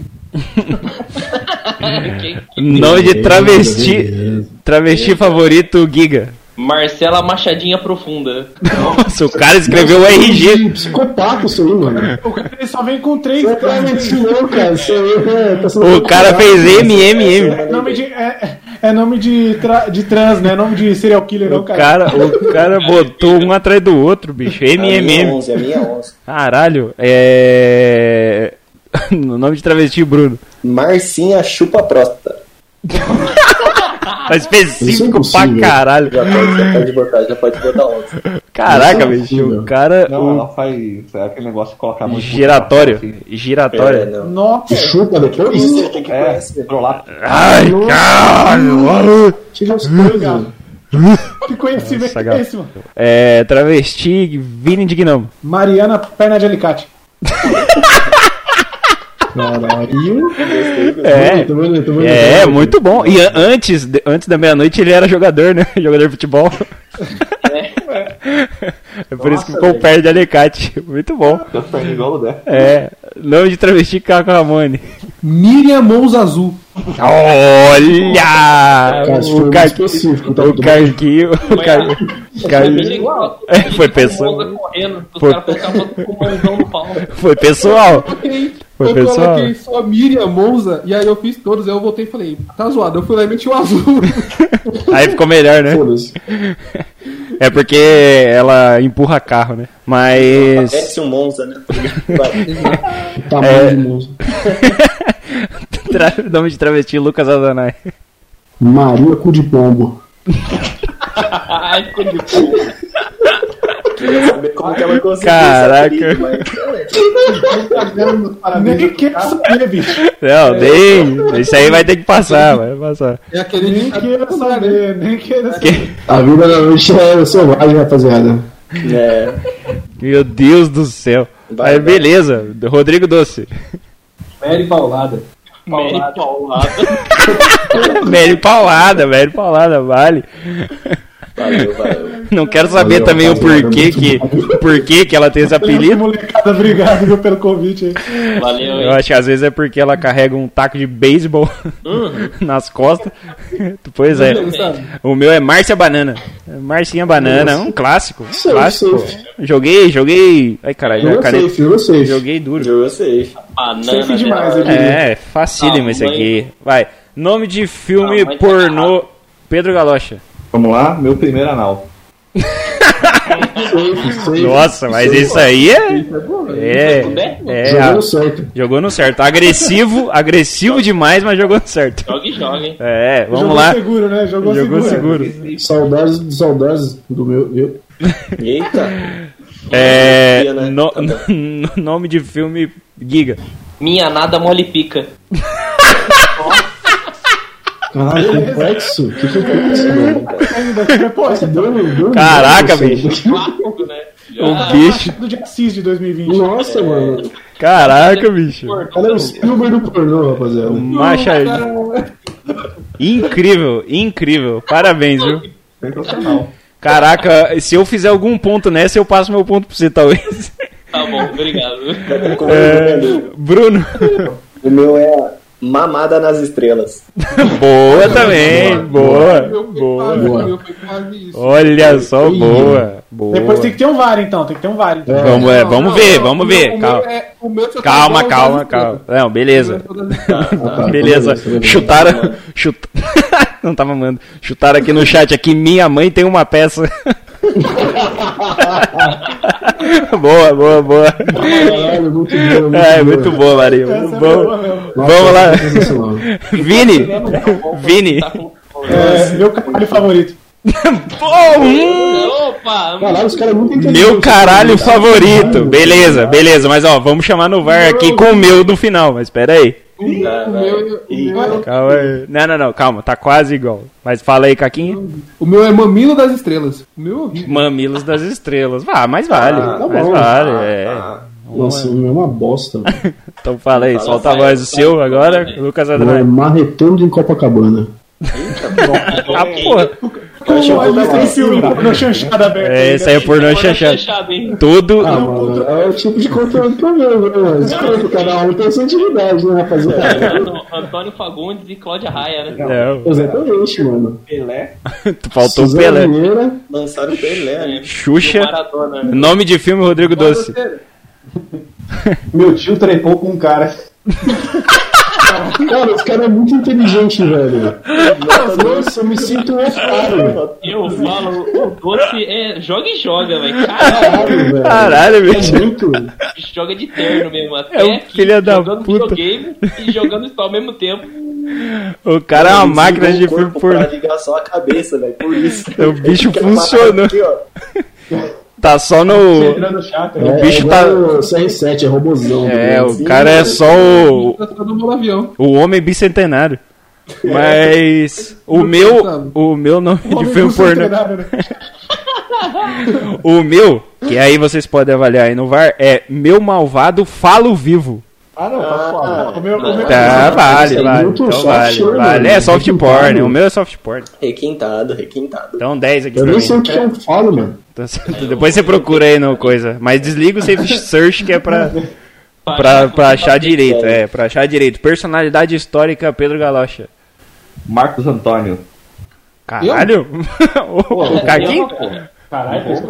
Speaker 4: Nome de travesti favorito, Giga.
Speaker 8: Marcela Machadinha Profunda.
Speaker 4: Nossa, o cara escreveu o RG.
Speaker 6: Psicopata isso aí, mano.
Speaker 7: O cara ele só vem com 3.
Speaker 6: Você tá mentindo, cara.
Speaker 4: O cara fez MMM.
Speaker 7: É nome de trans, né? Nome de serial killer, não, cara.
Speaker 4: O cara botou um atrás do outro, bicho. MMM.
Speaker 10: A minha 11.
Speaker 4: Caralho, o nome de travesti, Bruno.
Speaker 10: Marcinha Chupa Próstata.
Speaker 4: Tá específico pra caralho.
Speaker 10: Já pode botar 11.
Speaker 4: Caraca, bicho, o cara...
Speaker 5: Não, ela faz aquele negócio de colocar muito...
Speaker 4: Giratório.
Speaker 5: Assim.
Speaker 4: Giratório.
Speaker 7: Nossa.
Speaker 6: Chupa depois?
Speaker 10: Você tem que conhecer.
Speaker 5: Trollar.
Speaker 4: Ai, caralho.
Speaker 6: Tira os coisas.
Speaker 7: Que conhecimento é esse, mano?
Speaker 4: Travesti, Vini de Gnome.
Speaker 7: Mariana Perna de Alicate.
Speaker 6: Caralho.
Speaker 4: Muito bom. E antes da meia-noite ele era jogador, né? Jogador de futebol. É por isso que ficou perto de Alicate. Muito bom. Nome de travesti, Caco Ramone.
Speaker 2: Miriam Mãos Azul.
Speaker 4: Olha! O Carquinho. Foi pessoal. Foi pessoal. Foi,
Speaker 2: eu
Speaker 4: pessoal?
Speaker 2: coloquei só Miriam, Monza, e aí eu fiz todos, aí eu voltei e falei, tá zoado, eu fui lá e meti o azul.
Speaker 4: Aí ficou melhor, né?
Speaker 6: Foda-se.
Speaker 4: É porque ela empurra carro, né? Mas...
Speaker 10: Parece um Monza, né?
Speaker 6: Tamanho de Monza.
Speaker 4: Nome de travesti, Lucas Adonai.
Speaker 6: Maria Cu de Pombo.
Speaker 8: Ai, ficou de boa.
Speaker 10: Queria saber como que ela conseguiu
Speaker 4: Caraca.
Speaker 10: esse apelido, mas...
Speaker 7: Nem quero saber, bicho.
Speaker 4: Não, nem. Isso aí vai ter que passar, vai passar.
Speaker 2: É aquele
Speaker 7: Nem quero saber, nem quero saber.
Speaker 6: A vida da noite é selvagem, rapaziada.
Speaker 10: É.
Speaker 4: Meu Deus do céu.
Speaker 10: Vai,
Speaker 4: Aí, beleza, Rodrigo Doce.
Speaker 7: Mary Paulada.
Speaker 8: Mary Paulada.
Speaker 4: Mary Paulada, vale.
Speaker 10: Valeu.
Speaker 4: Não quero saber
Speaker 6: Valeu,
Speaker 4: também o
Speaker 6: rapaziada,
Speaker 4: porquê que ela tem esse apelido.
Speaker 7: Molecada, obrigado viu, pelo convite aí.
Speaker 8: Valeu,
Speaker 4: Eu
Speaker 8: hein?
Speaker 4: acho que às vezes é porque ela carrega um taco de beisebol nas costas. Pois é. O meu é Márcia Banana. Marcinha Banana, um clássico. Clássico. Joguei. Ai, caralho, a caneta.
Speaker 6: Jogou safe.
Speaker 4: Joguei duro.
Speaker 10: Eu sei.
Speaker 8: Banana.
Speaker 7: Safe demais, eu diria.
Speaker 4: É, facílimo esse aqui. Vai. Nome de filme
Speaker 8: Não, mas
Speaker 4: pornô. Pedro Galocha.
Speaker 5: Vamos lá, meu primeiro anal.
Speaker 4: Nossa, mas isso aí
Speaker 6: Jogando certo.
Speaker 4: jogou no certo. Agressivo demais, mas jogou no certo.
Speaker 8: Joga e joga, hein?
Speaker 4: É, vamos
Speaker 7: Jogou
Speaker 4: lá.
Speaker 7: seguro, né? Jogou seguro.
Speaker 6: Saudades do meu.
Speaker 10: Eita.
Speaker 4: É,
Speaker 10: Confia, né?
Speaker 4: nome de filme Giga.
Speaker 8: Minha nada mole pica.
Speaker 6: Caralho, complexo? Que complexo, mano?
Speaker 4: Caraca, bicho.
Speaker 8: Clássico, né?
Speaker 4: O bicho.
Speaker 7: Do de Assis de 2020.
Speaker 6: Nossa, mano.
Speaker 4: Caraca, bicho.
Speaker 6: Cara, é o Spielberg do pornô, rapaziada.
Speaker 4: Machadinho. Incrível. Parabéns, viu?
Speaker 5: Sensacional.
Speaker 4: Caraca, se eu fizer algum ponto nessa, eu passo meu ponto pra você, talvez.
Speaker 8: Tá bom, obrigado.
Speaker 4: Bruno.
Speaker 10: O meu é Mamada nas Estrelas.
Speaker 4: Boa também. Boa.
Speaker 2: Meu foi quase isso.
Speaker 4: Olha só, boa.
Speaker 7: Depois tem que ter um VAR, então. Tem que ter um VAr, então.
Speaker 4: Vamos ver. Calma. Calma. Não, beleza. Beleza. Chutaram. Não tava amando. Chutaram aqui no chat aqui, minha mãe tem uma peça. Boa.
Speaker 6: Caralho, muito bom.
Speaker 4: É, muito boa, Marinho. Vamos lá. Vini.
Speaker 7: Meu caralho favorito.
Speaker 8: Opa!
Speaker 6: Caralho, os caras muito inteligentes.
Speaker 4: Meu caralho favorito. Beleza. Mas ó, vamos chamar no VAR aqui com o meu no final, mas pera aí. Calma aí. Não, calma, tá quase igual. Mas fala aí, Caquinho.
Speaker 2: O meu é Mamilo das Estrelas. O meu é horrível.
Speaker 4: Mamilos das Estrelas. Mas vale.
Speaker 6: tá
Speaker 4: Mas
Speaker 6: bom.
Speaker 4: vale,
Speaker 6: Nossa, o meu é uma bosta. Mano.
Speaker 4: Então fala aí, solta a voz do seu agora, Lucas
Speaker 6: É
Speaker 4: Adonai.
Speaker 6: Marretando em Copacabana.
Speaker 4: Ah, porra.
Speaker 7: Tem filme pornô chanchada aberta.
Speaker 4: Esse aí é pornô chanchado.
Speaker 8: Fechado, hein?
Speaker 4: Todo.
Speaker 6: Mano, é o tipo de conteúdo que eu vejo, né, mano? Desculpa, cada um tem sua utilidade, né, rapaziada?
Speaker 8: Antônio Fagundes e Cláudia Raia, né?
Speaker 4: Não,
Speaker 6: Exatamente, mano.
Speaker 5: Pelé.
Speaker 4: faltou o
Speaker 6: Suzana
Speaker 4: Pelé.
Speaker 6: Vieira.
Speaker 10: Lançaram o Pelé, né?
Speaker 4: Xuxa.
Speaker 8: Maradona.
Speaker 4: Nome de filme, Rodrigo Doce.
Speaker 9: Meu tio trepou com um cara.
Speaker 6: Cara, esse cara é muito inteligente, velho. Nossa, eu me sinto um otário.
Speaker 8: Eu falo, o Doce joga e joga, velho.
Speaker 6: Caralho, velho.
Speaker 4: Caralho, bicho.
Speaker 6: É muito.
Speaker 8: Joga de terno mesmo. Até
Speaker 4: É um
Speaker 8: aqui,
Speaker 4: filho da
Speaker 8: jogando
Speaker 4: puta.
Speaker 8: videogame e jogando isso ao mesmo tempo.
Speaker 4: O cara é uma máquina de
Speaker 10: Desligou o
Speaker 4: filme
Speaker 10: corpo
Speaker 4: pornô.
Speaker 10: pra ligar só a cabeça, velho. Por isso.
Speaker 4: O bicho
Speaker 10: Aquela parada
Speaker 4: funcionou.
Speaker 10: aqui, ó.
Speaker 4: Tá só no.
Speaker 7: Entrando chato.
Speaker 4: O bicho tá.
Speaker 6: O CR7 é robozão.
Speaker 4: É,
Speaker 6: né?
Speaker 4: o cara é só
Speaker 2: No avião.
Speaker 4: o homem bicentenário. Mas o meu nome de filme pornô. O meu, que aí vocês podem avaliar aí no VAR, é Meu Malvado Falo Vivo.
Speaker 5: Ah, não, tá suave.
Speaker 7: O meu
Speaker 4: Tá, vale.
Speaker 6: muito
Speaker 4: Então
Speaker 6: soft,
Speaker 4: vale.
Speaker 6: mano.
Speaker 4: É soft
Speaker 6: Muito
Speaker 4: porn.
Speaker 6: porn.
Speaker 4: O meu é soft porn.
Speaker 10: Requintado.
Speaker 4: Então 10 aqui
Speaker 6: Eu
Speaker 4: pra
Speaker 6: nem
Speaker 4: mim.
Speaker 6: sei o que eu falo, mano.
Speaker 4: Então, depois você procura aí no coisa. Mas desliga o Safe Search que é pra achar direito. É, pra achar direito. Personalidade histórica, Pedro Galocha.
Speaker 5: Marcos Antônio.
Speaker 4: Caralho? O Caquinho?
Speaker 7: Caralho,
Speaker 4: O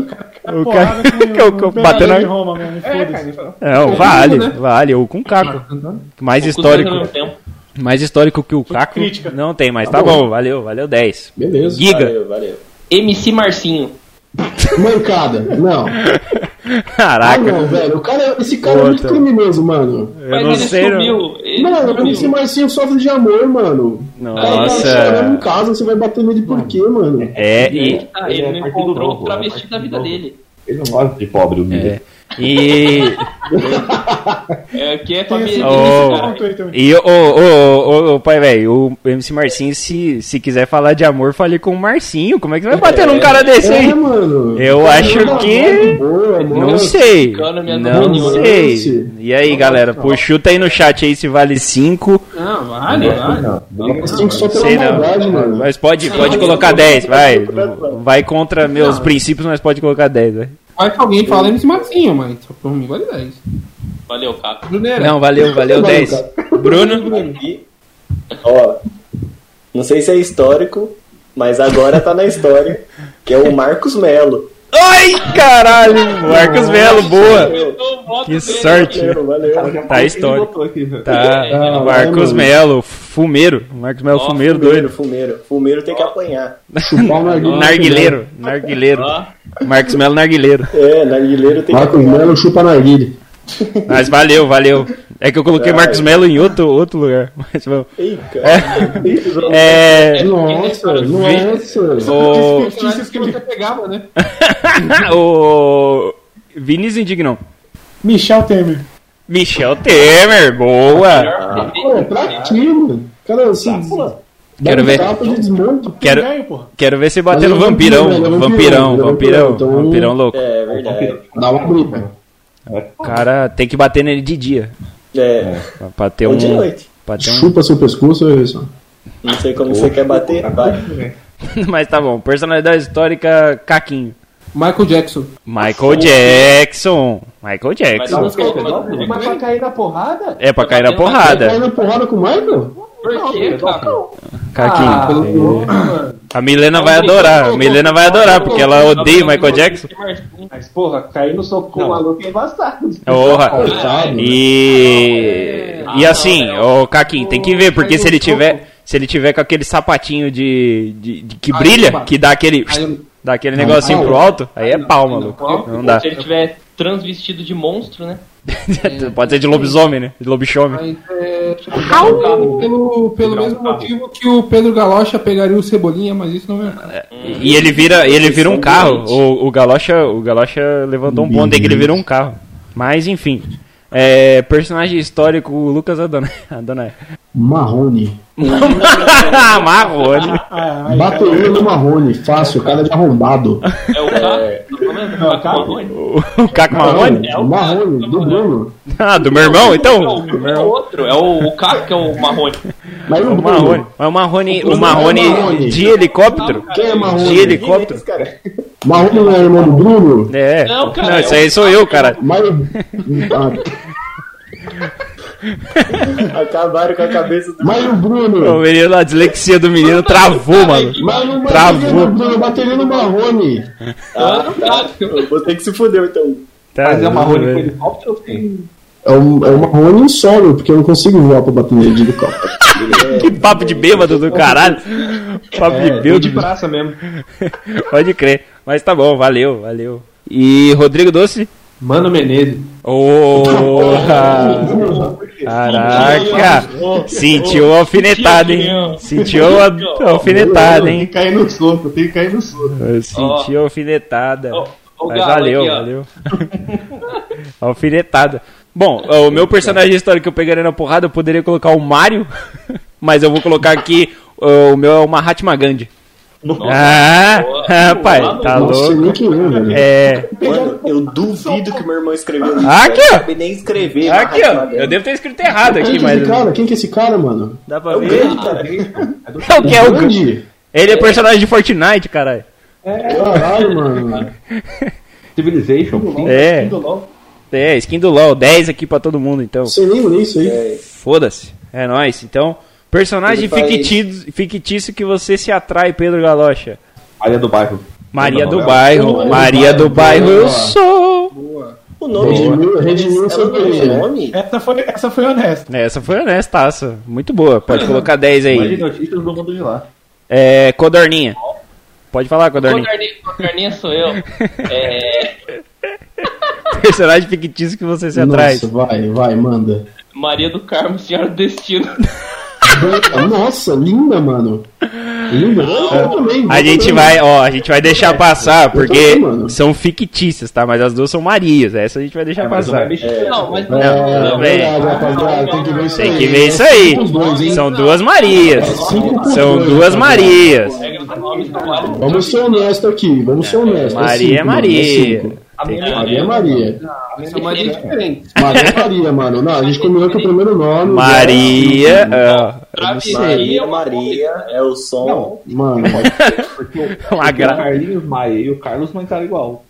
Speaker 4: cara bateu na...
Speaker 7: Roma, mano. Foda-se.
Speaker 4: Não, vale, ou com o Caco. Mais histórico que o Caco. Não tem, mas tá bom, valeu 10.
Speaker 6: Beleza.
Speaker 4: Giga.
Speaker 10: Valeu.
Speaker 8: MC Marcinho.
Speaker 6: Mancada, não.
Speaker 4: Caraca.
Speaker 6: Não, velho. Esse cara é muito criminoso, mano.
Speaker 4: Eu não sei,
Speaker 6: Mano, esse Marcinho sofre de amor, mano.
Speaker 4: Nossa.
Speaker 6: Cara chorando em casa, você vai bater nele por quê, mano?
Speaker 8: Ele não encontrou o travesti da vida dele.
Speaker 5: Ele não gosta de pobre humilde.
Speaker 4: E...
Speaker 8: que é família.
Speaker 4: E o pai, velho, o MC Marcinho, se quiser falar de amor, fale com o Marcinho. Como é que vai bater num cara desse aí?
Speaker 6: Mano.
Speaker 4: Eu acho que... Não sei. Não sei. E aí, galera? Pô, chuta aí no chat aí se vale 5.
Speaker 7: Não, vale.
Speaker 4: Sei não.
Speaker 6: Mano.
Speaker 4: Mas pode colocar 10, vai. Vai contra meus princípios, mas pode colocar 10, vai.
Speaker 2: Vai que alguém fala MC Marcinho, mas só por mim vale 10.
Speaker 8: Valeu, Caco.
Speaker 4: Não, valeu 10. Bruno?
Speaker 10: Aqui, ó, não sei se é histórico, mas agora tá na história, que é o Marcos Melo.
Speaker 4: Ai, caralho! Marcos Melo, boa! Que sorte!
Speaker 10: Valeu.
Speaker 4: Tá histórico. Tá, Marcos Melo, fumeiro. Marcos Melo, fumeiro, doido.
Speaker 10: Fumeiro tem que apanhar.
Speaker 4: Narguileiro. Marcos Melo, narguileiro.
Speaker 10: Narguileiro tem que
Speaker 6: Marcos
Speaker 10: apanhar.
Speaker 6: Melo chupa narguile.
Speaker 4: Mas valeu. É que eu coloquei Marcos Melo em outro lugar. Mas vamos.
Speaker 6: Nossa.
Speaker 2: Que você pegava, né?
Speaker 4: O Vinícius Indignão.
Speaker 7: Michel Temer,
Speaker 4: boa.
Speaker 6: Pra quê, mano? Cara, assim...
Speaker 4: Quero ver. Quero ver se bater no vampirão louco.
Speaker 10: É verdade.
Speaker 6: Dá uma briga.
Speaker 4: Cara, tem que bater nele de dia. Pra ter
Speaker 10: Ou de noite.
Speaker 6: Chupa seu pescoço, é isso.
Speaker 10: Não sei como você quer bater, vai.
Speaker 4: Mas tá bom. Personalidade histórica, Caquinho.
Speaker 2: Michael Jackson.
Speaker 10: Mas pra cair na porrada?
Speaker 4: É pra cair na porrada.
Speaker 6: Cair na porrada com o Michael?
Speaker 8: Por quê,
Speaker 4: Caquinho. A Milena vai adorar, porque ela odeia o Michael Jackson.
Speaker 9: Mas, porra, cair no soco com o maluco é embaçado.
Speaker 4: Porra. E assim, o Caquinho, tem que ver, porque se ele tiver com aquele sapatinho de que brilha, que dá aquele negocinho pro alto, aí é pau, maluco. Não dá.
Speaker 8: Se ele tiver transvestido de monstro, né?
Speaker 4: Pode ser de lobisomem, né? De lobisomem.
Speaker 2: Pelo mesmo motivo que o Pedro Galocha pegaria o Cebolinha, mas isso não é.
Speaker 4: E ele vira um carro. O Galocha levantou um ponto aí que ele vira um carro. Mas enfim. Personagem histórico, Lucas Adonai.
Speaker 6: Marrone.
Speaker 4: Marrone.
Speaker 6: Bateria no Marrone, fácil, cara de arrombado.
Speaker 8: É o Caco?
Speaker 4: O Caco Marrone?
Speaker 6: É o Marrone, do Bruno.
Speaker 4: Ah, do meu irmão, então?
Speaker 8: É o outro, é o Caco que é o Marrone.
Speaker 6: Mas
Speaker 4: o Marrone. O Marrone de helicóptero?
Speaker 6: Quem é Marrone?
Speaker 4: De helicóptero?
Speaker 6: Marrone não é irmão do Bruno?
Speaker 4: É. Não, cara. Não, isso aí sou eu, cara.
Speaker 10: Acabaram com a cabeça do
Speaker 6: Mas o Bruno.
Speaker 4: O menino, a dislexia do menino travou, mano. Travou.
Speaker 6: Bruno, bateria no Marrone.
Speaker 10: Você que se fudeu, então.
Speaker 5: Mas é o Marrone com helicóptero ou tem?
Speaker 6: É o Marrone solo, porque eu não consigo voar pra bater nele de helicóptero.
Speaker 4: Que papo de bêbado do caralho. Papo de bêbado.
Speaker 9: De praça mesmo.
Speaker 4: Pode crer. Mas tá bom, valeu. E Rodrigo Doce?
Speaker 9: Mano Menezes.
Speaker 4: Caraca! Sentiu a alfinetada, hein? Sentiu a alfinetada, hein?
Speaker 9: Tem que cair no soco,
Speaker 4: Sentiu a alfinetada. Mas valeu. Alfinetada. Bom, o meu personagem histórico que eu pegaria na porrada, eu poderia colocar o Mario, mas eu vou colocar aqui, o meu é o Mahatma Gandhi. Rapaz, tá louco.
Speaker 10: Mano, eu duvido que meu irmão escreveu isso.
Speaker 4: Aqui, ó.
Speaker 10: Não sabe nem escrever.
Speaker 4: Aqui, ó. Eu devo ter escrito errado aqui, mas.
Speaker 6: Quem que é esse cara, mano?
Speaker 4: Dá pra ver? É o que é o Gandhi? Ele é personagem de Fortnite, caralho.
Speaker 6: Caralho, mano.
Speaker 5: Civilization.
Speaker 4: Skin do LoL. 10 aqui pra todo mundo, então.
Speaker 6: Você nem lê isso aí.
Speaker 4: Foda-se. É nóis. Então, personagem fictício que você se atrai, Pedro Galocha.
Speaker 5: Maria do Bairro.
Speaker 4: Maria do Bairro, Maria do Bairro eu sou.
Speaker 10: O nome
Speaker 6: Redimiu seu nome.
Speaker 7: Essa foi honesta.
Speaker 4: Essa foi honestaça. Muito boa. Pode colocar 10 aí.
Speaker 5: Imagina notícias do mundo de lá.
Speaker 4: Codorninha. Pode falar, Codorninha.
Speaker 8: Codorninha sou eu.
Speaker 4: Personagem fictício que você se atrai.
Speaker 6: Vai, manda.
Speaker 8: Maria do Carmo, Senhora do Destino.
Speaker 6: Nossa, linda, mano. Linda. Eu também.
Speaker 4: A gente vai deixar passar, porque são fictícias, tá? Mas as duas são Marias. Essa a gente vai deixar passar.
Speaker 8: Não, mas
Speaker 4: não.
Speaker 6: Tem que ver isso
Speaker 4: aí. São duas Marias. São duas Marias.
Speaker 6: Vamos ser honestos aqui.
Speaker 4: Maria é Maria.
Speaker 6: Maria é Maria.
Speaker 2: São Marias diferentes.
Speaker 6: Maria é Maria, mano. Não, a gente combinou que o primeiro nome.
Speaker 4: Maria.
Speaker 10: Eu não sei. Maria é o som.
Speaker 6: Não, mano.
Speaker 5: Porque o Carlinhos Maia e o Carlos não entraram igual.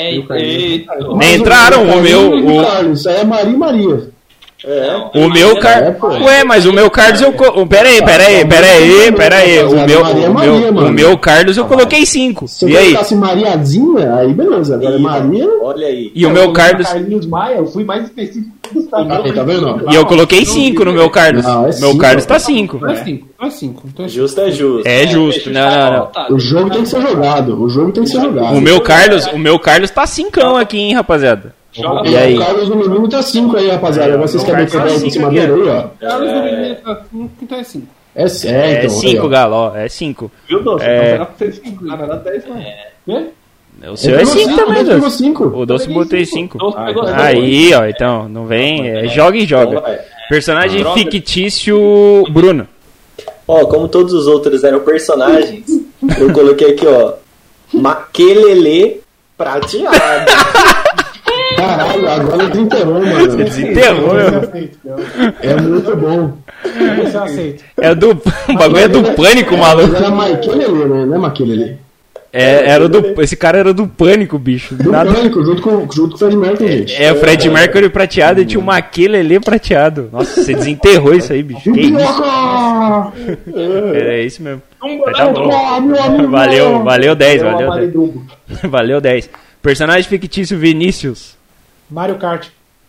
Speaker 4: Nem entraram, o meu.
Speaker 6: Carlos, aí é Maria e Maria.
Speaker 4: O meu Carlos. Ué, mas o meu Carlos eu. Pera aí. O meu Carlos eu coloquei 5.
Speaker 6: Se
Speaker 4: e aí?
Speaker 6: Se colocasse Mariazinha, aí beleza. Agora é Maria.
Speaker 10: Olha aí.
Speaker 4: E o meu Carlos.
Speaker 9: Carlinhos Maia, eu fui mais específico do Gustavo.
Speaker 6: Tá vendo?
Speaker 4: E eu coloquei 5 no meu Carlos. Meu Carlos tá 5.
Speaker 2: Não é 5.
Speaker 10: Justo é justo.
Speaker 4: É justo. Não.
Speaker 6: O jogo tem que ser jogado.
Speaker 4: O meu Carlos tá 5 aqui, hein, rapaziada.
Speaker 6: E aí? O Carlos no mínimo tá 5 aí, rapaziada. Vocês querem que eu dê em cima dele aí, ó?
Speaker 2: Carlos no mínimo tá 5, então é 5.
Speaker 6: É
Speaker 4: 5, Galo, é 5.
Speaker 5: Viu, Doce? Não era pra ser 5, na verdade 10 não.
Speaker 4: O seu é 5 também, Doce.
Speaker 6: O
Speaker 4: O Doce botei 5. Aí, ó, então, não vem. Joga e joga. Personagem fictício, Bruno.
Speaker 10: Ó, como todos os outros eram personagens, eu coloquei aqui, ó, Maquelele prateado.
Speaker 6: Caralho, agora desenterrou, mano.
Speaker 4: Você desenterrou, meu.
Speaker 6: É muito bom.
Speaker 7: Você aceita.
Speaker 4: O bagulho é do Pânico, maluco.
Speaker 6: Era Maquelele, né? Não é Maquelele.
Speaker 4: Esse cara era do Pânico, bicho.
Speaker 6: Pânico, junto com o Fred Mercury, gente.
Speaker 4: O Fred Mercury prateado e tinha o Maquelele prateado. Nossa, você desenterrou isso aí, bicho. Que isso? É isso mesmo. Tá bom. Valeu 10, Valeu 10. Personagem fictício Vinícius.
Speaker 7: Mario Kart.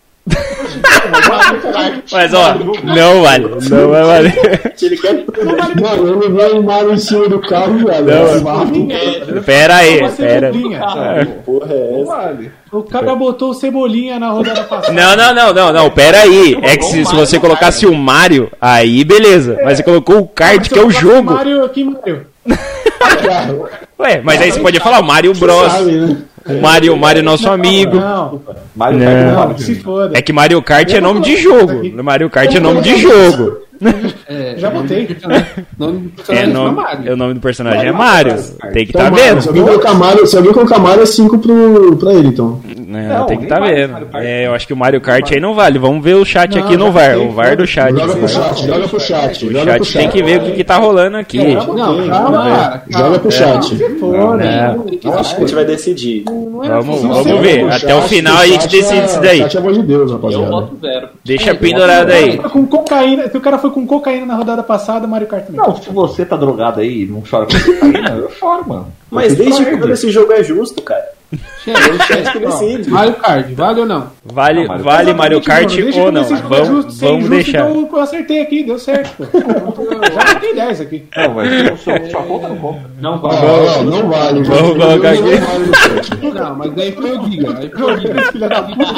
Speaker 4: Mas ó, não vale. Não vai valer.
Speaker 6: Mano, eu não vou o Mario em cima do carro, velho.
Speaker 4: Pera aí.
Speaker 10: Porra, é essa?
Speaker 7: O cara botou o Cebolinha na rodada passada.
Speaker 4: Não, pera aí. É que se você colocasse o Mario, aí beleza. Mas você colocou o kart, que é o jogo.
Speaker 7: Mario.
Speaker 4: Ué, mas aí você podia falar o Mario Bros. O Mario nosso amigo.
Speaker 7: Não,
Speaker 10: Se foda.
Speaker 4: É que Mario Kart é nome de jogo. Mario Kart é nome de jogo.
Speaker 7: Já botei.
Speaker 4: O nome do personagem é Mario. Tem que estar
Speaker 6: Então,
Speaker 4: vendo.
Speaker 6: Se alguém colocar Mario, é 5 pra ele, então.
Speaker 4: Não, tem que estar vendo. Eu acho que o Mario Kart aí não vale. Vamos ver o chat aqui no VAR. O VAR do chat.
Speaker 6: Joga pro chat.
Speaker 4: O chat tem que ver o que tá rolando aqui.
Speaker 6: Joga pro chat.
Speaker 10: A gente vai decidir.
Speaker 4: Vamos ver. Até o final a gente decide isso daí.
Speaker 6: Chat é amor de Deus, rapaziada.
Speaker 8: Eu boto 0.
Speaker 4: Deixa pendurado aí.
Speaker 7: Se o cara foi com cocaína na rodada passada, Mario Kart também.
Speaker 5: Não, se você tá drogado aí e não chora com cocaína, eu choro, mano.
Speaker 10: Mas desde quando esse jogo é justo, cara?
Speaker 2: Mario Kart, vale ou não?
Speaker 4: Vale Mario Kart ou não? Vamos deixar.
Speaker 7: Eu acertei aqui, deu certo. Pô. Já botei 10 aqui.
Speaker 5: Não, mas sua conta não conta.
Speaker 6: Não vale.
Speaker 4: Vamos colocar aqui.
Speaker 2: Não, mas daí foi o Giga. Filha da puta.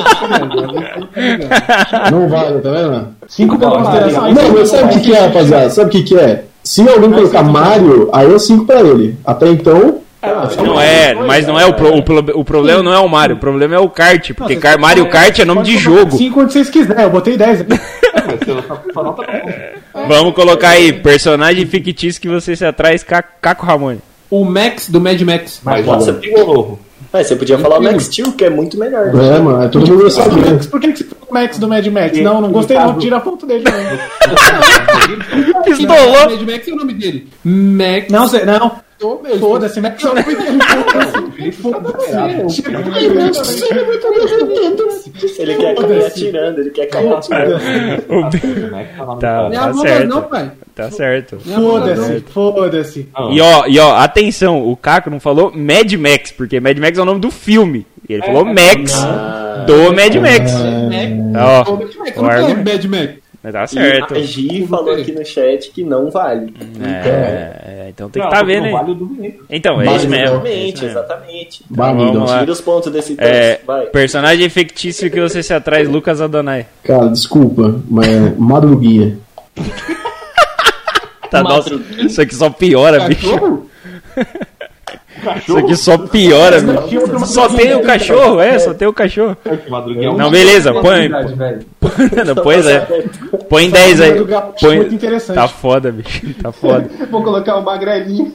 Speaker 6: Não vale, tá vendo?
Speaker 7: 5 pela consideração.
Speaker 6: Não, mas sabe o que é, rapaziada? Sabe o que é? Se alguém colocar Mario, aí é 5 pra ele. Até então...
Speaker 4: Mas não é o problema não é o Mario, o problema é o kart, porque Mario Kart é nome de jogo.
Speaker 7: 5 quando vocês quiserem, eu botei 10 aqui.
Speaker 4: Vamos colocar aí, personagem fictício que você se atrai, Caco Ramone.
Speaker 2: O Max do Mad Max.
Speaker 10: Mas você podia falar o Max Steel, que é muito melhor.
Speaker 6: É, mano, todo mundo sabe.
Speaker 7: Por que você falou o Max do Mad Max? Não gostei não, tira a ponto dele também.
Speaker 2: Pistolou. Mad Max é o nome dele. Max.
Speaker 7: Não. Foda-se, né?
Speaker 10: Ele quer cair atirando, ele quer cair atirando.
Speaker 4: Tá certo. Tá certo.
Speaker 7: Foda-se.
Speaker 4: E ó, atenção, o Caco não falou Mad Max, porque Mad Max é o nome do filme. E ele falou Max do Mad Max. Ó,
Speaker 2: Mad Max.
Speaker 4: Tá certo.
Speaker 10: E a Gi falou aqui no chat que não vale.
Speaker 4: Então tem que estar vendo aí. Então, é isso mesmo.
Speaker 10: Exatamente.
Speaker 4: Vamos lá.
Speaker 10: Tira os pontos desse teste, vai.
Speaker 4: Personagem fictício que você se atrai, Lucas Adonai.
Speaker 6: Cara, desculpa, mas é Madruguinha.
Speaker 4: Tá, nossa, isso aqui só piora, bicho. Isso aqui só piora, bicho. Só tem o cachorro, só tem o cachorro. Não, beleza, põe. Pois é. Põe 10 aí.
Speaker 7: Muito interessante.
Speaker 4: Tá foda, bicho. Tá foda.
Speaker 9: Vou colocar o magrelinho.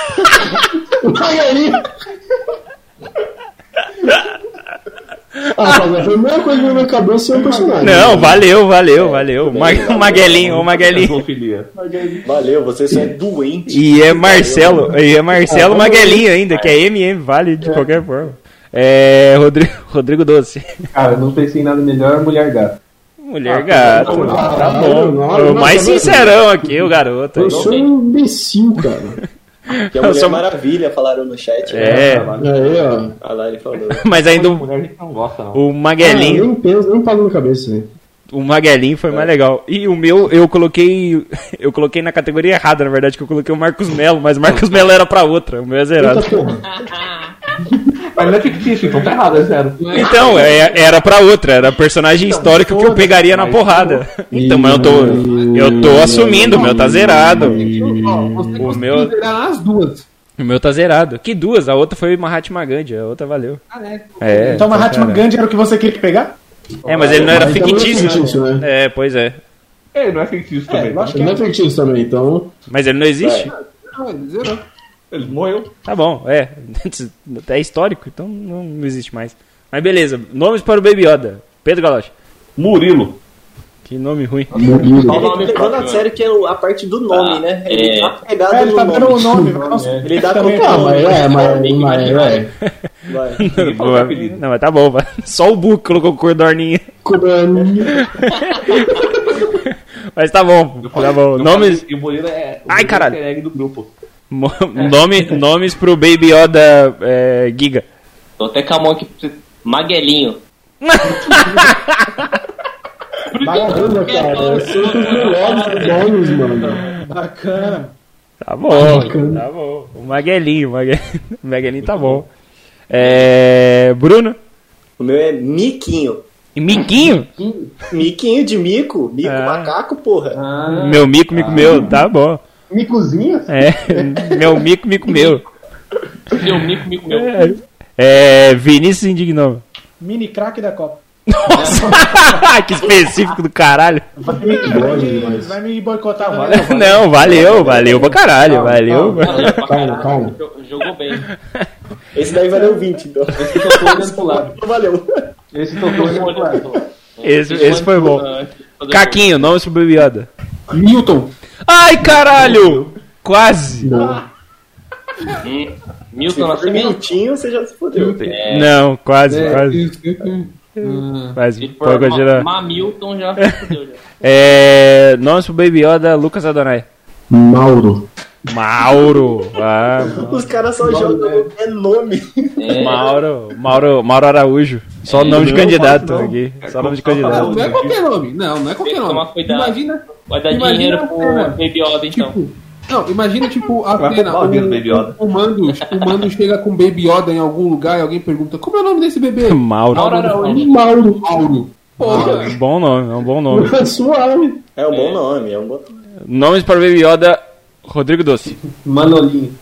Speaker 6: Rapaziada, foi a primeira coisa que veio na minha cabeça é um personagem.
Speaker 4: Não, valeu. O Maguelinho.
Speaker 10: Valeu, você só é doente.
Speaker 4: E é Marcelo Maguelinho ainda, que é MM, vale de qualquer forma. Rodrigo Doce.
Speaker 9: Cara, não pensei em nada melhor, Mulher Gato.
Speaker 4: Mulher Gato, tá bom. O mais sincerão aqui, o garoto.
Speaker 6: Eu sou um imbecil, cara.
Speaker 10: Que a Mulher Maravilha falaram no chat. A Lari falou.
Speaker 4: Mas ainda o Maguelinho.
Speaker 6: Nem pago na cabeça, né?
Speaker 4: O Maguelinho foi mais legal. E o meu, eu coloquei na categoria errada, na verdade, que eu coloquei o Marcos Melo, mas o Marcos Melo era pra outra. O meu é zerado.
Speaker 5: Mas não é fictício, então tá errado, é zero.
Speaker 4: Então, era pra outra, era personagem histórico que eu pegaria na porrada. Então, mas eu tô assumindo, o meu tá zerado. O meu
Speaker 2: zerar as duas.
Speaker 4: O meu tá zerado. Que duas? A outra foi Mahatma Gandhi, a outra valeu.
Speaker 7: Então Mahatma Gandhi era o que você queria pegar?
Speaker 4: Mas ele não era fictício.
Speaker 6: Né?
Speaker 4: Pois é.
Speaker 5: Ele não é fictício também.
Speaker 6: Ele não é fictício também, então.
Speaker 4: Mas ele não existe?
Speaker 2: Ele zerou.
Speaker 5: Ele morreu.
Speaker 4: Tá bom, é histórico, então não existe mais. Mas beleza, nomes para o Baby Yoda. Pedro Galoche.
Speaker 5: Murilo.
Speaker 4: Que nome ruim.
Speaker 10: Ele pegou na série que é a parte do nome, né? Ele tá pegado
Speaker 7: ele tá dando o nome.
Speaker 10: Ele dá
Speaker 7: também.
Speaker 4: Não, mas tá bom, só o Bu colocou cordorninha. Mas tá bom, tá bom. Nomes.
Speaker 5: E o Murilo é
Speaker 4: Ai, caralho.
Speaker 5: do grupo.
Speaker 4: Nomes pro Baby Yoda Giga.
Speaker 8: Tô até com a mão aqui. Maguelinho.
Speaker 6: Bacana, cara. Eu sou dos nomes, mano.
Speaker 7: Bacana.
Speaker 4: Tá bom, tá bom. O Maguelinho tá bom. Bruno?
Speaker 10: O meu é Miquinho.
Speaker 4: E Miquinho?
Speaker 10: Miquinho de mico. Mico macaco, porra.
Speaker 4: Meu mico meu, tá bom.
Speaker 9: Micozinho?
Speaker 4: Meu mico meu.
Speaker 8: Meu mico meu.
Speaker 4: Vinícius Indignou.
Speaker 7: Mini craque da Copa.
Speaker 4: Nossa! Que específico do caralho.
Speaker 7: Vai me boicotar,
Speaker 4: Não, valeu pra caralho. Valeu.
Speaker 6: Calma.
Speaker 8: Jogou bem.
Speaker 10: Esse daí valeu 20, então.
Speaker 9: Esse tocou olhando pro lado.
Speaker 10: Valeu.
Speaker 9: Esse tocou olhando pro lado.
Speaker 4: Esse foi bom. Caquinho, nome pro Baby Yoda.
Speaker 2: Milton.
Speaker 4: Ai, caralho! Quase.
Speaker 8: Milton
Speaker 10: Nascimento. Minutinho, você já se fodeu.
Speaker 4: Não, quase. Quase. Pode continuar.
Speaker 8: Milton já se fodeu.
Speaker 4: Nome pro Baby Yoda, Lucas Adonai.
Speaker 6: Mauro.
Speaker 10: Os caras só jogam nome.
Speaker 4: Mauro Araújo. Só nome de candidato aqui. Só nome de candidato.
Speaker 2: Não é qualquer nome. Não é qualquer nome.
Speaker 8: Tomar cuidado.
Speaker 2: Imagina.
Speaker 8: Vai dar dinheiro pro Baby Yoda, então.
Speaker 2: Imagina, a cena, o Mando chega com Baby Yoda em algum lugar e alguém pergunta, como é o nome desse bebê?
Speaker 4: Mauro.
Speaker 2: Porra.
Speaker 4: É um bom nome.
Speaker 6: É suave.
Speaker 10: É um bom nome,
Speaker 4: Nomes para Baby Yoda, Rodrigo Doce.
Speaker 9: Manolinho.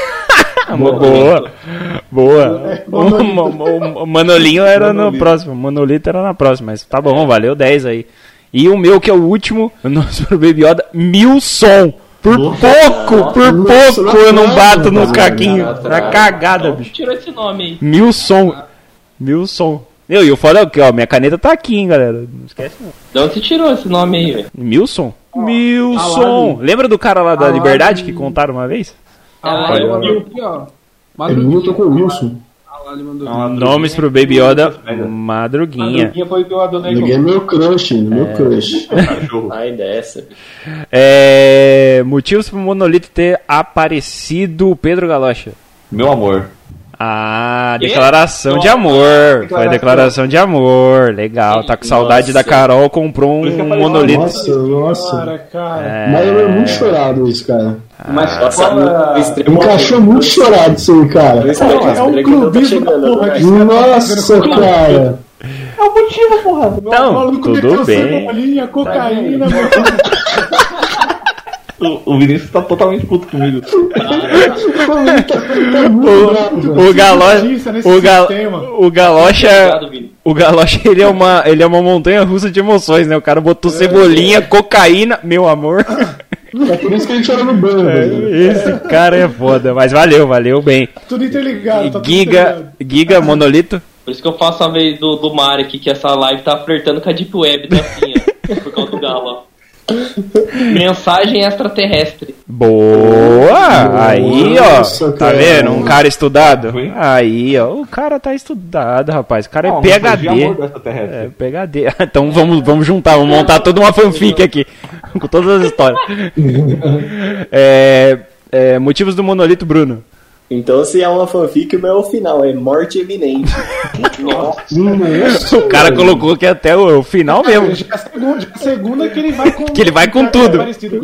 Speaker 4: Boa. O Manolinho era no próximo. O Manolito era na próxima, mas tá bom, valeu 10 aí. E o meu, que é o último, o nome para o Baby Yoda, Milson. Por pouco eu não bato no caquinho. Na cagada, bicho.
Speaker 8: Tirou esse nome aí.
Speaker 4: Milson. E o foda é o que, ó, minha caneta tá aqui, hein, galera. Não esquece não.
Speaker 8: De onde você tirou esse nome aí, velho?
Speaker 4: Milson. Lembra do cara lá da Liberdade que contaram uma vez?
Speaker 2: Aqui, ó.
Speaker 6: Eu tô com o Wilson.
Speaker 4: Nomes pro Baby Yoda, Madruguinha.
Speaker 5: Madruguinha foi o que eu adorei.
Speaker 6: Ninguém é meu crush, meu crush.
Speaker 10: Ai, dessa.
Speaker 4: Motivos pro Monolito ter aparecido, Pedro Galocha.
Speaker 5: Meu amor.
Speaker 4: Declaração de amor. Foi declaração de amor. Legal. Tá com saudade da Carol, comprou um Monolito.
Speaker 6: Nossa. Mas é muito chorado isso, cara.
Speaker 10: Mas
Speaker 6: encaixou muito chorado isso aí, cara.
Speaker 7: É um clubismo da porra que
Speaker 6: nossa, cara.
Speaker 7: É o motivo, porra.
Speaker 4: Então, tudo bem.
Speaker 7: Cebolinha, cocaína, mano.
Speaker 5: O Vinícius tá totalmente puto comigo.
Speaker 4: O Galocha, ele é uma montanha russa de emoções, né? O cara botou cebolinha, cocaína, meu amor.
Speaker 6: É por isso que a gente chora no banho, velho.
Speaker 4: Esse cara é foda, mas valeu bem.
Speaker 7: Tudo interligado, tá
Speaker 4: Giga, Monolito.
Speaker 8: Por isso que eu faço a vez do Mario aqui, que essa live tá flertando com a Deep Web da Finha. Por causa do Galo, ó. Mensagem extraterrestre.
Speaker 4: Boa! Aí, ó. Tá vendo? Um cara estudado. Aí, ó. O cara tá estudado, rapaz. O cara é PhD. É, PhD. Então vamos juntar, vamos montar toda uma fanfic aqui. Com todas as histórias. Motivos do Monolito, Bruno.
Speaker 10: Então, se é uma fanfic, o meu final é morte eminente.
Speaker 4: Nossa, o cara colocou que até o final mesmo.
Speaker 7: Já a segunda que ele vai com...
Speaker 4: Que ele vai com tudo.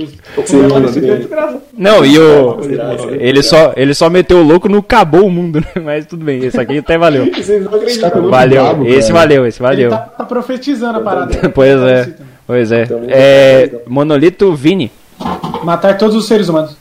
Speaker 4: Não, e ele só meteu o louco no acabou o mundo, né? Mas tudo bem, esse aqui até valeu. Esse valeu.
Speaker 7: Ele tá profetizando a parada.
Speaker 4: Pois é. Monolito Vini.
Speaker 7: Matar todos os seres humanos.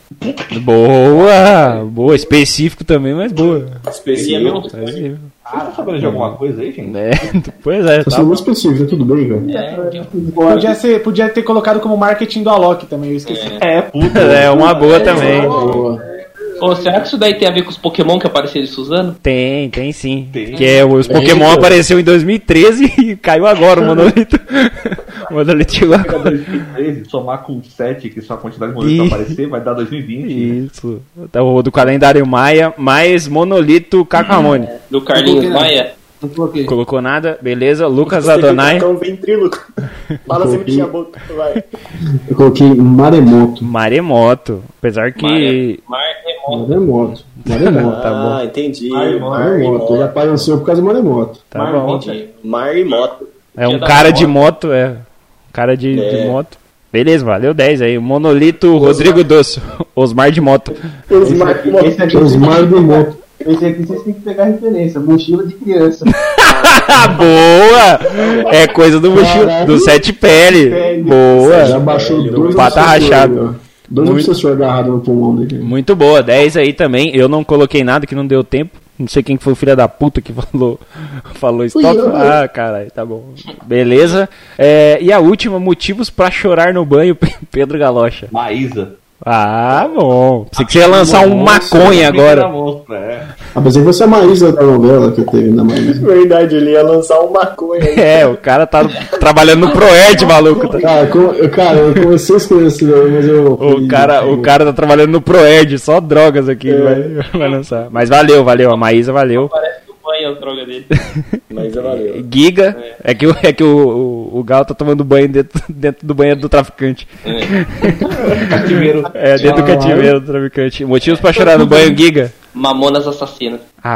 Speaker 4: Boa, específico também, mas boa.
Speaker 10: Específico.
Speaker 5: Você tá sabendo de alguma coisa aí, gente?
Speaker 4: Pois é.
Speaker 6: Tá sendo específico, tudo bem, velho.
Speaker 7: Podia ter colocado como marketing do Alok também, eu esqueci.
Speaker 4: É uma boa também.
Speaker 8: Ô, será que isso daí tem a ver com os Pokémon que apareceram em Suzano?
Speaker 4: Tem sim. Porque os Pokémon apareceu em 2013 e caiu agora o Monolito. O Monolito chegou agora.
Speaker 5: 2013, somar com 7, que só a quantidade de Monolito aparecer, vai dar 2020.
Speaker 4: Isso. Então, o do calendário Maia, mais Monolito Kakamone.
Speaker 8: Do Carlinhos Maia?
Speaker 4: Colocou nada, beleza. Lucas Adonai.
Speaker 10: Fala sem mexer a boca, vai.
Speaker 6: Eu coloquei
Speaker 4: Maremoto. Apesar que.
Speaker 6: Maremoto.
Speaker 4: Tá bom.
Speaker 10: Entendi.
Speaker 6: Maremoto. Ele apareceu por causa do Maremoto.
Speaker 4: Tá bom.
Speaker 10: Maremoto.
Speaker 4: É um cara de moto, Cara de moto. Beleza, valeu 10 aí. Monolito Rodrigo Dosso. Osmar de moto.
Speaker 6: Osmar de moto.
Speaker 9: Esse aqui vocês têm que pegar referência, mochila de criança.
Speaker 4: Boa! É coisa do mochila, do 7 pele. Boa!
Speaker 6: Já baixou 2
Speaker 4: pata rachado.
Speaker 6: 2 obsessores agarrados no pulmão dele.
Speaker 4: Muito boa, 10 aí também. Eu não coloquei nada que não deu tempo. Não sei quem foi o filho da puta que falou stop. Ah, caralho, tá bom. Beleza. E a última, motivos pra chorar no banho, Pedro Galocha.
Speaker 5: Maísa.
Speaker 4: Ah, bom. Pensei que você ia lançar um maconha agora.
Speaker 6: Mas aí você é a Maísa da novela que teve na Maísa.
Speaker 10: Verdade, ele ia lançar um maconha.
Speaker 4: O cara tá trabalhando no Proerd, maluco.
Speaker 6: Cara, eu comecei a escrever esse nome, mas eu...
Speaker 4: O cara tá trabalhando no Proerd, só drogas aqui vai lançar. Mas valeu, a Maísa valeu.
Speaker 8: Parece do banho a droga dele.
Speaker 10: Mas valeu.
Speaker 4: Giga, é que o Gal tá tomando banho dentro do banheiro do traficante.
Speaker 5: Cativeiro.
Speaker 4: Dentro do cativeiro do traficante. Motivos pra chorar no banho, Giga?
Speaker 8: Mamonas Assassinas.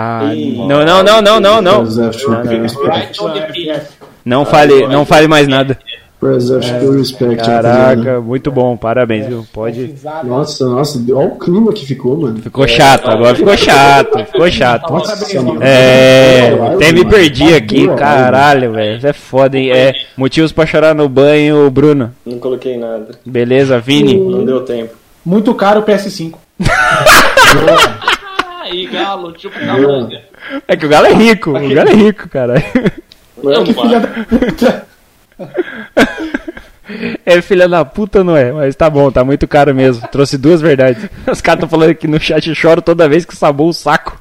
Speaker 4: Não fale mais nada. Caraca, muito bom, parabéns, viu? Pode.
Speaker 6: Nossa, olha o clima que ficou, mano.
Speaker 4: Ficou chato, agora ficou chato.
Speaker 6: Nossa,
Speaker 4: até me perdi aqui, caralho, velho. Isso é foda, hein? Motivos pra chorar no banho, Bruno.
Speaker 10: Não coloquei nada.
Speaker 4: Beleza, Vini?
Speaker 10: Não deu tempo.
Speaker 7: Muito caro o PS5.
Speaker 8: Aí, Galo, tipo da manga.
Speaker 4: É que o Galo é rico, cara.
Speaker 7: Que filha da puta.
Speaker 4: Filha da puta, não é? Mas tá bom, tá muito caro mesmo. Trouxe 2 verdades. Os caras estão falando aqui no chat, choro toda vez que sabou o saco.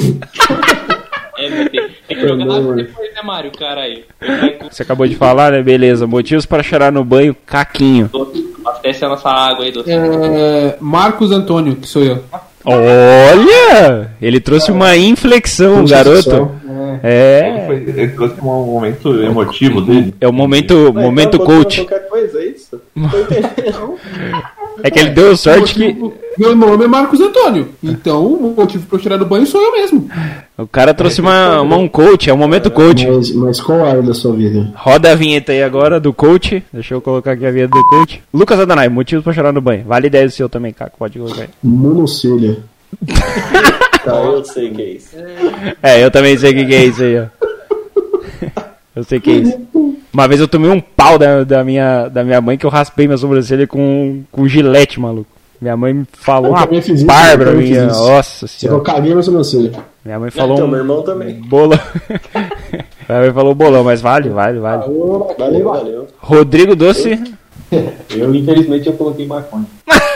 Speaker 8: Tem que jogar depois, né, Mário? Cara aí.
Speaker 4: Você acabou de falar, né? Beleza. Motivos para chorar no banho, Caquinho.
Speaker 8: Abastece a nossa água aí, doutor.
Speaker 2: Marcos Antônio, que sou eu.
Speaker 4: Olha! Ele trouxe uma inflexão, garoto.
Speaker 5: Ele trouxe um momento emotivo dele.
Speaker 4: É o momento coach.
Speaker 10: Qualquer coisa, é isso? Tô entendendo.
Speaker 4: É que ele deu sorte que...
Speaker 2: Meu nome é Marcos Antônio. Então o motivo pra eu tirar do banho sou eu mesmo.
Speaker 4: O cara trouxe um coach, é o momento coach.
Speaker 6: Mas qual área da sua vida?
Speaker 4: Roda a vinheta aí agora do coach. Deixa eu colocar aqui a vinheta do coach. Lucas Adanai, motivos pra chorar no banho. Vale 10 o seu também, Caco. Pode colocar aí.
Speaker 6: Monocelha.
Speaker 10: Tá, eu sei que é isso.
Speaker 4: Eu também sei o que é isso aí, ó. Eu sei que é isso. Uma vez eu tomei um pau da minha mãe que eu raspei minha sobrancelha com gilete, maluco. Minha mãe me falou uma bárbara minha. Nossa senhora.
Speaker 6: Eu caguei minha sobrancelha.
Speaker 4: Minha mãe falou
Speaker 10: Então, meu irmão também.
Speaker 4: Bolão. Minha mãe falou bolão, mas vale.
Speaker 10: Valeu.
Speaker 4: Rodrigo Doce.
Speaker 9: Eu, infelizmente, eu coloquei maconha.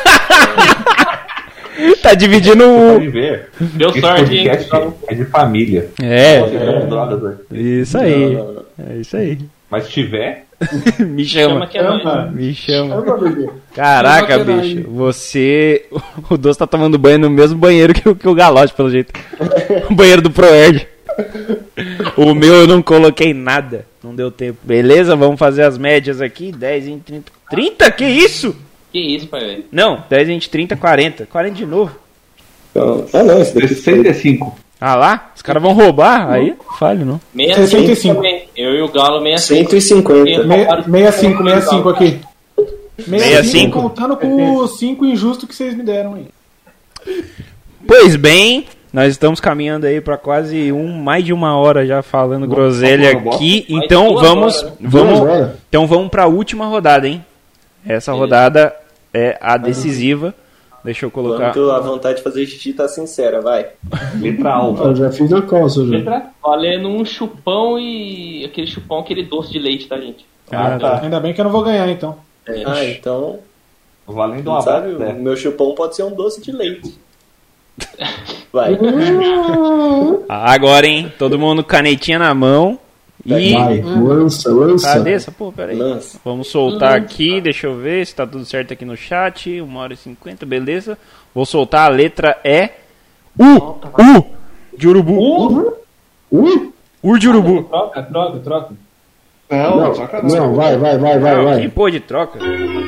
Speaker 4: Tá dividindo
Speaker 5: Pode ver.
Speaker 8: Deu sorte, hein?
Speaker 5: É de família.
Speaker 4: Isso aí. É isso aí.
Speaker 5: Mas se tiver...
Speaker 4: Me chama.
Speaker 8: que é nóis.
Speaker 4: Me chama. Caraca, bicho. Você... O Doce tá tomando banho no mesmo banheiro que o Galote, pelo jeito. O banheiro do Proerd. O meu eu não coloquei nada. Não deu tempo. Beleza, vamos fazer as médias aqui. 10, 20, 30... 30? Que isso?
Speaker 8: Que isso, pai, velho?
Speaker 4: Não, 10, 20, 30, 40. 40 de novo.
Speaker 10: Não, esse daqui
Speaker 5: 65.
Speaker 4: Ah lá? Os caras vão roubar? Aí, falho, não.
Speaker 7: 65
Speaker 8: também. Eu e o Galo 65.
Speaker 10: 150.
Speaker 7: 65 aqui.
Speaker 4: 65?
Speaker 7: Contando com os 5 injustos que vocês me deram aí.
Speaker 4: Pois bem, nós estamos caminhando aí para quase mais de uma hora já falando groselha aqui. Então vamos para a última rodada, hein? Essa rodada é a decisiva. Deixa eu colocar.
Speaker 10: A vontade de fazer xixi tá sincera, vai.
Speaker 5: Letra alfa.
Speaker 6: Eu já fiz a calça, já.
Speaker 8: Valendo um chupão e aquele doce de leite, tá, gente?
Speaker 5: Tá.
Speaker 7: Ainda bem que eu não vou ganhar, então.
Speaker 10: Então...
Speaker 5: Valendo uma
Speaker 10: sabe,
Speaker 5: né?
Speaker 10: o meu chupão pode ser um doce de leite. Vai.
Speaker 4: Agora, hein? Todo mundo canetinha na mão. E...
Speaker 6: Vai, lança.
Speaker 4: Cadê essa? Pô, peraí.
Speaker 10: Lança.
Speaker 4: Vamos soltar aqui, deixa eu ver se tá tudo certo aqui no chat. 1h50, beleza. Vou soltar a letra U de urubu. U de urubu.
Speaker 9: Troca.
Speaker 6: Não, vai.
Speaker 4: Quem pôde troca?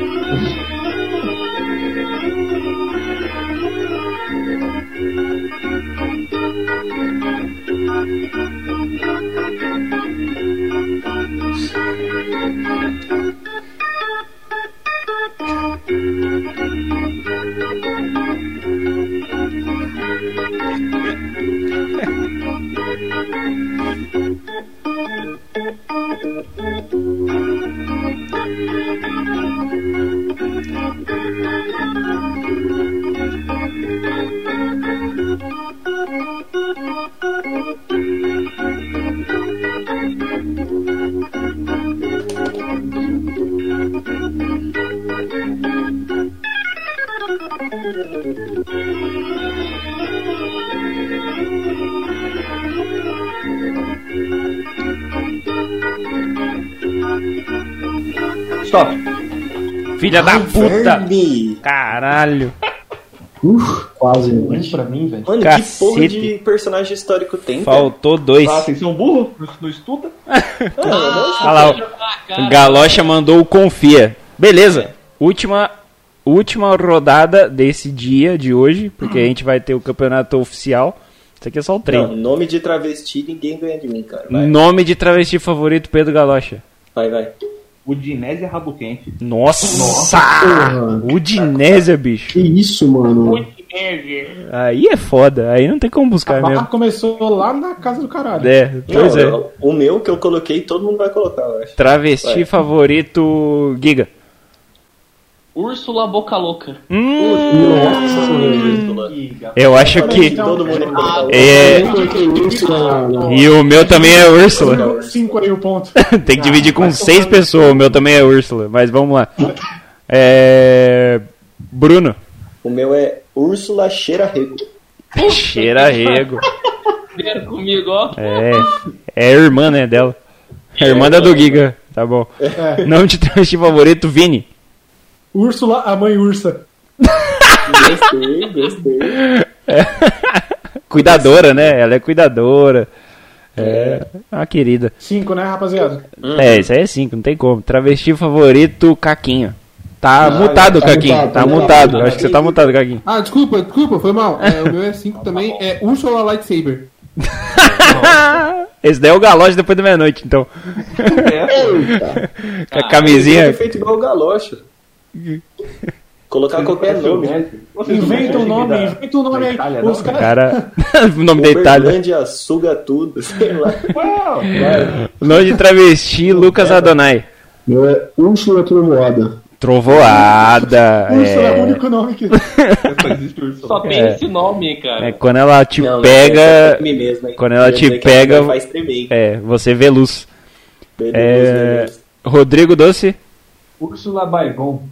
Speaker 5: Stop.
Speaker 4: Filha da puta! Caralho!
Speaker 6: Quase.
Speaker 9: Pra mim, velho.
Speaker 10: Mano,
Speaker 4: Cacete.
Speaker 10: que porra de personagem histórico tem?
Speaker 4: Faltou 2.
Speaker 5: Ah, vocês são burro? Não estuda?
Speaker 4: Olha lá, o Galocha mandou o confia. Beleza. Última rodada desse dia de hoje, porque a gente vai ter o campeonato oficial. Isso aqui é só o treino.
Speaker 10: Não, nome de travesti, ninguém ganha de mim, cara. Vai.
Speaker 4: Nome de travesti favorito, Pedro Galocha.
Speaker 10: Vai.
Speaker 5: Udinese Rabo Quente.
Speaker 4: Nossa! Udinésia, bicho.
Speaker 6: Que isso, mano?
Speaker 4: Aí é foda. Aí não tem como buscar
Speaker 7: A barra
Speaker 4: mesmo.
Speaker 7: começou lá na casa do caralho.
Speaker 4: Pois é.
Speaker 10: O meu que eu coloquei, todo mundo vai colocar, eu acho.
Speaker 4: Travesti favorito, Giga.
Speaker 8: Úrsula Boca Louca.
Speaker 4: Eu acho que...
Speaker 10: Todo mundo vai colocar.
Speaker 4: E o meu também é Úrsula.
Speaker 7: 5 aí o ponto.
Speaker 4: Tem que dividir com 6 pessoas. O meu também é Úrsula. Mas vamos lá. Bruno.
Speaker 10: O meu é Úrsula Cheira-Rego.
Speaker 4: Cheira-rego.
Speaker 8: Vieram comigo, ó.
Speaker 4: É a irmã, né, dela. A irmã da do Giga. Tá bom. Nome de travesti favorito, Vini.
Speaker 7: Úrsula, a mãe ursa.
Speaker 10: Gostei.
Speaker 4: Cuidadora, né? Ela é cuidadora. É uma querida.
Speaker 7: 5, né, rapaziada?
Speaker 4: Isso aí é 5, não tem como. Travesti favorito, Caquinho. Tá mutado, Caquinho. Tá mutado. Acho que você tá mutado, Caquinho.
Speaker 2: Ah, desculpa, foi mal. O meu é 5 também. É Úrsula Lightsaber.
Speaker 4: Esse daí é o Galoche depois da meia-noite, então. Com a camisinha.
Speaker 10: É feito igual o Galoche. Colocar qualquer nome.
Speaker 7: Inventa um nome aí. Os
Speaker 4: Cara, o nome da Itália.
Speaker 10: Uberlândia suga tudo, sei lá.
Speaker 4: O nome de travesti, Lucas Adonai.
Speaker 6: Meu é Úrsula Trovoada.
Speaker 4: Trovoada.
Speaker 7: Úrsula é o único nome que...
Speaker 8: Só tem esse nome, cara.
Speaker 4: É, quando ela te pega... Quando ela te pega... você vê luz. Rodrigo Doce.
Speaker 5: Úrsula Baigon.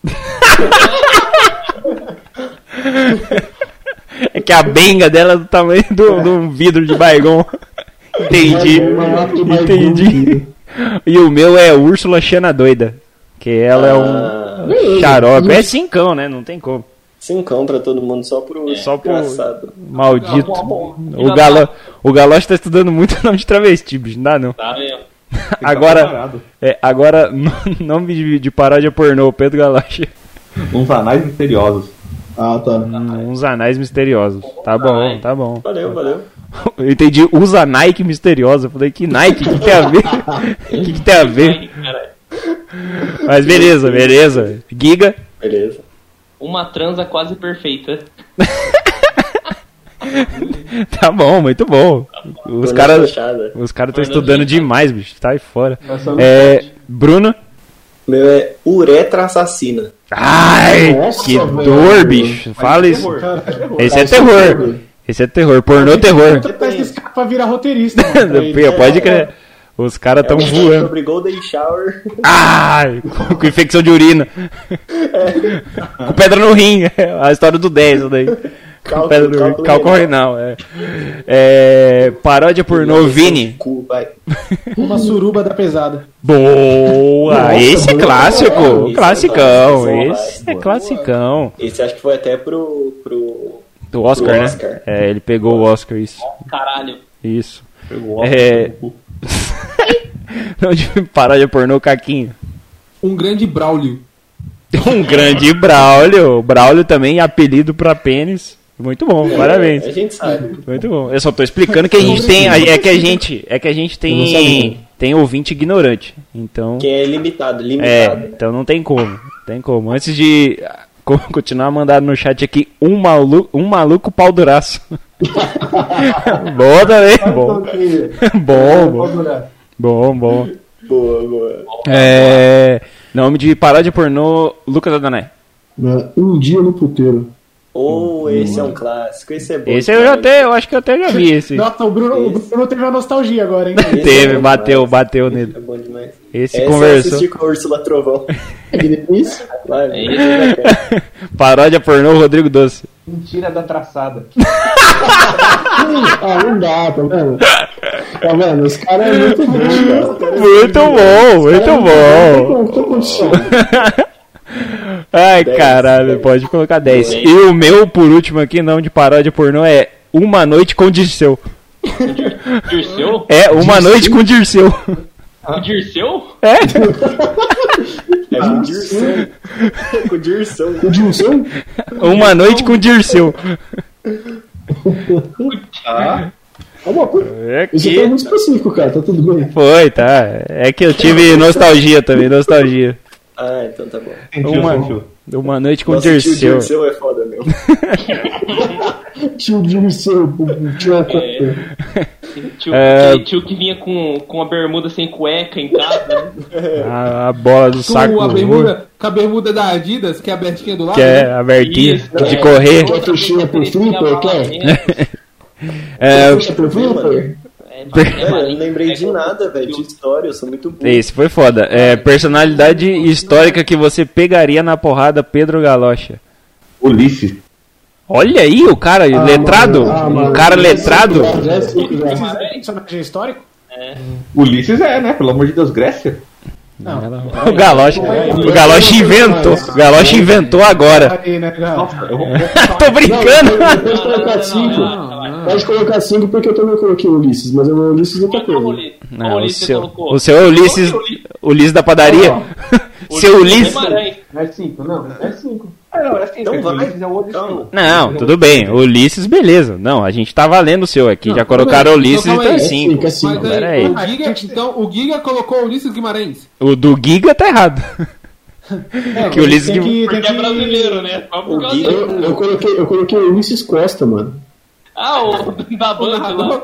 Speaker 4: É que a benga dela é do tamanho de um vidro de Baigon. Entendi. E o meu é Úrsula Xana Doida. Que ela é um xarope. É 5, né? Não tem como.
Speaker 10: 5 pra todo mundo, só pro engraçado.
Speaker 4: Maldito. O Galoche tá estudando muito o nome de travesti, bicho. Não dá não.
Speaker 8: Tá mesmo.
Speaker 4: Agora, nome de paródia pornô, Pedro Galoche.
Speaker 5: Uns anais misteriosos.
Speaker 6: Ah, tá.
Speaker 4: Uns anais misteriosos. Tá bom, tá bom.
Speaker 10: Valeu.
Speaker 4: Eu entendi, usa Nike misteriosa. Eu falei, que Nike? O que tem a ver? O que tem a ver? Mas beleza. Giga.
Speaker 10: Beleza.
Speaker 8: Uma transa quase perfeita.
Speaker 4: Tá bom, muito bom. Os caras estão estudando demais, bicho. Tá aí fora. Bruno.
Speaker 10: Meu é uretra assassina.
Speaker 4: Ai, nossa, que dor, bicho. Fala isso. Esse é terror. Esse é terror. Pornô terror.
Speaker 7: Esse cara pra virar roteirista.
Speaker 4: Pode crer. Os caras tão voando.
Speaker 10: Sobre Golden Shower.
Speaker 4: Ai, com infecção de urina. Com pedra no rim. A história do 10, isso daí. Cálculo renal. Paródia pornô Vini.
Speaker 7: Uma suruba da pesada.
Speaker 4: Boa! Esse é clássico. Classicão. Esse é classicão.
Speaker 10: Esse acho que foi até pro
Speaker 4: Oscar, né? Ele pegou o Oscar, isso.
Speaker 8: Caralho.
Speaker 4: Isso. Não, de paródia pornô Caquinho.
Speaker 2: Um grande Braulio.
Speaker 4: Um grande Braulio. Braulio também, apelido pra pênis. Muito bom, parabéns.
Speaker 10: A gente sabe.
Speaker 4: Muito bom. Eu só tô explicando que a gente tem. É que a gente tem ouvinte ignorante. Então.
Speaker 10: Que é limitado.
Speaker 4: Então não tem como. Antes de continuar mandando no chat aqui, um maluco pau duraço. Boa também. Bom.
Speaker 10: Boa.
Speaker 4: Nome de paródia pornô Lucas Adonai.
Speaker 6: Um dia no puteiro.
Speaker 10: Esse é um clássico, esse é bom.
Speaker 4: Esse eu acho que eu até já vi esse.
Speaker 7: Nossa, o Bruno teve uma nostalgia agora, hein?
Speaker 4: Teve, bateu nele.
Speaker 10: É bom demais.
Speaker 4: Esse conversou.
Speaker 10: Assistir com a Úrsula Trovão.
Speaker 6: Isso?
Speaker 4: Paródia pornô Rodrigo Doce.
Speaker 5: Mentira da traçada.
Speaker 6: Não dá, tá vendo? Tá vendo? Os caras é muito bom, cara.
Speaker 4: Muito bom.
Speaker 6: Tô condição.
Speaker 4: Ai, 10, caralho, 10. Pode colocar 10. E o meu, por último aqui, nome de paródia pornô é Uma Noite com Dirceu.
Speaker 8: Dirceu?
Speaker 4: Uma Noite com Dirceu.
Speaker 8: Dirceu?
Speaker 10: Com Dirceu. Com Dirceu.
Speaker 6: Com Dirceu?
Speaker 4: Uma Noite com Dirceu.
Speaker 6: Isso foi muito específico, cara. Tá tudo bem.
Speaker 4: Foi, tá. É que eu tive nostalgia também, nostalgia.
Speaker 10: Então tá bom.
Speaker 4: Uma Noite com Dirceu.
Speaker 10: Tio Dirceu é foda, meu.
Speaker 6: Tio Dirceu.
Speaker 8: Tio que vinha com a bermuda sem cueca em casa, né?
Speaker 4: A bola do saco.
Speaker 2: Com a bermuda da Adidas, que é abertinha do lado.
Speaker 4: Que é abertinha, de correr.
Speaker 6: Que é fechinha por flipper,
Speaker 10: Fecha por flipper? Eu não lembrei de nada, velho, de história, eu sou muito bom.
Speaker 4: Esse foi foda. Personalidade histórica que você pegaria na porrada, Pedro Galocha.
Speaker 5: Ulisses.
Speaker 4: Olha aí o cara, letrado. Um cara letrado.
Speaker 7: Personagem histórico?
Speaker 5: Ulisses né? Pelo amor de Deus, Grécia.
Speaker 4: O Galoche inventou. O Galoche inventou agora. Tô brincando.
Speaker 6: Pode colocar 5 porque eu também coloquei o Ulisses, mas o Ulisses é outra coisa.
Speaker 4: Não, o seu é o Ulisses da padaria. Seu Ulisses.
Speaker 9: Não é 5, não. É 5. Não, é 5.
Speaker 10: Então vai.
Speaker 4: Não, tudo bem. Ulisses, beleza. Não, a gente tá valendo o seu aqui. Já colocaram o Ulisses, então é 5. Pera aí.
Speaker 2: Então o Giga colocou o Ulisses Guimarães.
Speaker 4: O do Giga tá errado. Que o Ulisses
Speaker 8: Porque é brasileiro, né?
Speaker 6: Eu coloquei o Ulisses Costa, mano.
Speaker 8: O da Band lá.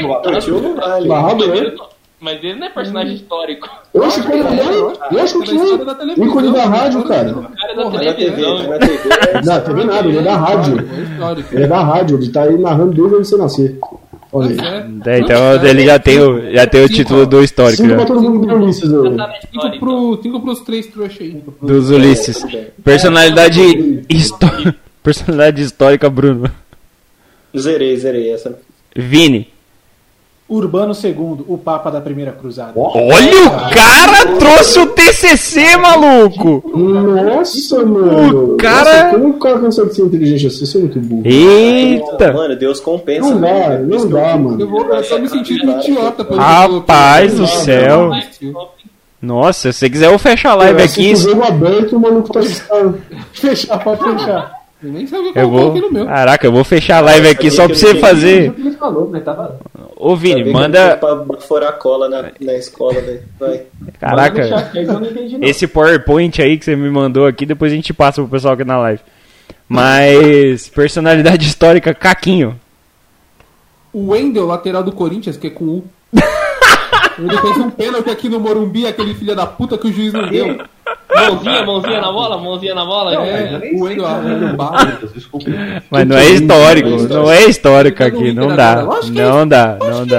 Speaker 8: Mas ele não é personagem histórico.
Speaker 6: Eu acho que ele é ícone da rádio, cara.
Speaker 8: O cara é da televisão.
Speaker 6: Não, TV nada, ele é da rádio. Ele é da rádio, ele tá aí narrando desde antes de você nascer. Olha aí.
Speaker 4: Então ele já tem o título do histórico.
Speaker 6: 5 pra todo mundo do Ulisses.
Speaker 2: 5 pros 3 trouxas aí.
Speaker 4: Dos Ulisses. Personalidade histórica, Bruno.
Speaker 10: Zerei essa.
Speaker 4: Vini.
Speaker 7: Urbano II, o Papa da Primeira Cruzada.
Speaker 4: Olha, o cara trouxe o TCC, maluco!
Speaker 6: Nossa, mano.
Speaker 4: O cara...
Speaker 6: Como o cara consegue ser inteligente assim? Isso é muito burro.
Speaker 4: Eita!
Speaker 10: Mano, Deus compensa.
Speaker 6: Não dá, mano.
Speaker 2: Eu só me senti idiota.
Speaker 4: Rapaz do céu. Nossa, se você quiser eu fecho a live aqui.
Speaker 6: Se o jogo aberto, o maluco tá...
Speaker 7: Fechar, pode fechar.
Speaker 2: Nem sabe o que eu coloquei no meu.
Speaker 4: Caraca, eu vou fechar a live aqui só pra você fazer. Ô Vini, manda.
Speaker 10: Pra furar cola na escola, velho. Vai.
Speaker 4: Caraca, esse PowerPoint aí que você me mandou aqui, depois a gente passa pro pessoal aqui na live. Mas, personalidade histórica, Caquinho.
Speaker 2: O Wendel, lateral do Corinthians, que é com U. Ele fez um pênalti aqui no Morumbi, aquele filho da puta que o juiz não deu.
Speaker 8: Mãozinha na bola.
Speaker 2: O Wendel arrombado.
Speaker 5: Desculpa.
Speaker 4: Mas não é histórico, não é histórico aqui, não dá. Não dá.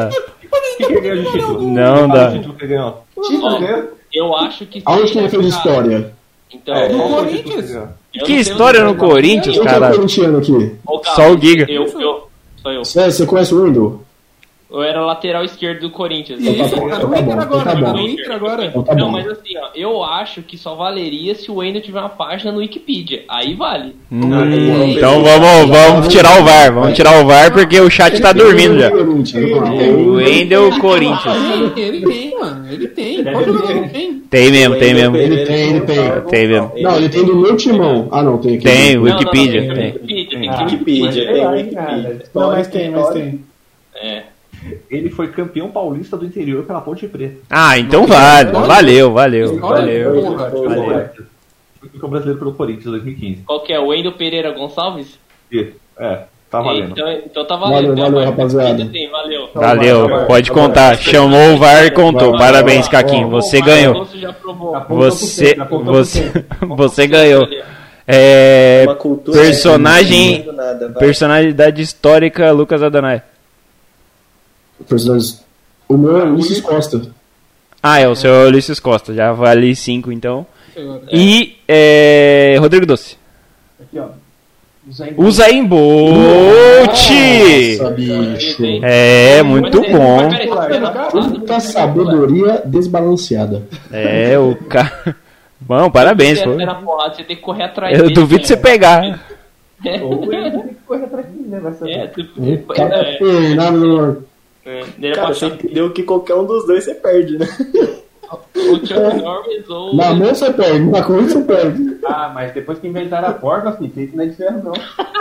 Speaker 4: Não dá.
Speaker 8: Eu acho que...
Speaker 6: Aonde que ele fez história?
Speaker 8: Então,
Speaker 2: No Corinthians.
Speaker 4: Que história no Corinthians,
Speaker 6: Quem que é
Speaker 4: cara?
Speaker 6: corintiano aqui?
Speaker 4: Só o Giga.
Speaker 8: Sou eu.
Speaker 6: Você conhece o Wendel?
Speaker 8: Eu era lateral esquerdo do Corinthians.
Speaker 2: Isso, tá no Inter agora.
Speaker 6: bom.
Speaker 2: Tá no Inter agora.
Speaker 8: Não, mas assim, ó, eu acho que só valeria se o Wendel tiver uma página no Wikipedia. Aí vale.
Speaker 4: Então vamos tirar o VAR. Vamos tirar o VAR porque o chat tá dormindo já. O Wendel Corinthians.
Speaker 2: Ele tem, mano. Ele tem. Pode jogar, ele tem.
Speaker 4: Tem mesmo.
Speaker 6: Ele tem.
Speaker 4: Tem mesmo.
Speaker 6: Não, ele tem do meu timão. Ah, não, tem aqui.
Speaker 4: Tem, Wikipedia. Tem.
Speaker 10: Wikipedia.
Speaker 7: Não, mas tem.
Speaker 8: É.
Speaker 5: Ele foi campeão paulista do interior pela Ponte Preta.
Speaker 4: Ah, então vale. Valeu.
Speaker 5: Foi campeão brasileiro pelo Corinthians em 2015.
Speaker 8: Qual que é? O Wendel Pereira Gonçalves?
Speaker 5: Tá valendo.
Speaker 8: Então tá valendo.
Speaker 6: Valeu, rapaziada.
Speaker 4: Valeu, pode contar. Chamou o VAR e contou. Parabéns, Caquinho. Você ganhou. Você ganhou. Personalidade histórica, Lucas Adonai.
Speaker 6: O meu é Ulisses Costa.
Speaker 4: O seu é Ulisses Costa. Já vale 5 então. E Rodrigo Doce.
Speaker 9: Aqui, ó.
Speaker 4: Usain Bolt!
Speaker 6: Nossa, bicho.
Speaker 4: Muito bom.
Speaker 6: Muita sabedoria desbalanceada.
Speaker 4: O cara... Bom, parabéns, pô.
Speaker 8: Você tem que correr atrás
Speaker 4: Eu duvido você pegar.
Speaker 9: Ou ele tem que correr atrás de mim, né? Vai ser.
Speaker 10: Cara, você entendeu que qualquer um dos dois você perde, né?
Speaker 8: O Chuck Norris ou...
Speaker 6: Na mão você perde, na corrida você perde.
Speaker 9: Ah, mas depois que inventaram a porta, assim, feito não é de ferro, não.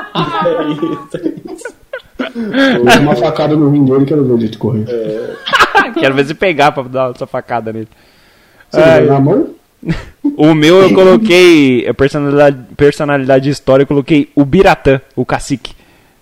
Speaker 6: Eu dou uma facada no rim dele, quero ver o jeito de correr.
Speaker 4: Quero ver você pegar pra dar essa facada nele.
Speaker 6: Você vai na mão?
Speaker 4: O meu eu coloquei personalidade histórica, eu coloquei o Biratã, o cacique.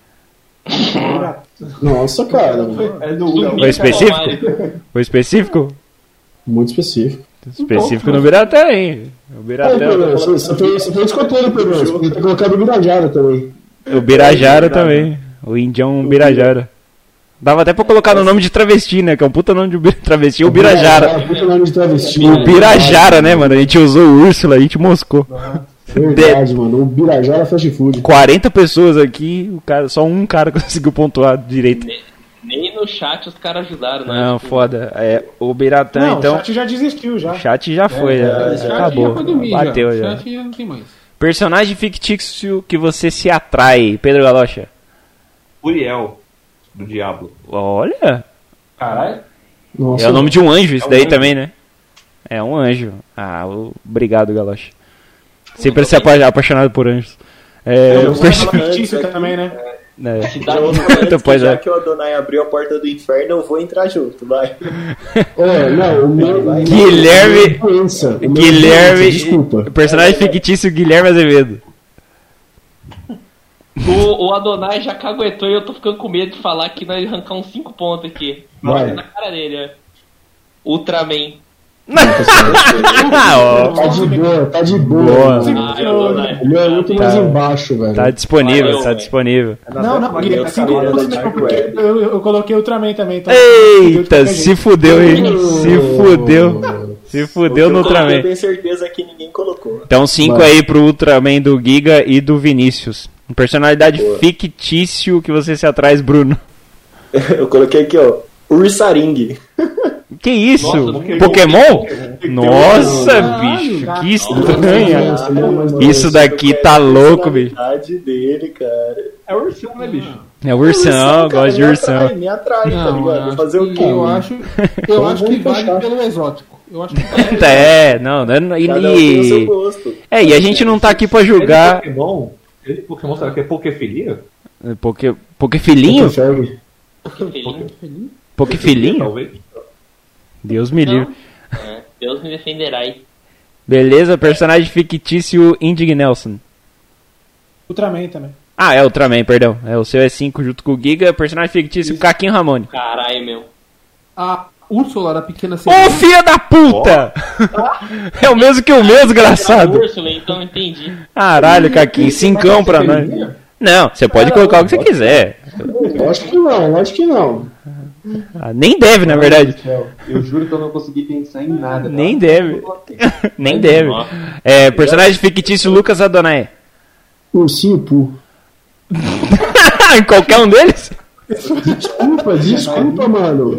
Speaker 6: Nossa, cara.
Speaker 4: Foi específico? Foi específico?
Speaker 6: Muito específico.
Speaker 4: Específico no Biratã, hein? O Biratã.
Speaker 6: Você foi escutando o programa. Você podia ter colocado o Birajara também.
Speaker 4: O Birajara também. O Indião Birajara. Dava até pra colocar no nome de travesti, né? Que é um puta nome de travesti, o Birajara.
Speaker 6: Puta nome de travesti.
Speaker 4: O Birajara, né, mano? A gente usou o Úrsula, a gente moscou.
Speaker 6: Verdade, mano. O Birajara fast food.
Speaker 4: 40 pessoas aqui, só um cara conseguiu pontuar direito.
Speaker 8: Nem no no chat, os caras ajudaram, né?
Speaker 4: Não, foda. O Biratã,
Speaker 7: Não,
Speaker 4: então...
Speaker 7: o chat já desistiu, já.
Speaker 4: O chat já foi, já acabou.
Speaker 2: Já foi dormir,
Speaker 4: Bateu
Speaker 2: já.
Speaker 4: já.
Speaker 2: O chat já não tem mais.
Speaker 4: Personagem fictício que você se atrai, Pedro Galocha.
Speaker 5: Uriel, do Diablo.
Speaker 4: Olha,
Speaker 9: Caralho.
Speaker 6: Nossa,
Speaker 4: é o nome de um anjo, isso daí também, né? É um anjo. Obrigado, Galocha. Sempre se apaixonado por anjos.
Speaker 7: O personagem fictício também, né?
Speaker 10: Já que o Adonai abriu a porta do inferno, eu vou entrar junto, vai.
Speaker 6: Não, o meu...
Speaker 4: Guilherme. Guilherme.
Speaker 6: Desculpa.
Speaker 4: Personagem fictício Guilherme Azevedo.
Speaker 8: O Adonai já caguetou e eu tô ficando com medo de falar que nós arrancar uns 5 pontos aqui.
Speaker 6: Vai.
Speaker 8: Na cara dele, né? Ultraman.
Speaker 6: Tá de boa. O meu é muito mais embaixo, velho.
Speaker 4: Tá disponível, tá disponível.
Speaker 7: Não, Guilherme, assim porque eu coloquei Ultraman também. Então,
Speaker 4: Eita, se fudeu, hein? Se fudeu no Ultraman.
Speaker 10: Eu tenho certeza que ninguém colocou.
Speaker 4: Então 5 aí pro Ultraman do Giga e do Vinícius. Personalidade fictício que você se atrai, Bruno.
Speaker 10: Eu coloquei aqui, ó, Ursaring.
Speaker 4: Que isso?
Speaker 5: Nossa,
Speaker 4: Pokémon? Nossa, bicho, que estranha. Isso daqui tá louco, bicho.
Speaker 10: A dele, cara.
Speaker 5: É o ursinho, né, bicho?
Speaker 4: É ursão, gosto de ursão.
Speaker 10: Me atrai, tá
Speaker 2: Não,
Speaker 10: ligado? Vou fazer o quê?
Speaker 2: eu acho que vale pelo exótico. Eu acho que
Speaker 4: Não,
Speaker 10: Cada um tem o seu gosto.
Speaker 4: e a gente não tá aqui pra julgar.
Speaker 5: Ele de Pokémon, será que é Pokéfilia?
Speaker 4: Pokéfilinho?
Speaker 8: Filhinho.
Speaker 4: Pokéfilinho?
Speaker 5: Talvez.
Speaker 4: Deus me livre.
Speaker 8: Deus me defenderá aí.
Speaker 4: Beleza, personagem fictício Indig Nelson.
Speaker 7: Ultraman também.
Speaker 4: Ah, é Ultraman, perdão. O seu é 5 junto com o Giga. Personagem fictício Caquinho Ramone.
Speaker 8: Caralho, meu.
Speaker 2: a Úrsula da Pequena
Speaker 4: Ô,
Speaker 2: Sereia.
Speaker 4: filha da puta! É o mesmo que o meu, desgraçado.
Speaker 8: Úrsula, então entendi.
Speaker 4: Caralho, Caquinho, 5 pra nós. Não, você pode colocar o que você quiser.
Speaker 6: Lógico que não.
Speaker 4: Nem deve, na verdade.
Speaker 9: Eu juro que eu não consegui pensar em nada.
Speaker 4: Nem deve. Nem deve. Personagem fictício Lucas Adonai.
Speaker 6: Ursinho Poo.
Speaker 4: Qualquer um deles?
Speaker 6: Desculpa, mano.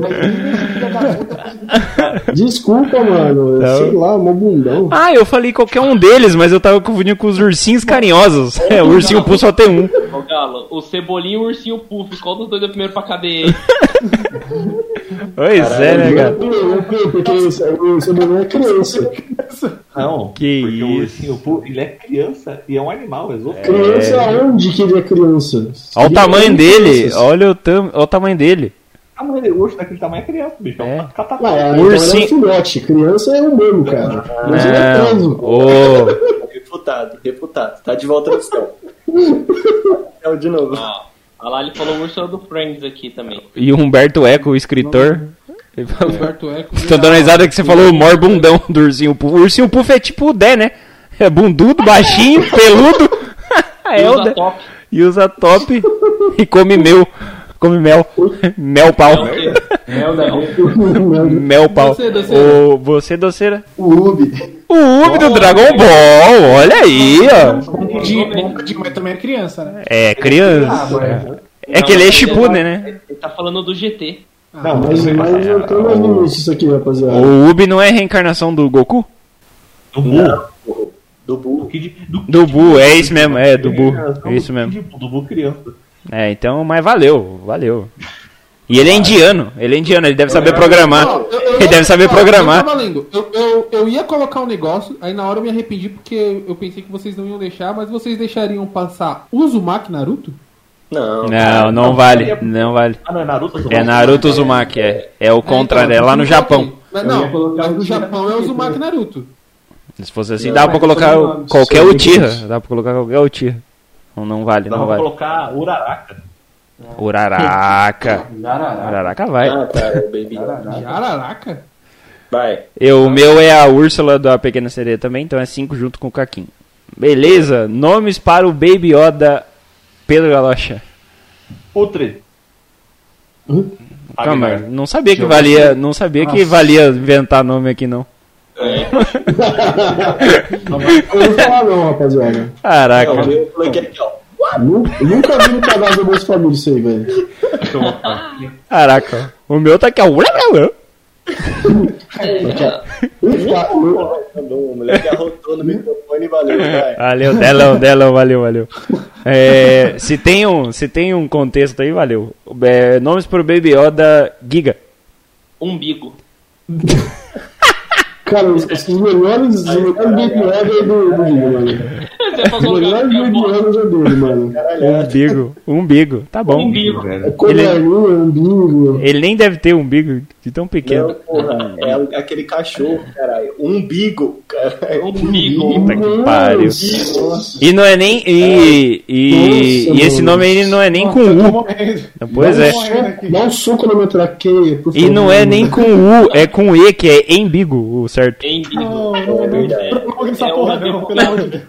Speaker 6: Desculpa, mano.
Speaker 4: Não.
Speaker 6: Sei lá, mó bundão.
Speaker 4: Eu falei qualquer um deles, mas eu tava confundindo com os ursinhos carinhosos. O ursinho Poo só tem um.
Speaker 8: Ô, Galo, o Cebolinha e o Ursinho Puff, qual dos dois é o primeiro pra cadeia aí?
Speaker 4: Pois é, né, cara?
Speaker 6: Porque o Cebolinha é criança.
Speaker 5: Não,
Speaker 4: Que
Speaker 5: porque
Speaker 4: isso.
Speaker 5: o ursinho Poo, ele é criança e é um animal,
Speaker 6: Criança aonde que ele é criança?
Speaker 4: Olha o tamanho dele.
Speaker 6: Crianças.
Speaker 4: Olha o tamanho dele.
Speaker 5: A mãe dele, o urso daquele tamanho é criança, bicho. É um catapulta.
Speaker 6: Então ele é um filhote. Criança é humano, cara. Mas ele é preso.
Speaker 10: Refutado. Tá de volta no céu. É de novo.
Speaker 8: Olha lá, ele falou Úrsula do Friends aqui também.
Speaker 4: E o Humberto Eco, o escritor. Ele falou,
Speaker 2: Humberto Eco.
Speaker 4: tô dando risada que você falou o maior bundão do ursinho Puff. O ursinho Puff é tipo o Dé, né? É bundudo, baixinho, peludo.
Speaker 8: Usa top.
Speaker 4: E usa top e come mel. Mel pau. Mel pau. Você, doceira?
Speaker 9: O Ubi.
Speaker 4: O Ubi do Dragon Ball. Olha aí, ó.
Speaker 7: Mas também é criança, né?
Speaker 4: É criança. É que ele é Shippuden, né?
Speaker 8: Ele tá falando do GT.
Speaker 6: Não, mas eu tô mais limite isso aqui, rapaziada.
Speaker 4: O Ubi não é reencarnação do Goku?
Speaker 10: Do Buu.
Speaker 4: Do Buu, é isso mesmo, do Buu. É isso mesmo.
Speaker 5: Do Buu criança.
Speaker 4: Então, mas valeu. E ele é indiano, ele deve saber programar. Ele deve saber programar.
Speaker 2: Não, tá valendo. Eu ia colocar um negócio, aí na hora eu me arrependi porque eu pensei que vocês não iam deixar, mas vocês deixariam passar Uzumaki Naruto?
Speaker 4: Não vale. Não é
Speaker 5: Naruto Uzumaki?
Speaker 4: É Naruto Uzumaki, é o contrário, é lá no Japão.
Speaker 2: Mas no Japão é Uzumaki Naruto.
Speaker 4: Se fosse assim, dá pra colocar qualquer Uchiha. Não vale.
Speaker 5: Dá pra colocar Uraraka.
Speaker 4: Uraraka vai.
Speaker 10: Cara, Baby.
Speaker 2: Jararaca?
Speaker 10: Vai.
Speaker 4: O meu é a Úrsula da Pequena Sereia também, então é 5 junto com o Caquinho. Beleza, nomes para o Baby Yoda, Pedro Galocha.
Speaker 5: Outre.
Speaker 4: Calma, não sabia que valia inventar nome aqui não.
Speaker 6: Eu não vou falar não, rapaziada.
Speaker 4: Caraca.
Speaker 10: Eu coloquei aqui, ó.
Speaker 6: Nunca vi no cadastro da Bolsa Família isso aí, velho.
Speaker 4: Caraca, o meu tá aqui, ó.
Speaker 10: O moleque arrotou no microfone e valeu, vai.
Speaker 4: Valeu, Delão, valeu. Se tem um contexto aí, valeu. Nomes pro Baby Yoda, Giga.
Speaker 8: Umbigo.
Speaker 6: Cara, os melhores Baby Yoda é do Giga, mano. Os melhores Baby Yoda é dele, mano.
Speaker 4: Umbigo, tá bom.
Speaker 8: Umbigo.
Speaker 6: É colarninho, umbigo.
Speaker 4: Ele nem deve ter umbigo de tão pequeno.
Speaker 10: Não, porra, é aquele cachorro, caralho. Umbigo, caralho.
Speaker 8: Umbigo.
Speaker 4: Puta que pariu. E não é nem. E esse nome aí não é nem com U. Pois é.
Speaker 6: Dá um soco na minha traqueia, por favor.
Speaker 4: E não é nem com U, é com E, que é embigo, o certo.
Speaker 8: Embigo.
Speaker 7: Não, essa porra não, pelo amor de Deus.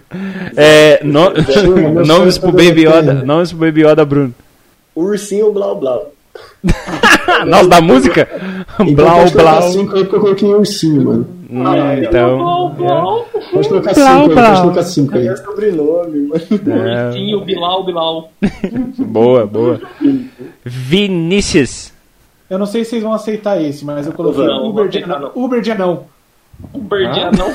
Speaker 4: Nomes pro Baby Yoda, Bruno.
Speaker 10: Ursinho Blau Blau.
Speaker 4: Nossa, da música? Blau, blau.
Speaker 6: 5 aí porque eu coloquei ursinho, mano.
Speaker 8: Blau.
Speaker 6: Pode colocar 5 aí.
Speaker 10: É sobrenome, mano.
Speaker 8: Ursinho, Bilau.
Speaker 4: Boa. Vinícius.
Speaker 7: Eu não sei se vocês vão aceitar esse, mas eu coloquei Uber de anão.
Speaker 8: Uberdianão.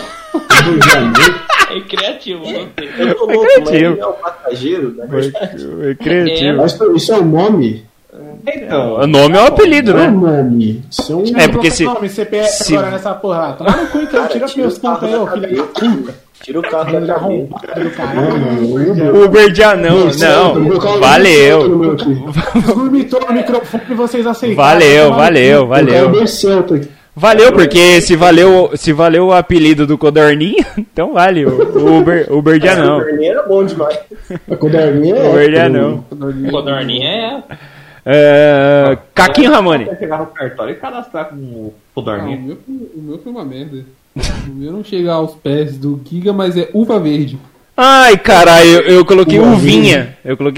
Speaker 8: É criativo, não sei.
Speaker 10: Eu tô louco, mas ele é um passageiro, na verdade.
Speaker 4: É criativo.
Speaker 6: Mas isso é um nome?
Speaker 5: Então,
Speaker 4: O nome é um apelido,
Speaker 6: Não é
Speaker 4: né?
Speaker 6: um nome. Isso é um...
Speaker 4: É porque se.
Speaker 7: Nome, CPF agora nessa porra. Toma no cu então, tira meus pontos aí, ô filho da puta.
Speaker 10: Tira o carro da cabeça.
Speaker 7: Arrombado do caralho.
Speaker 4: Uber de anão. Não, valeu.
Speaker 7: Vomitou no microfone e vocês aceitaram.
Speaker 4: Valeu. Valeu, porque se valeu o apelido do Codorninho, então vale o Uber de anão.
Speaker 10: O Codorninho era bom demais.
Speaker 6: A Codorninha é...
Speaker 4: Uber de anão.
Speaker 8: Codorninha é...
Speaker 4: Caquinho Ramone.
Speaker 5: Vai chegar no cartório e cadastrar com o Codorninho.
Speaker 2: O meu foi uma merda. O meu não chega aos pés do Giga, mas é uva verde.
Speaker 4: Ai, caralho, eu coloquei uvinha.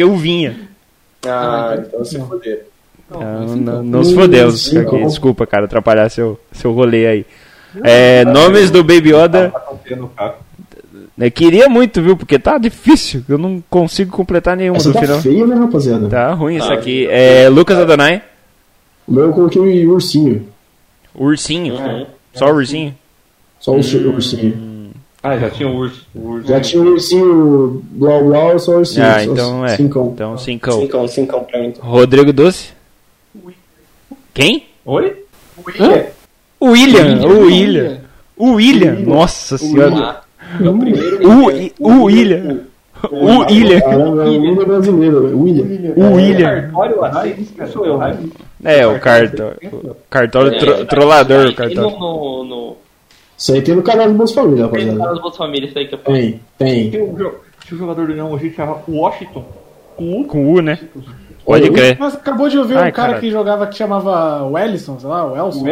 Speaker 10: Então se foderam.
Speaker 4: Não se fodeu. Desculpa, cara, atrapalhar seu rolê aí. Nomes do Baby Yoda. Eu queria muito, viu? Porque tá difícil. Eu não consigo completar nenhuma
Speaker 6: Essa
Speaker 4: do
Speaker 6: tá
Speaker 4: final.
Speaker 6: feio, né, rapaziada?
Speaker 4: Tá ruim isso aqui. Lucas Adonai.
Speaker 6: O meu eu coloquei ursinho.
Speaker 4: Ursinho. Só o ursinho?
Speaker 6: Só o ursinho.
Speaker 5: Já tinha o urso.
Speaker 6: Já tinha o ursinho blau, só o ursinho.
Speaker 4: Então é.
Speaker 6: Cincão.
Speaker 4: Então, cincão.
Speaker 10: Cincão pra mim.
Speaker 4: Rodrigo Doce. Quem?
Speaker 5: Oi?
Speaker 4: O William. Nossa senhora.
Speaker 10: É o primeiro.
Speaker 4: O William.
Speaker 6: Caramba, é o William brasileiro.
Speaker 4: O William.
Speaker 5: Sou eu, né?
Speaker 4: O cartório trollador. O cartório.
Speaker 6: Isso aí tem no canal do Bolsa Família,
Speaker 8: Tem no
Speaker 6: rapaziada.
Speaker 8: canal do Bolsa Família isso aí que eu falo.
Speaker 6: Tem.
Speaker 5: Tinha o jogador do União hoje chamava Washington.
Speaker 4: Com U, né? Pode crer.
Speaker 7: Mas acabou de ouvir um cara que jogava que chamava Wellison, sei lá, o Elson.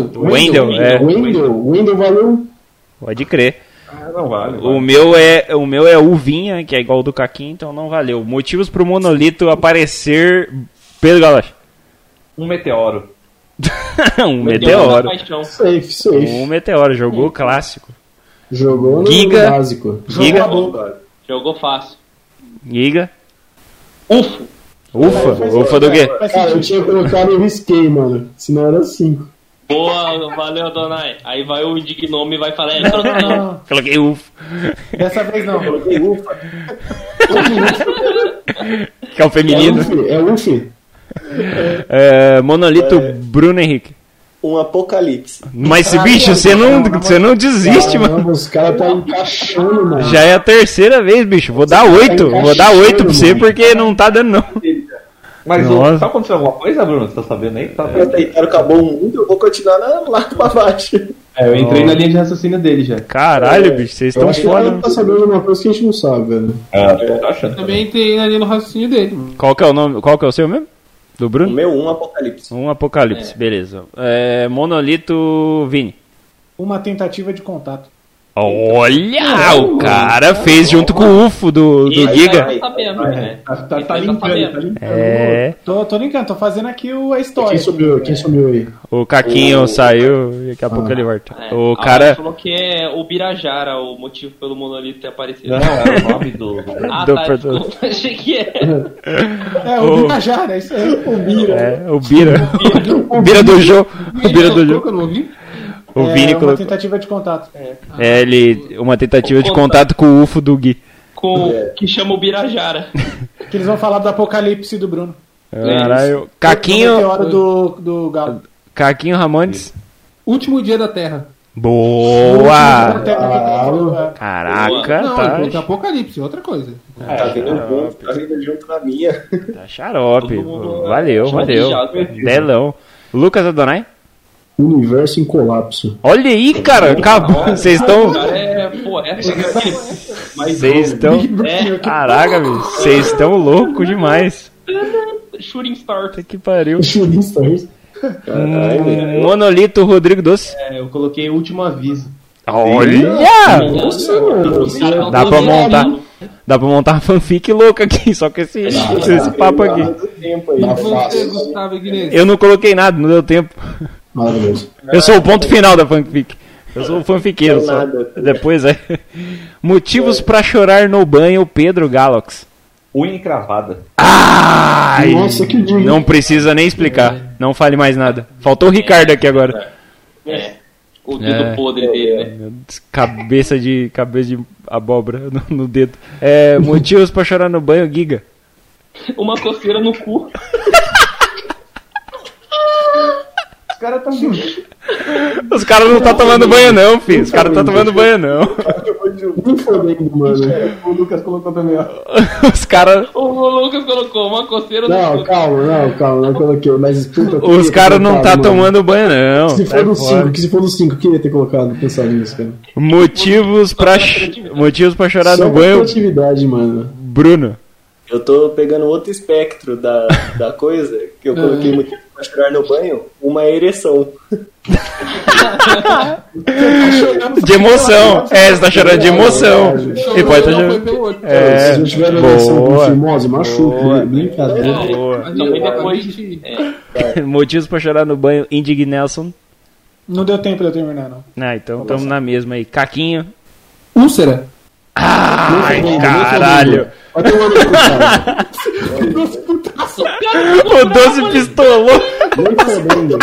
Speaker 6: Wendel, valeu.
Speaker 4: Pode crer.
Speaker 5: Não vale.
Speaker 4: O meu é uvinha, que é igual ao do Caquinho, então não valeu. Motivos pro monolito aparecer. Pedro Galache.
Speaker 5: Um meteoro.
Speaker 4: Um meteoro.
Speaker 6: Safe.
Speaker 4: Um meteoro, jogou clássico.
Speaker 6: Jogou no
Speaker 4: Giga.
Speaker 6: básico.
Speaker 4: Giga.
Speaker 8: Jogou fácil.
Speaker 4: Giga.
Speaker 8: Ufa
Speaker 4: Ufa do quê?
Speaker 6: Cara, eu tinha colocado e risquei, mano. Senão era 5.
Speaker 8: Boa, valeu, Donai. Aí vai o Indignome e vai falar.
Speaker 7: Não.
Speaker 4: Coloquei ufa.
Speaker 7: Dessa vez não.
Speaker 10: Coloquei ufa.
Speaker 4: Que é o feminino.
Speaker 6: É Ufi.
Speaker 4: Monolito Bruno Henrique.
Speaker 10: Um apocalipse.
Speaker 4: Mas bicho, você não desiste, mano.
Speaker 6: Os caras tá encaixando, mano.
Speaker 4: Já é a terceira vez, bicho. Vou dar 8. Vou dar 8 pra você porque não tá dando, não.
Speaker 5: Mas tá acontecendo alguma coisa, Bruno? Você tá sabendo aí?
Speaker 10: Acabou o mundo, eu vou continuar lá pra baixo.
Speaker 9: Eu entrei na linha de raciocínio dele já.
Speaker 4: Caralho, bicho, vocês estão foda.
Speaker 6: Ele tá sabendo de uma coisa que a gente não sabe, velho.
Speaker 5: Tô achando.
Speaker 2: Também tem ali no raciocínio dele.
Speaker 4: Qual que é o nome? Qual que é o seu mesmo? Do Bruno?
Speaker 10: O meu, um apocalipse.
Speaker 4: Um apocalipse, beleza. Monolito Vini.
Speaker 7: Uma tentativa de contato.
Speaker 4: Olha, o cara fez junto com o UFO do Giga.
Speaker 8: Tá sabendo, né?
Speaker 6: Tá linkando.
Speaker 4: É.
Speaker 7: Tô linkando, tô fazendo aqui a história.
Speaker 6: Quem sumiu aí?
Speaker 4: O Caquinho saiu e daqui a pouco ele volta. O
Speaker 8: A
Speaker 4: cara.
Speaker 8: Alex falou que é o Birajara o motivo pelo monolito ter aparecido.
Speaker 5: Não, era o nome do.
Speaker 8: Ah,
Speaker 4: do
Speaker 8: tá,
Speaker 4: produto.
Speaker 8: desculpa, achei que era.
Speaker 7: O Birajara, é isso aí. O Bira.
Speaker 4: É, o Bira. O Bira do jogo. O Bira do jogo.
Speaker 2: Eu não ouvi.
Speaker 4: O Vini
Speaker 7: uma
Speaker 4: colocou.
Speaker 7: tentativa de contato.
Speaker 4: Uma tentativa de contato com o UFO do Gui.
Speaker 8: Que chama o Birajara.
Speaker 7: Que eles vão falar do apocalipse do Bruno.
Speaker 4: Caralho.
Speaker 7: Do
Speaker 4: Caquinho.
Speaker 7: meteoro do Galo.
Speaker 4: Caquinho Ramones.
Speaker 2: Último dia da Terra.
Speaker 4: Boa!
Speaker 7: Caraca,
Speaker 2: Não,
Speaker 4: tá.
Speaker 2: ele Apocalipse, outra coisa.
Speaker 10: Tá vindo junto na minha.
Speaker 4: Tá xarope.
Speaker 8: Todo mundo-
Speaker 4: Valeu. Belão. Lucas Adonai?
Speaker 6: Universo em colapso.
Speaker 4: Olha aí, cara. Acabou. Vocês estão. Vocês estão. Caraca, velho. Vocês estão loucos demais.
Speaker 8: Shooting Star.
Speaker 4: Puta que pariu.
Speaker 6: Shooting Stars.
Speaker 4: Monolito Rodrigo Doce.
Speaker 9: Eu coloquei o último aviso.
Speaker 4: Olha! Dá pra montar. Dá pra montar uma fanfic louca aqui, só com esse papo aqui.
Speaker 2: Você, Gustavo Ignez.
Speaker 4: Eu não coloquei nada, não deu tempo.
Speaker 6: Maravilhoso.
Speaker 4: Eu sou o ponto final da fanfic. Eu sou o fanfiqueiro só. Depois é. Motivos pra chorar no banho, Pedro Galox.
Speaker 5: Unha encravada.
Speaker 4: Ai!
Speaker 6: Nossa, que dia.
Speaker 4: Não precisa nem explicar. Não fale mais nada. Faltou o Ricardo aqui agora.
Speaker 8: O dedo podre dele, né?
Speaker 4: Cabeça de abóbora no dedo. Motivos pra chorar no banho, Giga.
Speaker 8: Uma coceira no cu.
Speaker 9: Os caras tão.
Speaker 4: Os caras não tá tomando banho não, filho. Os caras não tá tomando banho não.
Speaker 6: Nem fodendo, mano.
Speaker 9: O Lucas colocou também, ó.
Speaker 4: Os caras...
Speaker 8: O Lucas colocou uma coceira no
Speaker 6: Não,
Speaker 8: cu.
Speaker 6: calma, não coloquei. Mas puta, eu
Speaker 4: Os
Speaker 6: queria
Speaker 4: caras
Speaker 6: ter
Speaker 4: não tá
Speaker 6: colocado, mano.
Speaker 4: tomando banho não.
Speaker 6: Se
Speaker 4: Sai
Speaker 6: for no
Speaker 4: fora.
Speaker 6: 5, se for no 5, eu queria ter colocado, pensado nisso, cara.
Speaker 4: Motivos pra chorar
Speaker 6: Só
Speaker 4: no
Speaker 6: pra
Speaker 4: banho,
Speaker 6: criatividade, mano.
Speaker 4: Bruno.
Speaker 10: Eu tô pegando outro espectro da coisa, que eu coloquei motivo pra chorar no banho, uma ereção.
Speaker 4: De emoção. Você tá chorando de emoção. E pode tá
Speaker 2: Não, foi
Speaker 4: chorando.
Speaker 2: pelo outro.
Speaker 6: Se eu tiver eleição com
Speaker 4: boa.
Speaker 6: fimose, machuca. Brincadeira.
Speaker 4: Boa.
Speaker 2: Mas
Speaker 8: Também
Speaker 2: não,
Speaker 8: depois-
Speaker 2: a gente-
Speaker 4: Motivos pra chorar no banho, Indig Nelson.
Speaker 7: Não deu tempo de eu terminar, não.
Speaker 4: Ah, então tamo na mesma aí. Caquinho.
Speaker 2: Úlcera.
Speaker 4: Ai, caralho.
Speaker 6: Olha o nome do cara.
Speaker 4: O Doce pistolou.
Speaker 6: Nem fodendo.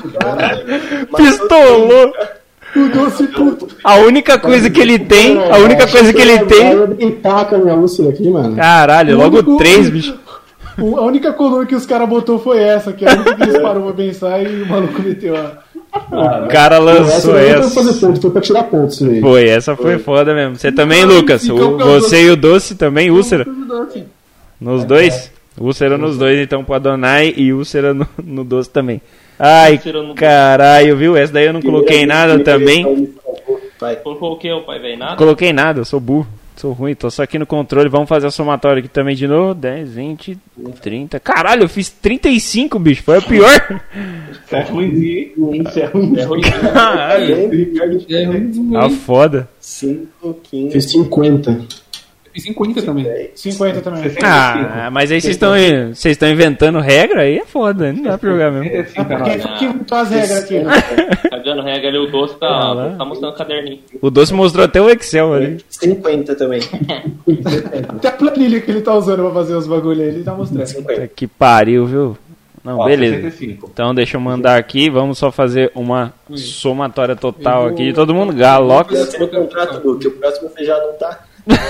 Speaker 4: Pistolou.
Speaker 6: O doce puto.
Speaker 4: A única coisa que ele tem.
Speaker 6: Eu deitar com a minha úlcera aqui, mano.
Speaker 4: Caralho, logo 3, bicho.
Speaker 7: A única coluna que os caras botou foi essa, que é a única que eles parou pra pensar e o maluco meteu a...
Speaker 4: O cara
Speaker 6: Essa
Speaker 4: lançou
Speaker 6: não foi pra
Speaker 4: essa.
Speaker 6: fazer ponto, foi pra tirar pontos aí.
Speaker 4: Foi, essa foi foda mesmo. Você também, Lucas? Você e o Doce também, úlcera? Nos dois? Úlcera nos dois, então pro Adonai e úlcera no Doce também. Ai,
Speaker 8: Úlcera no-
Speaker 4: caralho, viu? Essa daí eu não coloquei nada também.
Speaker 8: Colocou o que, o pai, velho? Nada?
Speaker 4: Coloquei nada, eu sou burro. Sou ruim, tô só aqui no controle. Vamos fazer a somatória aqui também de novo. 10, 20, 30. Caralho, eu fiz 35, bicho. Foi a pior.
Speaker 5: Isso é ruimzinho, hein?
Speaker 9: Isso é ruim.
Speaker 8: É ruim.
Speaker 4: Caralho, tá foda.
Speaker 10: 5, 15.
Speaker 6: Fiz 50.
Speaker 2: E 50 também.
Speaker 7: 50 também.
Speaker 4: Ah, mas aí vocês estão inventando regra, aí é foda, não dá pra jogar mesmo.
Speaker 7: É porque foi que inventou as regras aqui. Né?
Speaker 8: Cagando regra ali, o Doce
Speaker 4: Ah, lá.
Speaker 8: tá mostrando o caderninho.
Speaker 4: O Doce mostrou até o Excel ali.
Speaker 10: 50 também.
Speaker 7: Até a planilha que ele tá usando pra fazer os bagulho aí, ele tá mostrando.
Speaker 10: 50.
Speaker 4: Que pariu, viu? Não,
Speaker 5: Ó,
Speaker 4: beleza.
Speaker 5: 65.
Speaker 4: Então deixa eu mandar aqui, vamos só fazer uma somatória total aqui de todo mundo. Galox.
Speaker 10: Você no contrato, Lu, que o próximo você já não tá.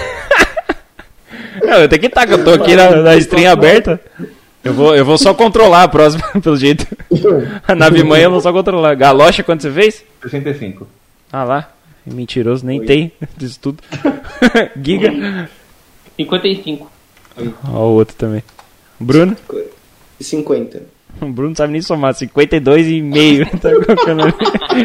Speaker 4: Não, eu tenho que estar, que eu tô aqui na stream aberta. Eu vou só controlar a próxima, pelo jeito. A nave mãe eu vou só controlar. Galocha, quanto você fez?
Speaker 5: 65.
Speaker 4: Ah lá, mentiroso, nem tem disso tudo. Giga.
Speaker 8: 55.
Speaker 4: Ó o outro também. Bruno?
Speaker 10: 50.
Speaker 4: O Bruno não sabe nem somar, 52,5. Tá colocando ali.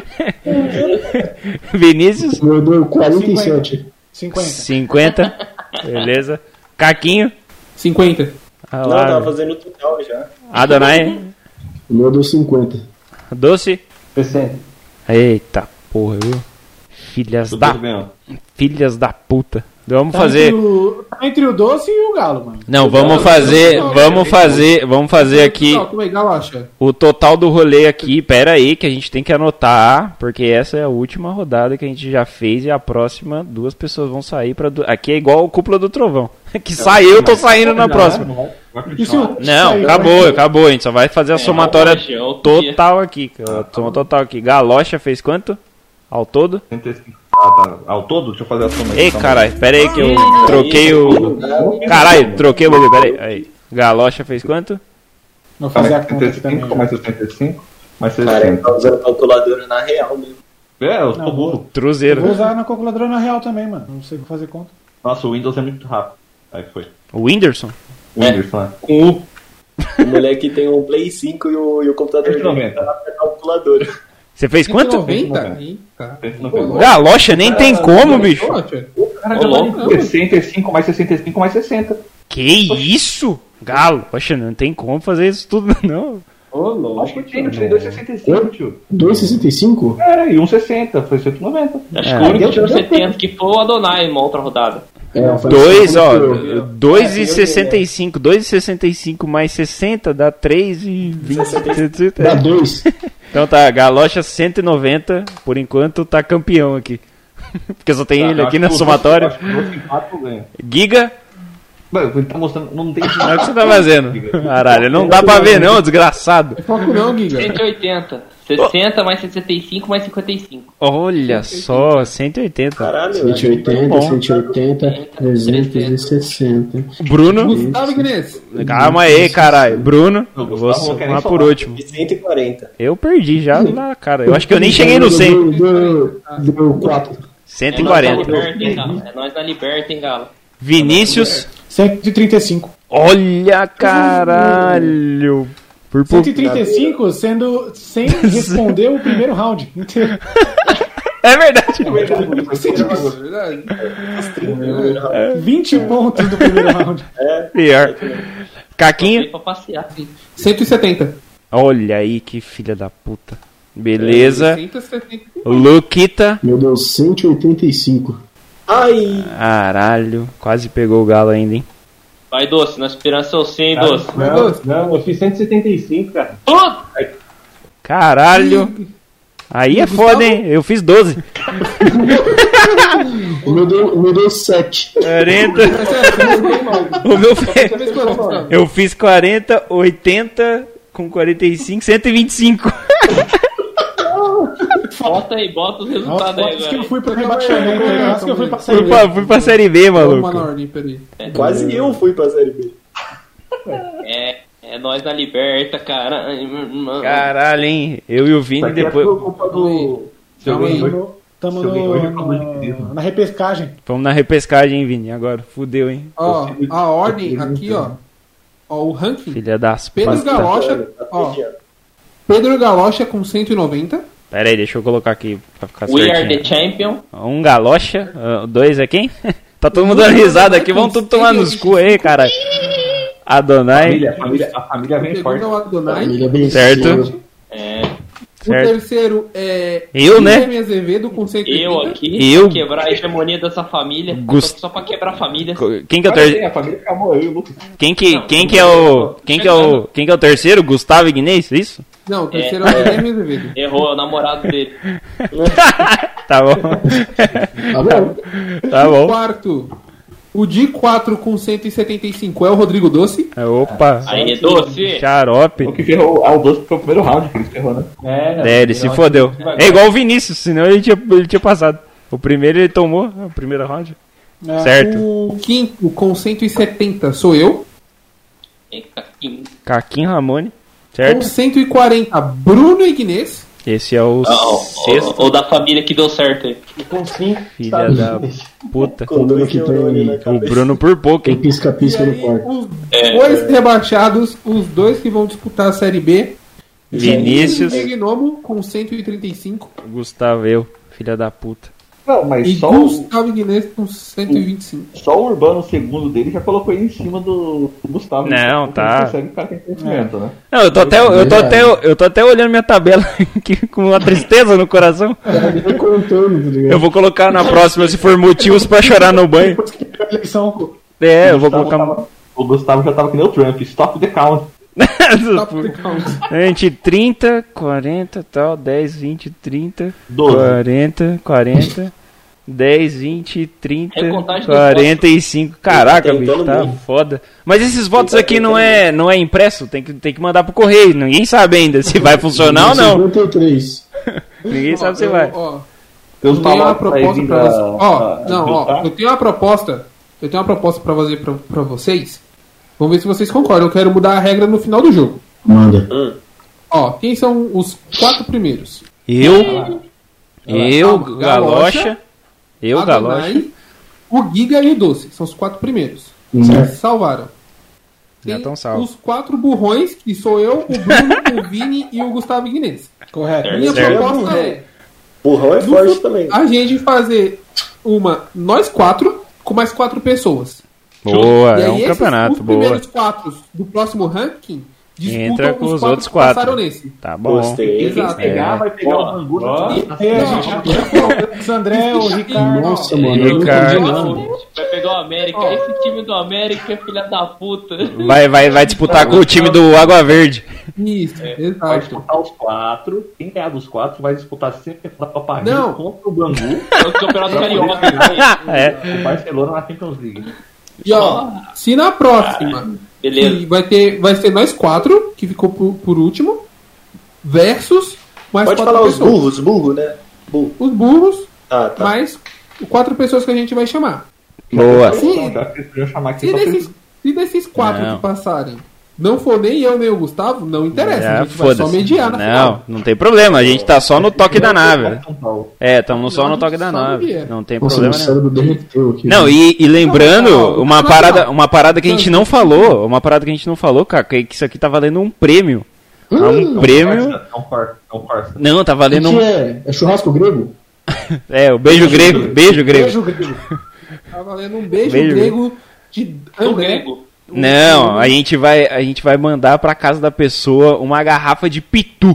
Speaker 4: Vinícius?
Speaker 6: Eu dou 47.
Speaker 7: 50.
Speaker 4: 50. Beleza. Caquinho?
Speaker 2: 50.
Speaker 4: Ah
Speaker 10: Não,
Speaker 4: lá.
Speaker 10: tava fazendo o total já.
Speaker 4: Adonai?
Speaker 6: O meu deu 50.
Speaker 4: Doce?
Speaker 9: 60.
Speaker 4: Eita porra, viu? Filhas da puta. Vamos fazer.
Speaker 7: Entre o Doce e o Galo, mano.
Speaker 4: Não, vamos fazer aqui o total do rolê aqui. Pera aí, que a gente tem que anotar, porque essa é a última rodada que a gente já fez e a próxima 2 pessoas vão sair para aqui é igual a Cúpula do Trovão. Que sai eu tô saindo na próxima. Não, acabou, a gente só vai fazer a somatória total aqui. Soma total aqui. Galocha fez quanto? Ao todo?
Speaker 5: 105. Ao todo? Deixa eu fazer a soma.
Speaker 4: Ei, caralho, pera aí que eu troquei o... Caralho, troquei o bagulho, pera aí. Aí. Galocha fez quanto?
Speaker 7: Vou fazer a conta aqui também.
Speaker 5: Mais 65, mais 60.
Speaker 10: Cara, tá usando a calculadora na real mesmo.
Speaker 5: Eu tô burro.
Speaker 4: Truzeiro.
Speaker 7: Vou usar na calculadora na real também, mano. Não sei fazer conta.
Speaker 5: Nossa, o Windows é muito rápido. Aí foi.
Speaker 4: O Whindersson?
Speaker 5: O Whindersson,
Speaker 10: Com o moleque tem um Play 5 e o computador dele tá na calculadora.
Speaker 4: Você fez quanto?
Speaker 2: 190?
Speaker 4: Galocha nem tem como, bicho.
Speaker 5: Cara, 65 mais 65 mais 60.
Speaker 4: Que isso? Galocha, não tem como fazer isso tudo, não.
Speaker 5: Acho que tem, eu tirei 2,65, tio.
Speaker 6: 2,65?
Speaker 5: Era, e 1,60, foi 190.
Speaker 8: Acho que o único que tirou 70 que foi o Adonai em uma outra rodada.
Speaker 4: 2,65. 2,65 mais 60 dá 3,20.
Speaker 6: Dá 2.
Speaker 4: Então tá, Galocha 190, por enquanto tá campeão aqui. Porque só tem ele aqui na somatória. Giga.
Speaker 5: Mano, ele tá mostrando, não tem...
Speaker 4: Não é o que você tá fazendo. Caralho, não dá pra ver não, desgraçado.
Speaker 2: Não, Giga.
Speaker 8: 180. 60 mais 65 mais 55.
Speaker 4: Olha só, 180.
Speaker 10: Caralho,
Speaker 6: 180, 360.
Speaker 4: Bruno.
Speaker 2: Gustavo Guinness.
Speaker 4: Calma aí, caralho. Bruno, eu vou lá por último.
Speaker 10: 140.
Speaker 4: Eu perdi já lá, cara. Eu acho que eu nem cheguei no 100.
Speaker 6: Deu 4.
Speaker 4: 140.
Speaker 8: É nós na Liberta, hein, Galo.
Speaker 4: Vinícius.
Speaker 7: 135.
Speaker 4: Olha, caralho. Por
Speaker 7: 135 sendo sem responder o primeiro round inteiro.
Speaker 4: É verdade.
Speaker 7: 20 pontos do primeiro round.
Speaker 4: Pior. Caquinha.
Speaker 2: 170.
Speaker 4: Olha aí, que filha da puta. Beleza. Luquita.
Speaker 6: Meu Deus, 185.
Speaker 10: Ai.
Speaker 4: Caralho. Quase pegou o Galo ainda, hein?
Speaker 8: Vai, Doce, na esperança eu sei, Doce.
Speaker 9: Não, eu fiz 175, cara.
Speaker 4: Caralho. Aí é foda, hein? Eu fiz 12.
Speaker 6: O meu deu 7.
Speaker 4: 40. O meu eu fiz 40, 80 com 45, 125.
Speaker 8: Bota os resultados aí agora.
Speaker 7: Que eu fui pro rebaixamento, quase que eu fui pra Série B.
Speaker 4: Fui pra Série B, maluco.
Speaker 10: Quase eu fui pra Série B.
Speaker 8: É nós na Liberta, cara.
Speaker 4: Caralho, hein? Eu e o Vini depois.
Speaker 7: Estamos na repescagem.
Speaker 4: Vamos na repescagem, hein, Vini? Agora, fudeu, hein?
Speaker 2: Ó, a ordem aqui, ó. Ó, o ranking.
Speaker 4: Filha das
Speaker 2: Pedro Galocha, ó. Pedro Galocha com 190.
Speaker 4: Pera aí, deixa eu colocar aqui pra ficar
Speaker 8: We
Speaker 4: certinho.
Speaker 8: are the champion.
Speaker 4: Um Galocha, 2 é quem? Tá todo mundo dando risada aqui, vamos tudo tomar nos cu aí, cara. Adonai.
Speaker 5: A família vem forte.
Speaker 6: Família bem
Speaker 4: certo.
Speaker 2: O terceiro é...
Speaker 4: Eu, né?
Speaker 2: Guilherme Azevedo com 180.
Speaker 8: Eu aqui.
Speaker 4: Eu?
Speaker 8: Pra quebrar a hegemonia dessa família. Só pra quebrar a família.
Speaker 4: Quem que é o terceiro?
Speaker 5: A família acabou, eu e o Lucas.
Speaker 4: Quem que é o terceiro? Gustavo Ignez, isso?
Speaker 2: Não, o terceiro é o Guilherme Azevedo.
Speaker 8: Errou, é o namorado dele.
Speaker 4: Tá bom. Tá bom.
Speaker 2: O quarto, o de 4 com 175 é o Rodrigo Doce.
Speaker 4: Opa.
Speaker 8: Aí, Doce.
Speaker 4: Xarope.
Speaker 5: O que ferrou o Doce foi o primeiro round, por isso que errou, né?
Speaker 4: Ele se fodeu. É igual o Vinícius, senão ele tinha passado. O primeiro ele tomou, o primeiro round. Certo.
Speaker 2: O quinto com 170 sou eu.
Speaker 4: Caquinho Ramone.
Speaker 2: Com
Speaker 4: Certo.
Speaker 2: 140, Bruno Ignez.
Speaker 4: Esse é o sexto.
Speaker 8: Ou da família que deu certo aí.
Speaker 7: Com 5.
Speaker 4: Filha da puta.
Speaker 6: O Bruno que tem
Speaker 4: O Bruno por pouco, hein?
Speaker 6: pisca-pisca no quarto.
Speaker 2: Os dois rebaixados, os dois que vão disputar a Série B.
Speaker 4: Vinícius.
Speaker 2: E Gnomo com 135.
Speaker 4: Gustavo, eu. Filha da puta.
Speaker 5: Não, mas
Speaker 2: E
Speaker 5: só
Speaker 2: Gustavo Guinness com 125.
Speaker 5: Só o Urbano, segundo dele, já colocou ele em cima do Gustavo.
Speaker 4: Não,
Speaker 5: Então,
Speaker 4: tá.
Speaker 5: percebe que o cara tem conhecimento, né?
Speaker 4: Não, eu tô até olhando minha tabela aqui com uma tristeza no coração.
Speaker 6: Ele vai contando, tá ligado?
Speaker 4: Eu vou colocar na próxima se for motivos pra chorar no banho. Eu vou colocar.
Speaker 5: O Gustavo já tava que nem o Trump, stop the count.
Speaker 4: Gente, 30, 40, tal, 10, 20, 30,
Speaker 5: 12.
Speaker 4: 40, 10, 20, 30,
Speaker 8: Recontagem dos
Speaker 4: 45. Caraca,
Speaker 10: Tem
Speaker 4: bicho,
Speaker 10: todo
Speaker 4: tá
Speaker 10: mundo.
Speaker 4: foda. Mas esses votos aqui não é impresso, tem que mandar pro correio. Ninguém sabe ainda se vai funcionar ou não.
Speaker 6: 53.
Speaker 4: Ninguém sabe se vai.
Speaker 2: Eu tenho uma proposta pra vocês. Eu tenho uma proposta. Eu tenho uma proposta pra fazer pra vocês. Vamos ver se vocês concordam. Eu quero mudar a regra no final do jogo.
Speaker 6: Manda.
Speaker 2: Quem são os 4 primeiros?
Speaker 4: Galocha,
Speaker 2: Adonai, o Giga e o Doce. São os 4 primeiros.
Speaker 6: Certo.
Speaker 2: Salvaram.
Speaker 4: Já
Speaker 2: Tem
Speaker 4: tão salvos.
Speaker 2: os 4 burrões, que sou eu, o Bruno, o Vini e o Gustavo Guinness.
Speaker 7: Correto.
Speaker 2: Minha proposta é
Speaker 10: Burrão é forte também.
Speaker 2: a gente fazer nós 4 com mais 4 pessoas.
Speaker 4: Boa,
Speaker 2: E
Speaker 4: é
Speaker 2: aí,
Speaker 4: um campeonato,
Speaker 2: os
Speaker 4: boa.
Speaker 2: primeiros 4 do próximo ranking disputam
Speaker 4: Entra com os
Speaker 2: quatro
Speaker 4: outros
Speaker 2: que
Speaker 4: 4.
Speaker 2: passaram nesse.
Speaker 4: Tá bom.
Speaker 10: Gostei.
Speaker 2: Exato.
Speaker 5: Vai pegar o Bangu na
Speaker 7: O André, o Ricardo.
Speaker 6: Nossa, mano. Eu não
Speaker 4: Ricardo.
Speaker 6: entendi nada.
Speaker 8: Vai pegar o América. Esse time do América é filha da puta.
Speaker 4: Vai disputar com o time do Água Verde.
Speaker 2: Isso,
Speaker 5: Vai
Speaker 2: exato.
Speaker 5: disputar os 4. Quem ganhar dos 4 vai disputar sempre a Copa Rio
Speaker 2: Não.
Speaker 5: contra o Bangu.
Speaker 8: É o campeonato carioca.
Speaker 4: É.
Speaker 5: O Barcelona na Champions League.
Speaker 2: E se na próxima
Speaker 8: Beleza.
Speaker 2: que vai ser nós 4, que ficou por último, versus mais
Speaker 10: Pode
Speaker 2: 4
Speaker 10: falar os
Speaker 2: pessoas.
Speaker 10: burros, né? Burro.
Speaker 2: Os burros,
Speaker 10: Ah, tá.
Speaker 2: mais 4 pessoas que a gente vai chamar.
Speaker 4: Boa.
Speaker 5: Já que eu chamar aqui
Speaker 2: Se desses 4
Speaker 4: Não.
Speaker 2: que passarem não for nem eu nem o Gustavo, não interessa. A gente vai só
Speaker 4: Foda-se.
Speaker 2: mediar na final.
Speaker 4: Não tem problema, a gente tá só no toque da nave.
Speaker 5: São Paulo.
Speaker 4: Estamos só no toque da
Speaker 2: Só
Speaker 4: nave.
Speaker 2: no dia.
Speaker 4: Não tem
Speaker 6: Nossa, meu
Speaker 4: problema nenhum.
Speaker 6: cérebro derreteu aqui.
Speaker 4: Não, e lembrando,
Speaker 2: Não,
Speaker 4: uma
Speaker 2: não.
Speaker 4: parada que a gente não falou, cara, que isso aqui tá valendo um prêmio. Um prêmio.
Speaker 5: Não força.
Speaker 4: Não, tá
Speaker 6: O
Speaker 4: valendo
Speaker 6: que
Speaker 4: um.
Speaker 6: é churrasco grego?
Speaker 4: O beijo grego. Beijo grego.
Speaker 2: Tá valendo um beijo
Speaker 4: Beijo.
Speaker 2: grego de
Speaker 8: Do
Speaker 2: André.
Speaker 8: grego.
Speaker 4: Não, a gente vai mandar pra casa da pessoa uma garrafa de pitu.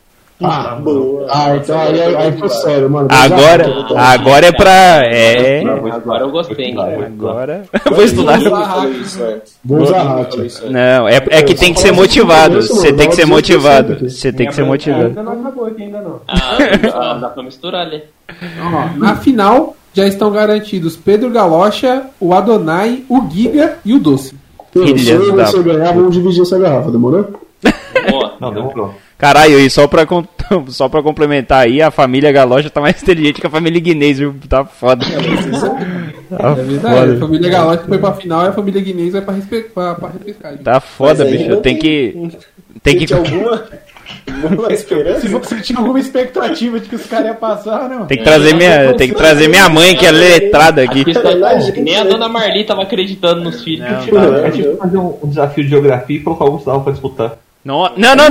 Speaker 10: Boa.
Speaker 6: Então aí ficou sério, mano.
Speaker 4: Agora é pra.
Speaker 8: Agora eu gostei.
Speaker 4: Agora. Vou estudar.
Speaker 6: Vou usar hack.
Speaker 4: Não, é que tem que ser motivado. Você tem que ser motivado. Você tem que ser motivado.
Speaker 7: Ainda não acabou aqui, ainda não.
Speaker 8: Dá pra misturar ali.
Speaker 2: Na final já estão garantidos Pedro Galocha, o Adonai, o Giga e o Doce.
Speaker 6: Se eu
Speaker 4: Filha
Speaker 6: e
Speaker 4: da-
Speaker 6: você ganhar, vamos dividir essa garrafa, demorou?
Speaker 8: Boa.
Speaker 5: Não, demorou.
Speaker 4: Caralho, e só pra complementar aí, a família Galocha tá mais inteligente que a família Guinness, viu? Tá foda. Tá
Speaker 2: É verdade, a família Galocha foi pra final e a família Guinness vai pra repescagem.
Speaker 4: Tá foda,
Speaker 10: Mas aí
Speaker 4: bicho.
Speaker 10: não
Speaker 4: Tem que.
Speaker 10: alguma esperança?
Speaker 7: Se você tinha alguma expectativa de que os caras iam passar, não.
Speaker 4: Tem que trazer minha mãe, que é letrada aqui.
Speaker 8: Nem a dona Marli tava acreditando nos filhos.
Speaker 5: É tipo fazer um desafio de geografia e colocar o Gustavo pra disputar.
Speaker 4: Não.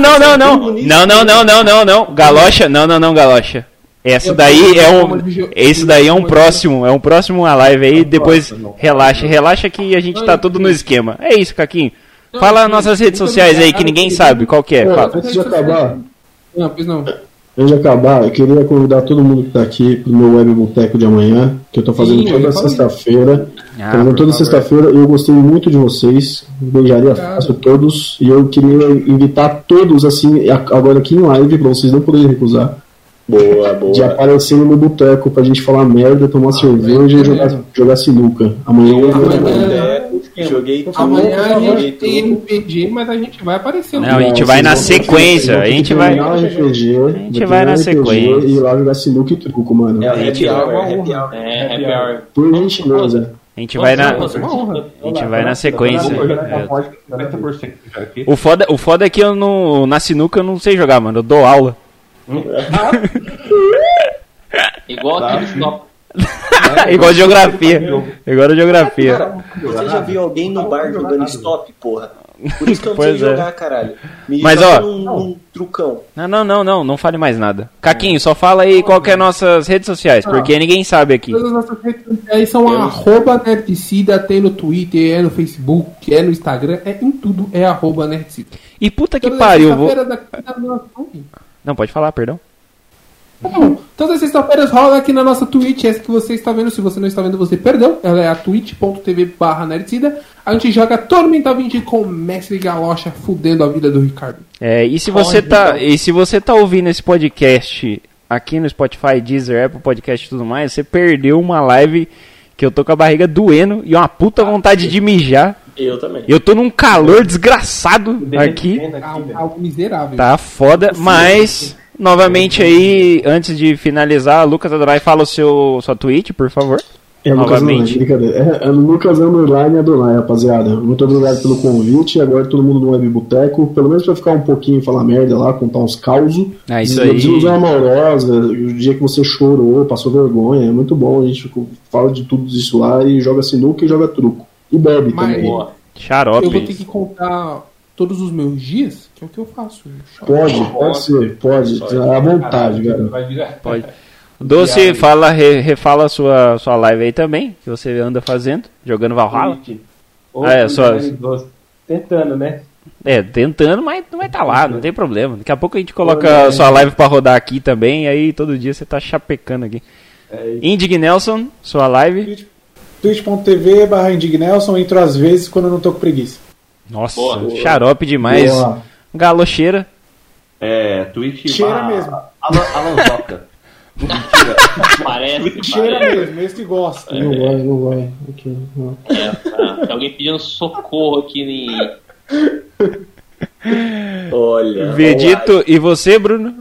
Speaker 4: Galocha, não, Galocha. Esse daí é um próximo a live aí, depois relaxa que a gente tá tudo no esquema. É isso, Caquinho. Fala nas nossas redes sociais aí que ninguém sabe qual que é. Fala.
Speaker 6: Antes de acabar,
Speaker 2: Não, pois não.
Speaker 6: antes de acabar, eu queria convidar todo mundo que tá aqui pro meu web boteco de amanhã, que eu tô fazendo
Speaker 2: Sim,
Speaker 6: toda
Speaker 2: eu falei.
Speaker 6: sexta-feira.
Speaker 4: Ah,
Speaker 6: Fazendo
Speaker 4: por
Speaker 6: toda
Speaker 4: favor.
Speaker 6: sexta-feira, eu gostei muito de vocês. Beijaria fácil todos. E eu queria invitar todos, assim, agora aqui em live, pra vocês não poderem recusar,
Speaker 10: Boa,
Speaker 6: de
Speaker 10: boa.
Speaker 6: aparecer no meu boteco pra gente falar merda, tomar cerveja e jogar sinuca. Amanhã eu vou.
Speaker 10: Joguei tudo.
Speaker 2: Amanhã a gente
Speaker 10: joguei
Speaker 2: tem
Speaker 10: tudo.
Speaker 2: RPG, mas a gente vai aparecer.
Speaker 4: Não, a gente vai na sequência. A gente vai.
Speaker 6: A
Speaker 4: gente vai na sequência.
Speaker 6: E ir lá jogar sinuca e truco, mano.
Speaker 10: É o happy hour, happy hour.
Speaker 8: É, happy hour.
Speaker 6: Por gentileza.
Speaker 4: A gente vai na.
Speaker 2: Nossa, uma honra.
Speaker 4: A gente vai na sequência. É.
Speaker 5: 50% já aqui.
Speaker 4: O foda é que eu não. Na sinuca eu não sei jogar, mano. Eu dou aula.
Speaker 8: Igual aqueles top.
Speaker 4: Igual geografia. Igual a geografia.
Speaker 10: Cara, você já viu alguém no bar jogando stop, porra? Por isso que eu não sei jogar, caralho.
Speaker 4: Mas ó,
Speaker 10: um trucão.
Speaker 4: Não fale mais nada. Caquinho, só fala aí qual que é nossas redes sociais, porque ninguém sabe aqui.
Speaker 2: Todas as nossas redes sociais são @nerdcida, tem no Twitter, é no Facebook, é no Instagram, é em tudo, é @nerdcida.
Speaker 4: E puta que pariu,
Speaker 2: Não,
Speaker 4: pode falar, perdão.
Speaker 2: Não, todas as sextas-feiras rola aqui na nossa Twitch, essa que você está vendo. Se você não está vendo, você perdeu. Ela é a twitch.tv/nerdcida. A gente joga Tormenta 20 com o Mestre Galocha fudendo a vida do Ricardo.
Speaker 4: E se você tá ouvindo esse podcast aqui no Spotify, Deezer, Apple Podcast e tudo mais, você perdeu uma live que eu tô com a barriga doendo e uma puta vontade de mijar.
Speaker 10: Eu também.
Speaker 4: Eu tô num calor desgraçado aqui.
Speaker 2: Algo miserável.
Speaker 4: Tá foda, mas novamente aí, antes de finalizar, Lucas Adonai, fala sua tweet, por favor.
Speaker 6: Novamente. É Lucas Adonai, rapaziada. Muito obrigado pelo convite. Agora todo mundo no Web Boteco. Pelo menos pra ficar um pouquinho, falar merda lá, contar uns causos.
Speaker 4: Isso aí.
Speaker 6: Desilusão amorosa, o dia que você chorou, passou vergonha. É muito bom. A gente fala de tudo isso lá e joga sinuca e joga truco. E bebe também.
Speaker 4: Xarope.
Speaker 2: Eu vou ter que contar todos os meus dias, que é o que eu faço.
Speaker 6: Pode. À vontade, galera.
Speaker 4: Pode. Doce, refala sua live aí também, que você anda fazendo, jogando Valhalla.
Speaker 9: Tentando, né?
Speaker 4: Tentando, mas não vai estar lá, não tem problema. Daqui a pouco a gente coloca a sua live pra rodar aqui também, aí todo dia você tá chapecando aqui. Indignelson, sua live.
Speaker 7: twitch.tv/Indignelson, entro às vezes quando eu não tô com preguiça.
Speaker 4: Nossa, xarope demais. Galocheira.
Speaker 5: Twitch.
Speaker 7: Cheira mesmo.
Speaker 5: Alanzoca.
Speaker 8: Parece.
Speaker 7: Cheira mesmo, esse que gosta.
Speaker 6: Não vai. Okay, não.
Speaker 8: Tem alguém pedindo socorro aqui
Speaker 10: Olha.
Speaker 4: Vedito, e você, Bruno?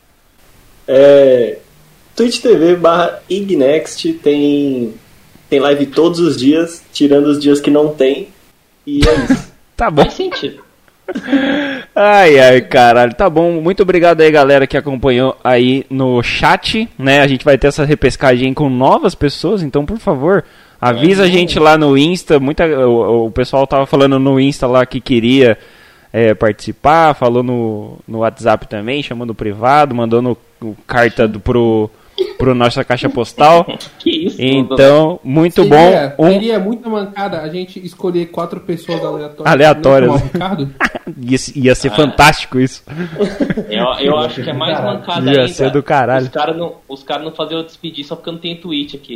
Speaker 10: Twitch TV/Ignext tem live todos os dias, tirando os dias que não tem. E é isso.
Speaker 4: Tá bom.
Speaker 8: Faz sentido.
Speaker 4: Ai, caralho, tá bom. Muito obrigado aí, galera, que acompanhou aí no chat, né? A gente vai ter essa repescagem com novas pessoas, então, por favor, avisa a gente lá no Insta. O pessoal tava falando no Insta lá que queria participar, falou no WhatsApp também, chamando no privado, mandando carta pro nossa caixa postal.
Speaker 8: Que isso?
Speaker 4: Então, muito bom.
Speaker 2: Seria muita mancada a gente escolher 4 pessoas
Speaker 4: aleatórias.
Speaker 2: Ricardo?
Speaker 4: Ia ser fantástico isso.
Speaker 8: Eu acho que é mais mancada
Speaker 4: ia
Speaker 8: ainda.
Speaker 4: Ser do caralho.
Speaker 8: Os caras não faziam eu despedir só porque eu não tenho tweet aqui.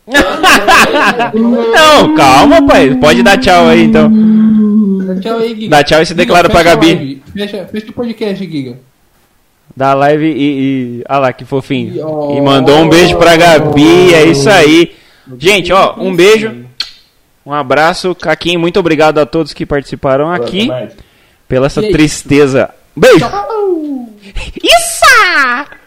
Speaker 4: Não, calma, pai. Pode dar tchau aí, então.
Speaker 2: Tchau aí, Giga.
Speaker 4: Dá tchau e se declara pra Gabi.
Speaker 2: Fecha o podcast, Giga.
Speaker 4: Da live e ah lá, que fofinho. E mandou um beijo pra Gabi, é isso aí. Gente, um beijo, um abraço. Caquinho, muito obrigado a todos que participaram aqui. Pela essa tristeza. Beijo! Isso!